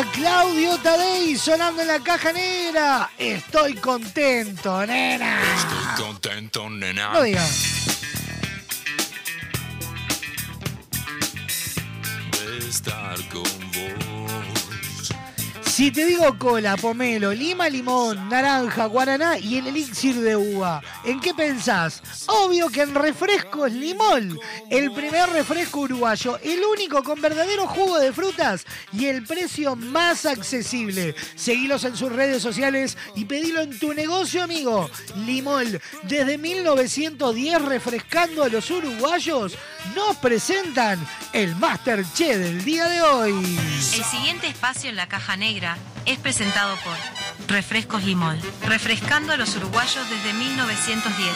Claudio Tadei sonando en la caja negra. Estoy contento, nena. Estoy contento, nena. No digas. De estar con vos. Si te digo cola, pomelo, lima, limón, naranja, guaraná y el elixir de uva, ¿en qué pensás? Obvio que en Refrescos Limol, el primer refresco uruguayo, el único con verdadero jugo de frutas y el precio más accesible. Seguilos en sus redes sociales y pedilo en tu negocio, amigo. Limol, desde 1910 refrescando a los uruguayos, nos presentan el Masterchef del día de hoy. El siguiente espacio en la caja negra es presentado por Refrescos Limol, refrescando a los uruguayos desde 1910.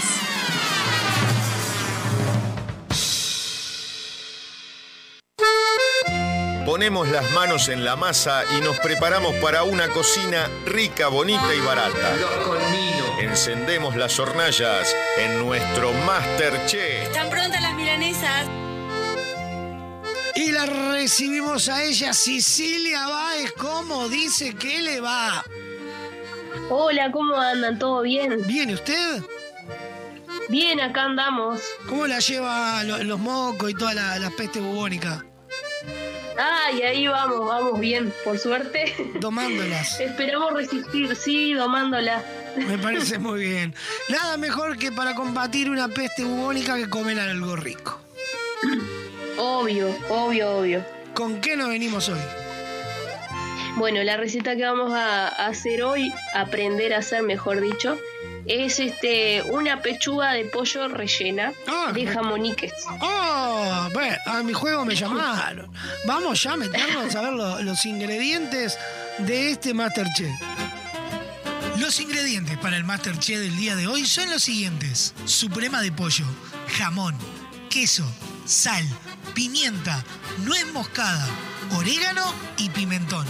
Ponemos las manos en la masa y nos preparamos para una cocina rica, bonita y barata. Encendemos las hornallas en nuestro Masterchef. ¿Están prontas las milanesas? Y la recibimos a ella, Cecilia Báez. ¿Cómo dice que le va? Hola, ¿cómo andan? ¿Todo bien? ¿Bien, y usted? Bien, acá andamos. ¿Cómo la lleva los mocos y toda la peste bubónica? Ay, ahí vamos bien, por suerte. Domándolas. Esperamos resistir, sí, domándolas. Me parece muy bien. Nada mejor que para combatir una peste bubónica que comer algo rico. Obvio. ¿Con qué nos venimos hoy? Bueno, la receta que vamos a hacer hoy, aprender a hacer, mejor dicho, es una pechuga de pollo rellena de jamoniques. Bueno, a mi juego me llamaron. Vamos ya a meternos a ver los ingredientes de este Masterchef. Los ingredientes para el Masterchef del día de hoy son los siguientes: suprema de pollo, jamón, queso, sal, pimienta, nuez moscada, orégano y pimentón.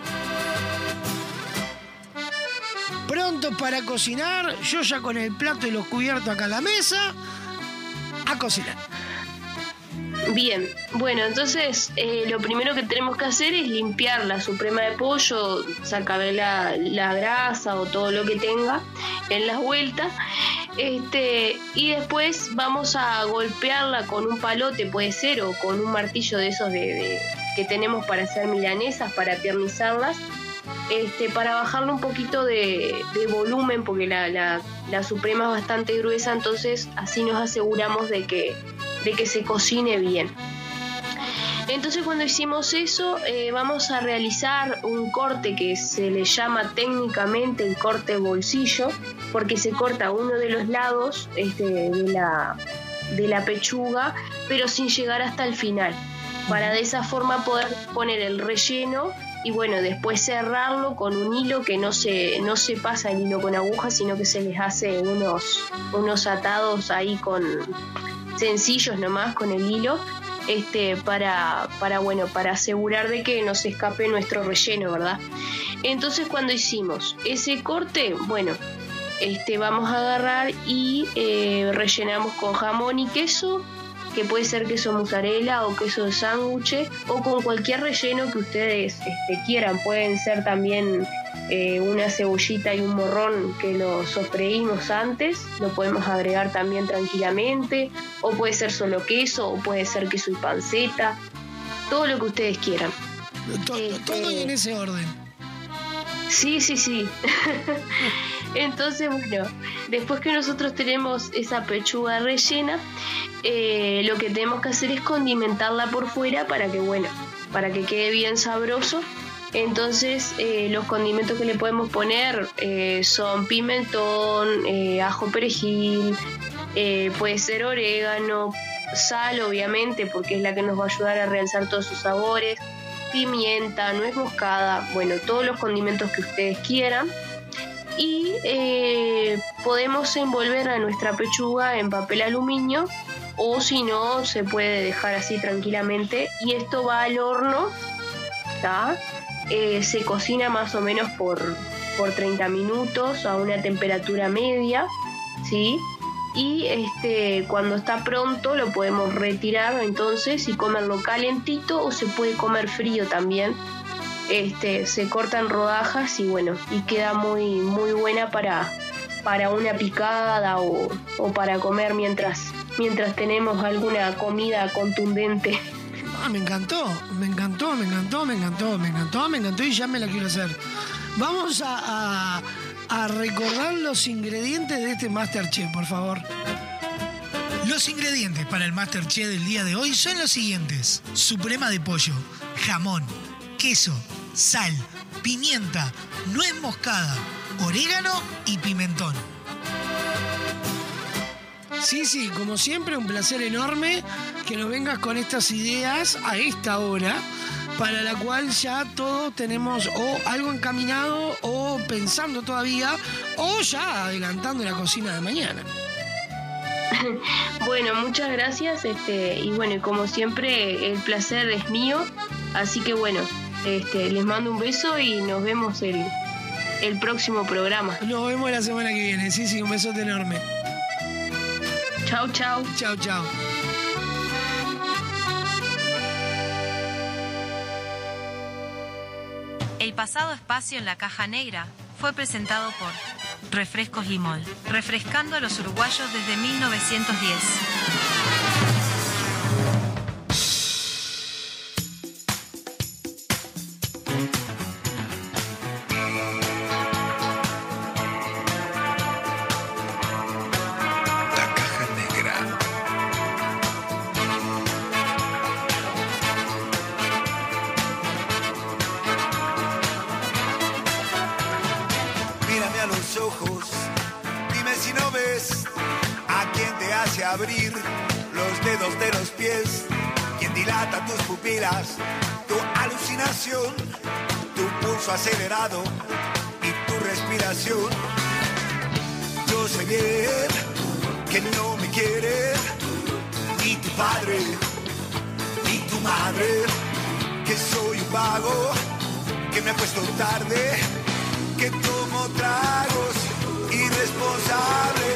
Pronto para cocinar, yo ya con el plato y los cubiertos acá en la mesa, a cocinar. Bien, bueno, entonces lo primero que tenemos que hacer es limpiar la suprema de pollo, sacarle la grasa o todo lo que tenga en las vueltas. Y después vamos a golpearla con un palote, puede ser, o con un martillo de esos que tenemos para hacer milanesas, para tiernizarlas, para bajarle un poquito de volumen, porque la suprema es bastante gruesa, entonces así nos aseguramos de que se cocine bien. Entonces, cuando hicimos eso, vamos a realizar un corte que se le llama técnicamente el corte bolsillo, porque se corta uno de los lados de la pechuga, pero sin llegar hasta el final, para de esa forma poder poner el relleno y bueno, después cerrarlo con un hilo que no se pasa el hilo con aguja, sino que se les hace unos atados ahí sencillos nomás con el hilo, para asegurar de que no se escape nuestro relleno, ¿verdad? Entonces, cuando hicimos ese corte, bueno, vamos a agarrar y rellenamos con jamón y queso, que puede ser queso mozzarella o queso de sándwich, o con cualquier relleno que ustedes quieran. Pueden ser también una cebollita y un morrón que lo sofreímos antes, lo podemos agregar también tranquilamente, o puede ser solo queso, o puede ser queso y panceta, todo lo que ustedes quieran. Todo y en ese orden. Sí. Entonces, bueno, después que nosotros tenemos esa pechuga rellena, lo que tenemos que hacer es condimentarla por fuera para que quede bien sabroso. Entonces, los condimentos que le podemos poner son pimentón, ajo, perejil, puede ser orégano, sal obviamente, porque es la que nos va a ayudar a realzar todos sus sabores, pimienta, nuez moscada, bueno, todos los condimentos que ustedes quieran. Y podemos envolver a nuestra pechuga en papel aluminio, o si no, se puede dejar así tranquilamente, y esto va al horno, ¿tá? Se cocina más o menos por 30 minutos a una temperatura media, ¿sí? Y cuando está pronto lo podemos retirar entonces y comerlo calentito, o se puede comer frío también. se cortan rodajas y bueno, y queda muy, muy buena para una picada o para comer mientras tenemos alguna comida contundente. Me encantó y ya me la quiero hacer. Vamos a recordar los ingredientes de este Masterchef, por favor. Los ingredientes para el Masterchef del día de hoy son los siguientes: suprema de pollo, jamón, queso, sal, pimienta, nuez moscada, orégano y pimentón. Sí, como siempre, un placer enorme que nos vengas con estas ideas a esta hora, para la cual ya todos tenemos o algo encaminado o pensando todavía o ya adelantando la cocina de mañana. Bueno, muchas gracias, y bueno, y como siempre el placer es mío, así que bueno, les mando un beso y nos vemos el próximo programa. Nos vemos la semana que viene, sí, un besote enorme. Chau. Chau. El pasado espacio en la caja negra fue presentado por Refrescos Limol, refrescando a los uruguayos desde 1910. Abrir los dedos de los pies, quien dilata tus pupilas, tu alucinación, tu pulso acelerado y tu respiración. Yo sé bien que no me quiere ni tu padre ni tu madre, que soy un vago, que me acuesto tarde, que tomo tragos, irresponsable.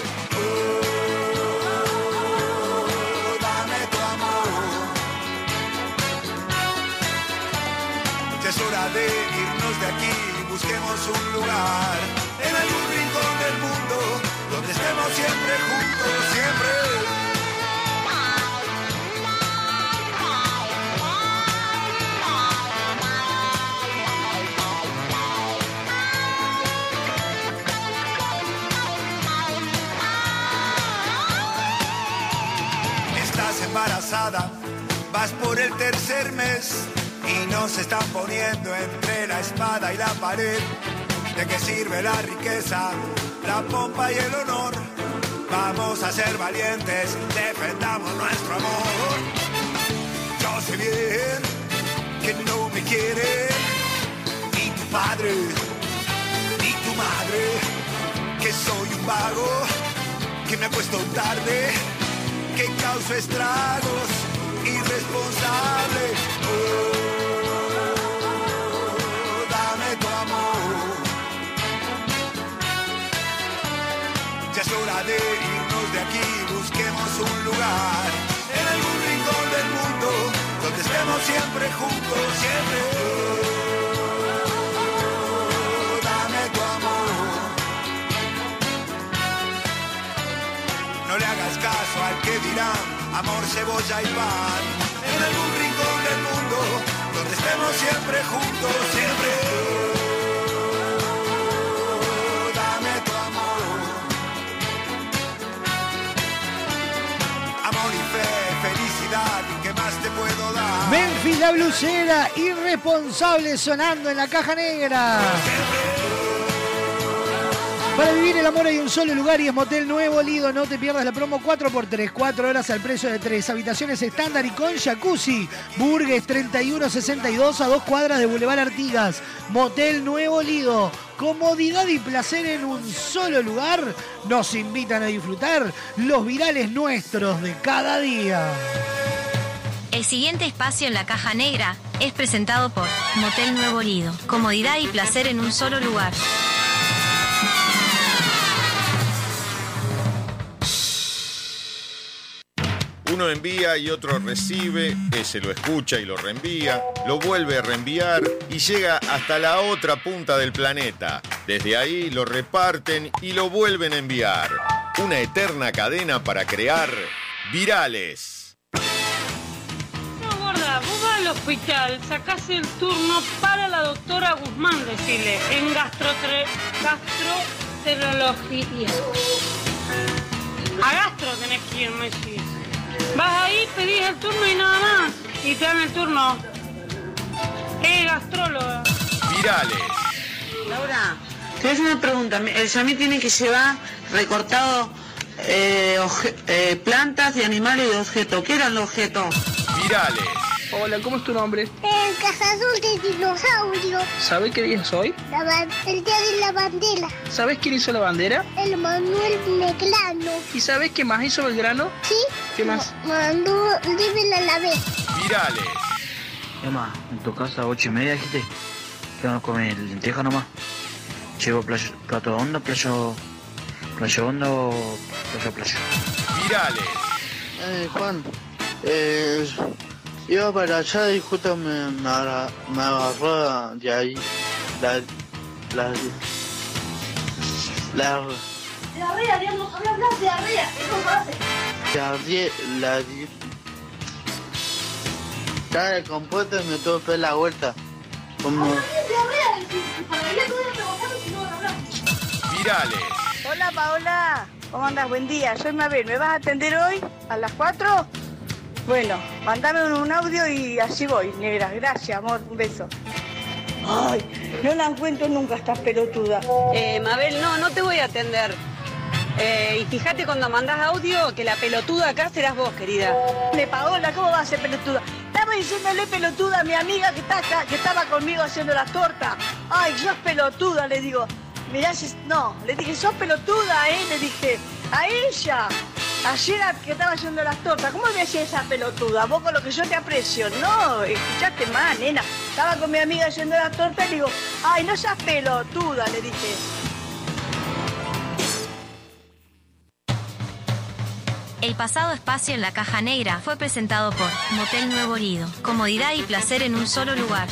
Es hora de irnos de aquí, busquemos un lugar en algún rincón del mundo donde estemos siempre juntos, siempre. Estás embarazada, vas por el tercer mes y nos están poniendo entre la espada y la pared. ¿De qué sirve la riqueza, la pompa y el honor? Vamos a ser valientes, defendamos nuestro amor. Yo sé bien que no me quiere ni tu padre ni tu madre, que soy un vago, que me acuesto tarde, que causo estragos, irresponsable. Dame tu amor. Ya es hora de irnos de aquí, busquemos un lugar en algún rincón del mundo donde estemos siempre juntos, siempre. Dame tu amor. No le hagas caso al que dirán amor, cebolla y pan. En algún rincón del mundo donde estemos siempre juntos, siempre. Dame tu amor. Amor y fe, felicidad, ¿qué más te puedo dar? Memphis la blusera, irresponsable, sonando en la caja negra. Para vivir el amor hay un solo lugar y es Motel Nuevo Lido. No te pierdas la promo 4x3, 4 horas al precio de 3. Habitaciones estándar y con jacuzzi. Burgues 3162 a 2 cuadras de Boulevard Artigas. Motel Nuevo Lido. Comodidad y placer en un solo lugar. Nos invitan a disfrutar los virales nuestros de cada día. El siguiente espacio en la caja negra es presentado por Motel Nuevo Lido. Comodidad y placer en un solo lugar. Uno envía y otro recibe, ese lo escucha y lo reenvía, lo vuelve a reenviar y llega hasta la otra punta del planeta. Desde ahí lo reparten y lo vuelven a enviar. Una eterna cadena para crear virales. No, gorda, vos vas al hospital, sacás el turno para la doctora Guzmán, decirle, en gastroenterología. A gastro tenés que ir, me decís. Vas ahí, pedís el turno y nada más. Y te dan el turno. Gastróloga. Virales. Laura, te voy a hacer una pregunta. El Yamí tiene que llevar recortado plantas y animales y objetos. ¿Qué eran los objetos? Virales. Hola, ¿cómo es tu nombre? El cazador de dinosaurios. ¿Sabés qué día es hoy? El día de la bandera. ¿Sabés quién hizo la bandera? El Manuel Belgrano. ¿Y sabés qué más hizo Belgrano? Sí. ¿Qué más? Mandó libre a la vez. Virales. Emma, en tu casa 8:30 dijiste que vamos a comer lenteja nomás. Llevo plato hondo, playo hondo o playo. Virales. Juan, iba para allá y justo me agarró de ahí la diarrea, Dios, hablas diarrea, eso hace. Estaba de compuesto y me tuve que dar la vuelta. Como... Virales. Hola Paola, ¿cómo andas? Buen día, soy Mabel. ¿Me vas a atender hoy a las 4? Bueno, mandame un audio y así voy, negra. Gracias, amor, un beso. Ay, no la encuentro nunca, estás pelotuda. Mabel, no te voy a atender. Y fíjate cuando mandás audio que la pelotuda acá serás vos, querida. Paola, ¿cómo va a ser pelotuda? Estaba diciéndole pelotuda a mi amiga que está acá, que estaba conmigo haciendo las tortas. Ay, sos pelotuda, le digo. Mirá, no, le dije, sos pelotuda, le dije. A ella. Ayer que estaba haciendo las tortas, ¿cómo me hacía esa pelotuda? Vos con lo que yo te aprecio. No, escuchaste mal, nena. Estaba con mi amiga haciendo las tortas y le digo, ay, no seas pelotuda, le dije. El pasado espacio en la Caja Negra fue presentado por Motel Nuevo Lido. Comodidad y placer en un solo lugar.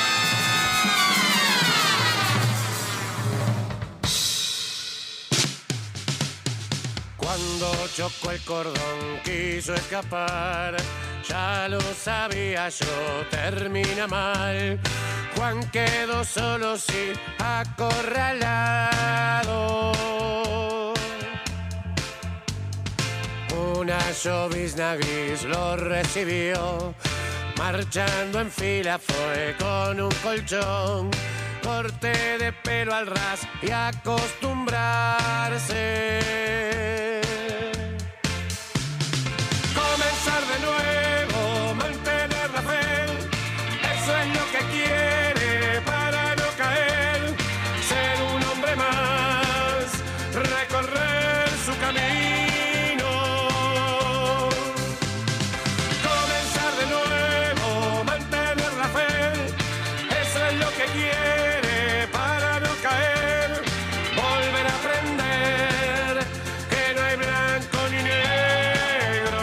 Cuando chocó el cordón, quiso escapar. Ya lo sabía yo, termina mal. Juan quedó solo, sí, acorralado. Una llovizna gris lo recibió. Marchando en fila fue con un colchón. Corte de pelo al ras y acostumbrarse. Comenzar de nuevo, mantener la fe. Eso es lo que quiere para no caer. Ser un hombre más, recorrer su camino. Comenzar de nuevo, mantener la fe. Eso es lo que quiere para no caer. Volver a aprender que no hay blanco ni negro.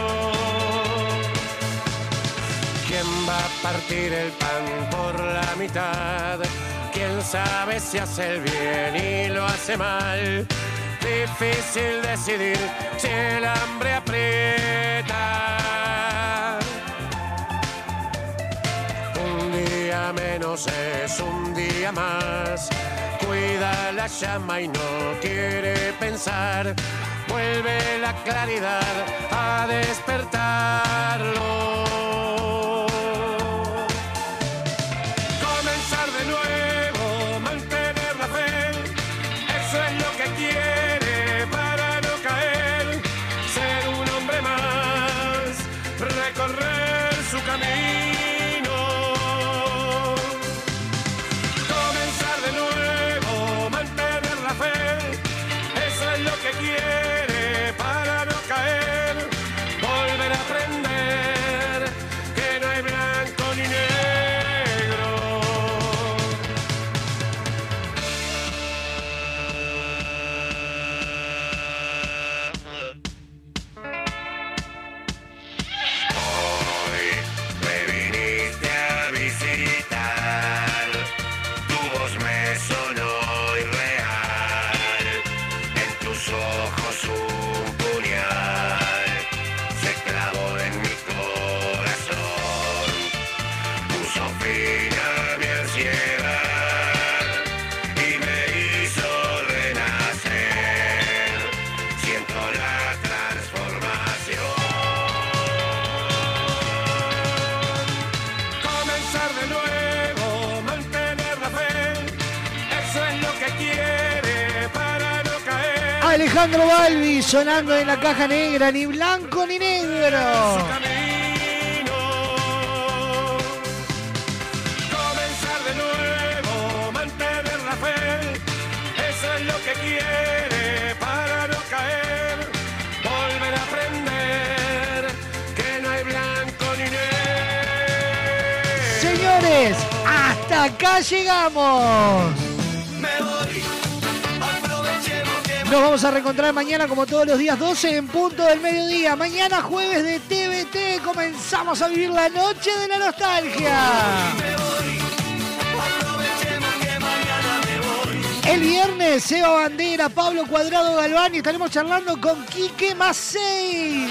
¿Quién va a partir el pan por la mitad? ¿Quién sabe si hace el bien y lo hace mal? Difícil decidir si el hambre aprieta. Un día menos es un día más. Cuida la llama y no quiere pensar. Vuelve la claridad a despertarlo. Comenzar de nuevo, mantener la fe. Eso es lo que quiere para no caer. Ser un hombre más, recorrer su camino. Comenzar de nuevo, mantener la fe. Eso es lo que quiere para no caer. Volver a aprender que no hay blanco ni negro. llevar y me hizo renacer. Siento la transformación. Comenzar de nuevo, mantener la fe, eso es lo que quiere para no caer. Alejandro Balbi sonando en la caja negra, ni blanco ni negro. Comenzar de nuevo, mantener la fe, eso es lo que quiere para no caer. Volver a aprender que no hay blanco ni negro. Señores, hasta acá llegamos. Nos vamos a reencontrar mañana como todos los días 12 en punto del mediodía. Mañana jueves de TVT comenzamos a vivir la noche de la nostalgia. El viernes Seba Bandera, Pablo Cuadrado Galván y estaremos charlando con Quique Macei.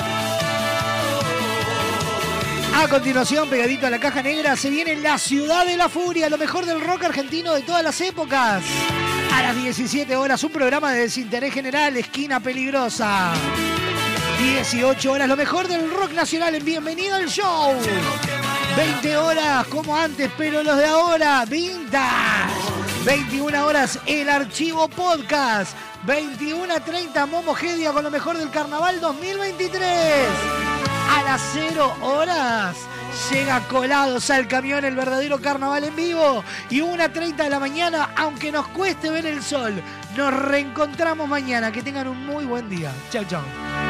A continuación, pegadito a la caja negra, se viene La Ciudad de la Furia, lo mejor del rock argentino de todas las épocas. A las 17 horas, un programa de desinterés general, Esquina Peligrosa. 18 horas, lo mejor del rock nacional en Bienvenido al Show. 20 horas, como antes, pero los de ahora, Vintage. 21 horas, El Archivo Podcast. 21:30, Momo Gedia con lo mejor del Carnaval 2023. A las 0 horas llega Colados al Camión, el verdadero carnaval en vivo. Y 1:30 de la mañana, aunque nos cueste ver el sol, nos reencontramos mañana. Que tengan un muy buen día. Chau, chau.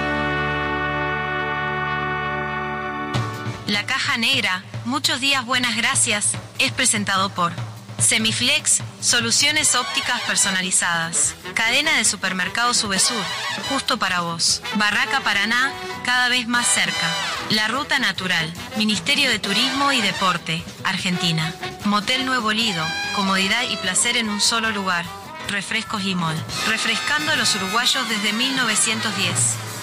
La Caja Negra, muchos días buenas gracias, es presentado por Semiflex, soluciones ópticas personalizadas. Cadena de supermercados Subesur, justo para vos. Barraca Paraná, cada vez más cerca. La Ruta Natural, Ministerio de Turismo y Deporte, Argentina. Motel Nuevo Lido, comodidad y placer en un solo lugar. Refrescos y Mall, refrescando a los uruguayos desde 1910.